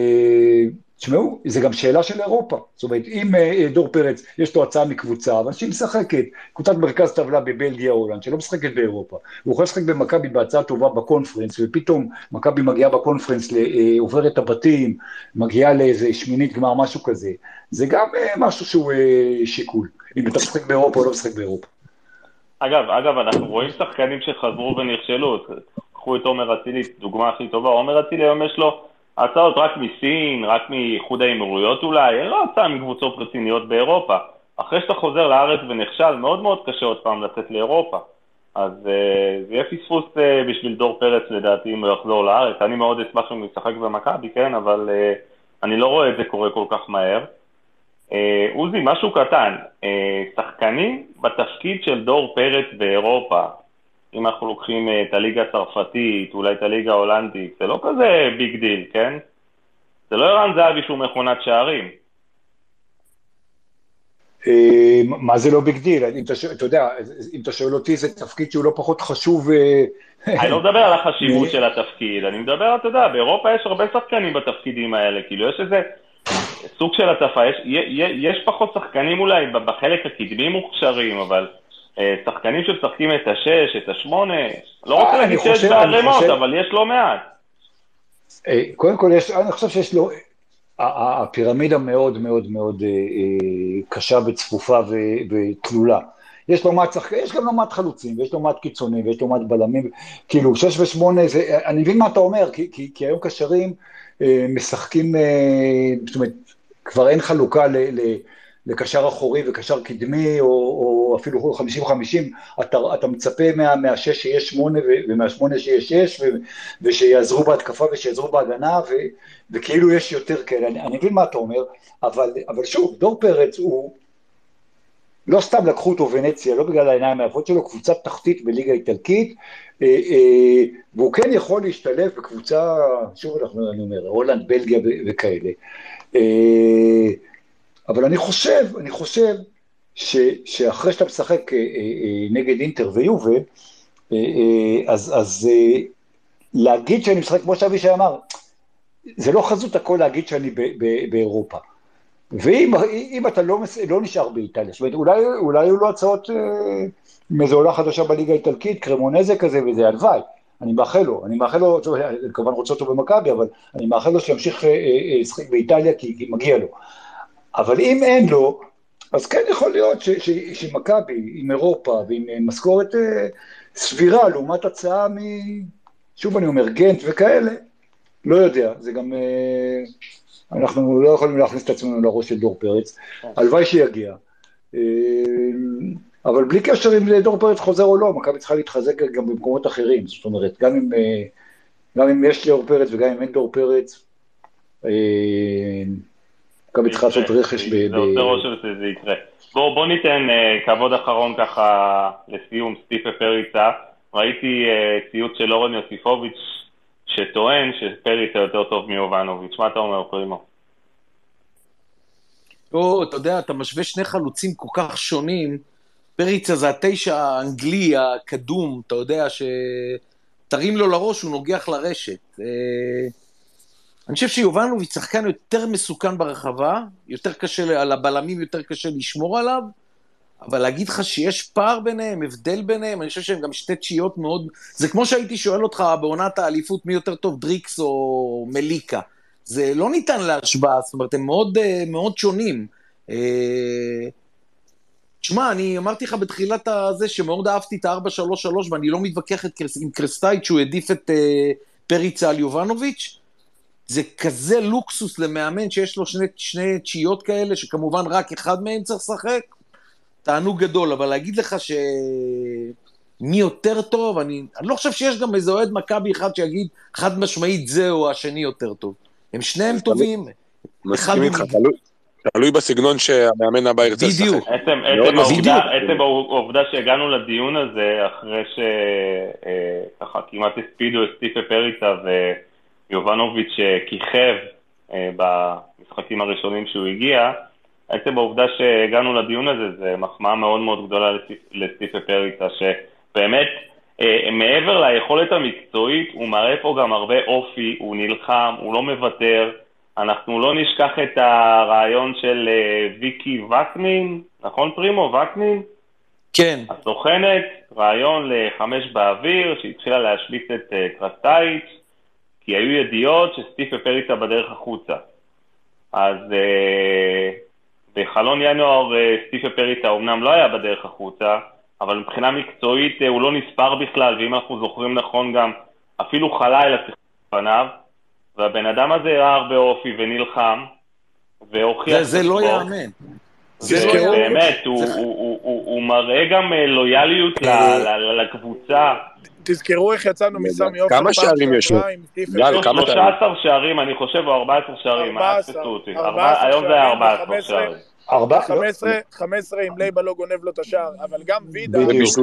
S6: תשמעו, זה גם שאלה של אירופה. זאת אומרת, אם דור פרץ יש לו הצעה מקבוצה, אבל שהיא משחקת, קבוצת מרכז טבלה בבלגיה או הולנד, שלא משחקת באירופה, הוא יכול לשחק במכבי בהצעה טובה בקונפרנס, ופתאום מכבי מגיעה בקונפרנס, עובר את הבתים, מגיעה לאיזה שמינית גמר, משהו כזה. זה גם משהו שהוא שיקול, אם אתה משחק באירופה או לא משחק באירופה.
S4: אגב, אנחנו רואים שחקנים שחזרו ונכשלו, קחו את עומר אצילי, דוגמה הכי טובה, עומר אצילי היום יש לו הצעות רק מסין, רק מאיחוד האמירויות אולי, אין לו הצעה מקבוצות רציניות באירופה. אחרי שאתה חוזר לארץ ונכשל, מאוד מאוד קשה עוד פעם לצאת לאירופה. אז זה יהיה פספוס בשביל דור פרץ לדעתי אם הוא יחזור לארץ. אני מאוד אשמח שהוא משחק במכבי, כן, אבל אני לא רואה את זה קורה כל כך מהר. עוזי, משהו קטן, שחקנים בתפקיד של דור פרץ באירופה, אם אנחנו לוקחים את הליגה הצרפתית, אולי את הליגה ההולנדית, זה לא כזה ביג דיל, כן? זה לא ערן זהבי שהוא מכונת שערים.
S6: מה זה לא ביג דיל? אתה יודע, אם אתה שואל אותי, זה תפקיד שהוא לא פחות חשוב.
S4: אני לא מדבר על החשיבות של התפקיד, אני מדבר, אתה יודע, באירופה יש הרבה שחקנים בתפקידים האלה, כאילו יש איזה סוג של הצפה, יש פחות שחקנים אולי בחלק הקדמי מוכשרים, אבל שחקנים שמשחקים את ה6, את ה8, לא רוצה להגיד שיש בערימות, אבל יש לא מעט.
S6: קודם כל, אני חושב שיש לו, הפירמידה מאוד מאוד מאוד קשה וצפופה ותלולה. יש גם לא מעט חלוצים, ויש לא מעט קיצונים, ויש לא מעט בלמים, כאילו 6 ו8, אני מבין מה אתה אומר, כי היום קשרים משחקים, זאת אומרת, כבר אין חלוקה לקשר אחורי וקשר קדמי, או אפילו 50-50, אתה מצפה מה-6 שיש 8 ומה-8 שיש 6, ושיעזרו בהתקפה ושיעזרו בהגנה, וכאילו יש יותר כאלה, אני מבין מה אתה אומר, אבל שוב, דור פרץ הוא, לא סתם לקחו אותו ונציה, לא בגלל העיניים היפות שלו, קבוצה תחתית בליגה איטלקית, והוא כן יכול להשתלב בקבוצה, שוב אני אומר, הולנד, בלגיה וכאלה. אבל אני חושב שאחרי שאתה משחק נגד אינטר ויובה, אז להגיד שאני משחק, כמו שאבי שאמר, זה לא חזות הכל להגיד שאני באירופה. ואם אתה לא נשאר באיטליה, זאת אומרת, אולי היו לו הצעות מאיזו עולה חדשה בליגה האיטלקית, קרמונזה כזה וזה, הלוואי, אני מאחל לו, כמובן רוצה אותו במכבי, אבל אני מאחל לו שימשיך לשחק באיטליה כי מגיע לו. אבל אם אין לו, אז כן יכול להיות שמכבי עם אירופה ועם משכורת סבירה, לעומת הצעה שוב אני אומר, גנט וכאלה, לא יודע, זה גם, אנחנו לא יכולים להכניס את עצמנו לראש של דור פרץ, הלוואי שיגיע. אבל בלי קשר אם דור פרץ חוזר או לא, מכבי צריכה להתחזק גם במקומות אחרים, זאת אומרת, גם אם יש דור פרץ וגם אם אין דור פרץ, מכבי צריכה לעשות רכש
S4: זה עושה רושם שזה יקרה. בוא ניתן כבוד אחרון ככה לסיום, סטיפה פריצה, ראיתי ציוץ של אורן יוסיפוביץ' שטוען שפריצה יותר טוב מיובנוביץ', מה אתה אומר פרימו?
S7: אתה יודע, אתה משווה שני חלוצים כל כך שונים, פריצה זה 9 האנגלי הקדום, אתה יודע, שתרים לו לראש, הוא נוגח לרשת. אני חושב שיובנוביץ' שחקן יותר מסוכן ברחבה, יותר קשה, על הבלמים יותר קשה לשמור עליו, אבל להגיד לך שיש פער ביניהם, הבדל ביניהם, אני חושב שהם גם שתי תשיעות מאוד, זה כמו שהייתי שואל אותך בעונת האליפות, מי יותר טוב, דריקס או מליקה. זה לא ניתן להשוואה, זאת אומרת, הם מאוד, מאוד שונים. תשמע, אני אמרתי לך בתחילת הזה, שמאוד אהבתי את ה-4-3-3, ואני לא מתווכח עם קרסטייץ' שהוא העדיף את פריצה על יובנוביץ', זה כזה לוקסוס למאמן שיש לו שני תשיעות כאלה, שכמובן רק אחד מהם צריך לשחק, תענוג גדול, אבל להגיד לך מי יותר טוב, אני לא חושב שיש גם איזה אוהד מכבי אחד שיגיד חד משמעית זה או השני יותר טוב. הם שניהם טובים.
S12: מסכים איתך, תלוי בסגנון שהמאמן הבא ירצה לשחק.
S4: בדיוק. עצם העובדה שהגענו לדיון הזה, אחרי שככה כמעט הספידו את סטיפה פריצה ויובנוביץ' כיכב במשחקים הראשונים שהוא הגיע, עצם העובדה שהגענו לדיון הזה, זה מחמאה מאוד מאוד גדולה לסטיפה פריצה, שבאמת מעבר ליכולת המקצועית, הוא מראה פה גם הרבה אופי, הוא נלחם, הוא לא מוותר. אנחנו לא נשכח את הרעיון של ויקי וקנין, נכון פרימו? וקנין?
S7: כן.
S4: הסוכנת, רעיון ל5 באוויר, שהתחילה להשליט את קרסטייץ', כי היו ידיעות שסטיפה פריצה בדרך החוצה. אז בחלון ינואר סטיפה פריצה אומנם לא היה בדרך החוצה, אבל מבחינה מקצועית הוא לא נספר בכלל, ואם אנחנו זוכרים נכון גם, אפילו חלילה צריך לפניו, והבן אדם הזה ראה הרבה אופי ונלחם, והוכיח...
S7: זה לא יאמן.
S4: באמת, הוא מראה גם לויאליות לקבוצה.
S8: תזכרו איך יצאנו מסמי אופן.
S12: כמה שערים יש לו?
S4: 13 שערים, אני חושב, או 14 שערים.
S8: 14.
S4: היום זה היה 14 שערים.
S8: 15 עם לייבה לא גונב לו את השער, אבל גם וידר,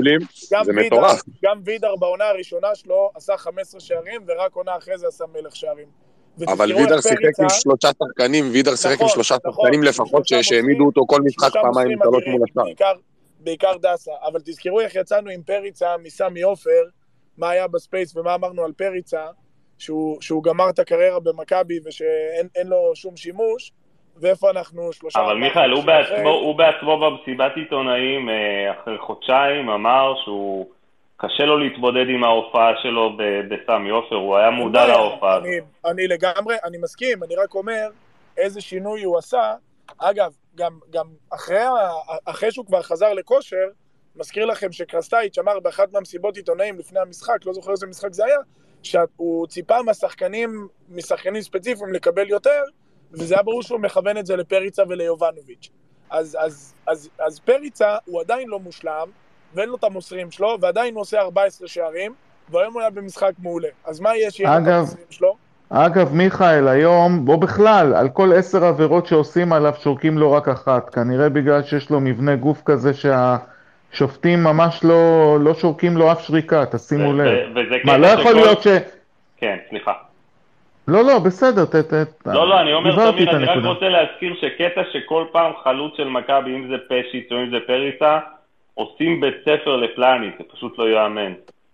S8: גם וידר בעונה הראשונה שלו עשה 15 שערים, ורק עונה אחרי זה עשה מלך שערים.
S12: אבל וידר שיחק עם 3 שחקנים, וידר שיחק עם 3 שחקנים לפחות שהעמידו אותו כל משחק פעמיים 3 מול השער.
S8: בעיקר דסה, אבל תזכרו איך יצאנו עם פריצה מסמי עופר, מה היה בספייס ומה אמרנו על פריצה, שהוא גמר את הקריירה במכבי ושאין לו שום שימוש, ואיפה אנחנו 3...
S4: אבל מיכאל, הוא בעצמו במסיבת עיתונאים אחרי חודשיים אמר שהוא קשה לו להתמודד עם ההופעה שלו בסמי עופר, הוא היה מודע להופעה.
S8: אני לגמרי, אני מסכים, אני רק אומר איזה שינוי הוא עשה. אגב, גם אחרי שהוא כבר חזר לכושר, מזכיר לכם שקרסטייץ' אמר באחת מהמסיבות עיתונאים לפני המשחק, לא זוכר איזה משחק זה היה, שהוא ציפה משחקנים ספציפיים לקבל יותר, וזה היה ברור שהוא מכוון את זה לפריצה וליובנוביץ'. אז פריצה הוא עדיין לא מושלם, ואין לו את המוסרים שלו, ועדיין הוא עושה 14 שערים, והיום הוא היה במשחק מעולה. אז מה יש שיהיה את המוסרים שלו?
S9: אגב, מיכאל, היום, בוא בכלל, על כל 10 עבירות שעושים עליו, שורקים לו רק אחת. כנראה בגלל שיש לו מבנה גוף כזה שהשופטים ממש לא שורקים לו אף שריקה, תשימו לב. מה, לא יכול להיות
S4: כן, סליחה.
S9: לא, בסדר,
S4: לא, אני אומר תמיד, אני רק רוצה להזכיר שקטע שכל פעם חלוץ של מכבי, אם זה פשיץ או אם זה פריצה, עושים בית ספר לפלנית, זה פשוט לא יאמן.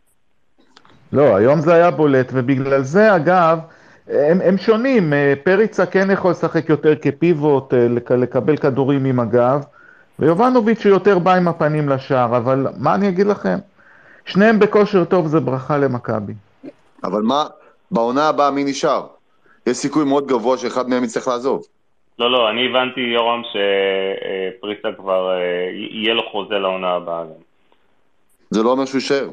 S9: לא, היום זה היה בולט, ובגלל זה, אגב, הם שונים. פריצה כן יכול לשחק יותר כפיבוט, לקבל כדורים עם הגב, ויובנוביץ' יותר בא עם הפנים לשער, אבל מה אני אגיד לכם? שניהם בכושר טוב, זה ברכה למכבי.
S10: אבל מה, בעונה הבאה מי נשאר? יש סיכוי מאוד גבוה שאחד מהם יצטרך לעזוב.
S4: לא, אני הבנתי, יורם, שפריצה כבר יהיה לו חוזה לעונה הבאה.
S10: זה לא אומר שהוא יישאר.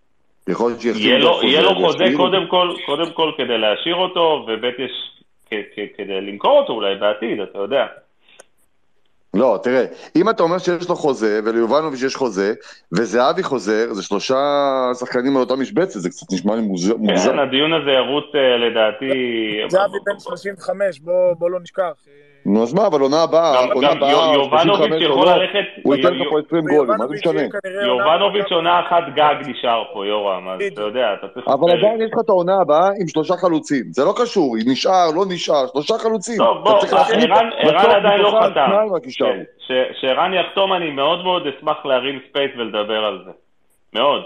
S4: יהיה לו חוזה קודם כל כדי להשאיר אותו, ובית יש כדי למכור אותו אולי בעתיד, אתה יודע.
S10: לא, תראה, אם אתה אומר שיש לו חוזה, וליובנוביץ' יש חוזה, וזהבי חוזר, זה 3 שחקנים על אותה משבצת, זה קצת נשמע לי מוזר.
S4: כן, הדיון הזה ירוץ לדעתי...
S8: זהבי בן 35, בוא לא נשכח.
S10: נו, אז מה, אבל עונה הבאה,
S4: יובנוביץ' יכול ללכת...
S10: הוא ייתן לך פה 20 גולים, מה זה משנה?
S4: יובנוביץ' עונה אחת גג נשאר פה, יורם, אז אתה יודע, אתה צריך...
S10: אבל עדיין יש לך את העונה הבאה עם 3 חלוצים, זה לא קשור, אם נשאר, לא נשאר, 3 חלוצים.
S4: טוב, בוא, ערן עדיין לא חתם. שערן יחתום, אני מאוד מאוד אשמח להרים ספייס ולדבר על זה. מאוד.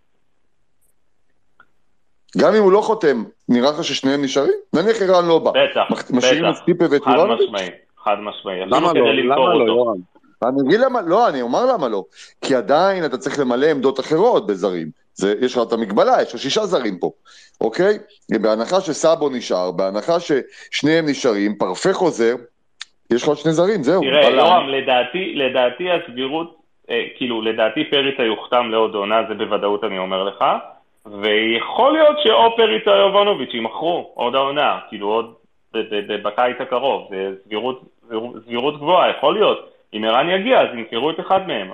S10: גם אם הוא לא חותם, נראה לך ששניהם נשארים? נניח ערן לא בא.
S4: בטח,
S10: משאירים את סטיפה ואת יובנוביץ'?
S4: חד משמעי.
S2: למה לא, יורם?
S10: אני אגיד למה, לא, אני אומר למה לא. כי עדיין אתה צריך למלא עמדות אחרות בזרים. יש לך את המגבלה, יש לך 6 זרים פה, אוקיי? בהנחה שסאבו נשאר, בהנחה ששניהם נשארים, פרפה חוזר, יש לך עוד 2 זרים, זהו.
S4: תראה, יורם, לדעתי הסבירות, כאילו, לדעתי פריטה יוחתם לעוד עונה, זה בוודאות אני אומר לך, ויכול להיות שאו פריטה או יובנוביץ' ימכרו עוד העונה, כאילו עוד בקיץ הקרוב, זה סבירות גבוהה, יכול להיות. אם ערן יגיע, אז ימכרו את אחד מהם.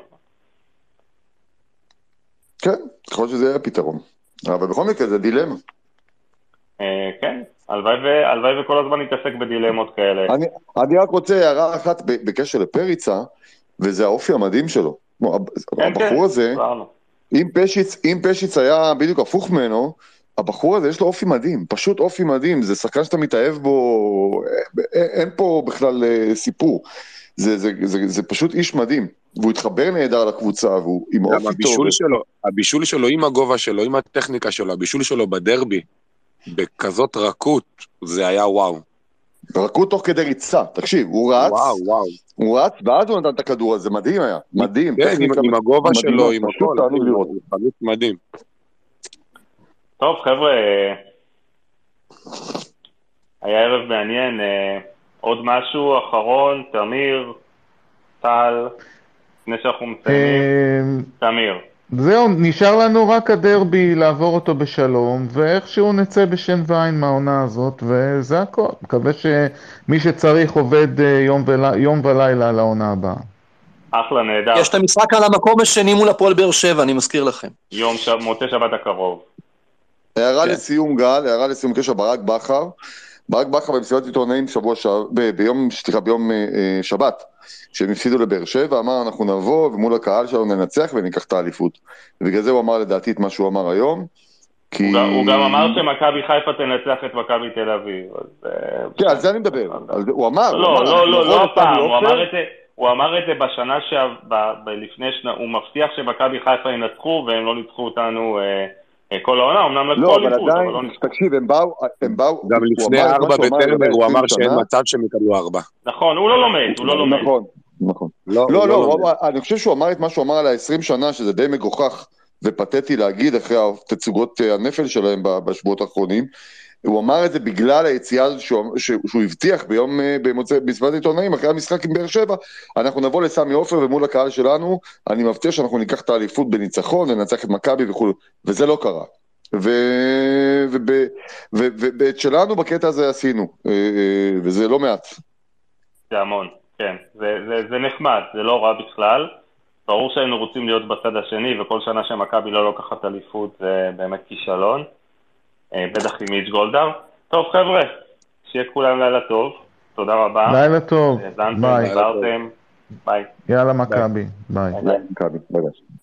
S10: כן, יכול להיות שזה יהיה הפתרון. אבל בכל מקרה זה דילמה.
S4: כן, הלוואי וכל הזמן נתעסק בדילמות כאלה.
S10: אני רק רוצה הערה אחת בקשר לפריצה, וזה האופי המדהים שלו. הבחור הזה, אם פשיץ היה בדיוק הפוך ממנו, הבחור הזה יש לו אופי מדהים, פשוט אופי מדהים, זה שחקן שאתה מתאהב בו, אין פה בכלל סיפור. זה פשוט איש מדהים, והוא התחבר נהדר לקבוצה, והוא עם אופי טוב.
S12: הבישול שלו עם הגובה שלו, עם הטכניקה שלו, הבישול שלו בדרבי, בכזאת רכות, זה היה וואו.
S10: רכות תוך כדי ריצה, תקשיב, הוא רץ, הוא רץ, ואז הוא נתן את הכדור הזה, מדהים היה, מדהים.
S12: עם הגובה שלו, עם הכל, הוא חלוץ מדהים.
S4: טוב, חבר'ה, היה ערב מעניין, עוד משהו אחרון, תמיר, טל, לפני שאנחנו מסיימים, תמיר.
S9: זהו, נשאר לנו רק הדרבי לעבור אותו בשלום, ואיכשהו נצא בשן ועין מהעונה הזאת, וזה הכל. מקווה שמי שצריך עובד יום ולילה על העונה הבאה.
S4: אחלה, נהדר.
S13: יש את המשחק על המקום השני מול הפועל באר שבע, אני מזכיר לכם.
S4: מוצא שבת הקרוב.
S10: הערה לסיום גל, הערה לסיום קשר ברק בכר. ברק בכר במסיבת עיתונאים ביום שבת, שהם הפסידו לבאר שבע, אמר אנחנו נבוא ומול הקהל שלנו ננצח וניקח את האליפות. ובגלל זה הוא אמר לדעתי את מה שהוא אמר היום.
S4: הוא גם אמר שמכבי חיפה תנצח את מכבי תל אביב.
S10: כן, על זה אני מדבר. הוא אמר.
S4: לא הפעם, הוא אמר את זה בשנה לפני שנה, הוא מבטיח שמכבי חיפה ינצחו והם לא ניצחו אותנו כל העונה, אמנם לקחו אליפות.
S10: לא, אבל עדיין, תקשיב, הם באו...
S12: גם לפני 4 בטרנר הוא אמר שאין מצב שהם יקבלו 4.
S4: נכון, הוא לא לומד,
S10: נכון. לא, אני חושב שהוא אמר את מה שהוא אמר על ה-20 שנה, שזה די מגוחך ופתטי להגיד אחרי תצוגות הנפל שלהם בשבועות האחרונים. הוא אמר את זה בגלל היציאה שהוא הבטיח במסיבת עיתונאים, אחרי המשחק עם באר שבע, אנחנו נבוא לסמי עופר ומול הקהל שלנו, אני מבטיח שאנחנו ניקח את האליפות בניצחון, ננצח את מכבי וכו', וזה לא קרה. ואת שלנו בקטע הזה עשינו, וזה לא מעט.
S4: זה המון, כן, זה נחמד, זה לא רע בכלל, ברור שהיינו רוצים להיות בצד השני, וכל שנה שמכבי לא לוקחת אליפות זה באמת כישלון. בטח עם איץ' גולדהר. טוב חבר'ה, שיהיה כולם לילה טוב, תודה רבה.
S9: לילה טוב,
S4: ביי.
S9: יאללה מכבי, ביי.
S10: ביי.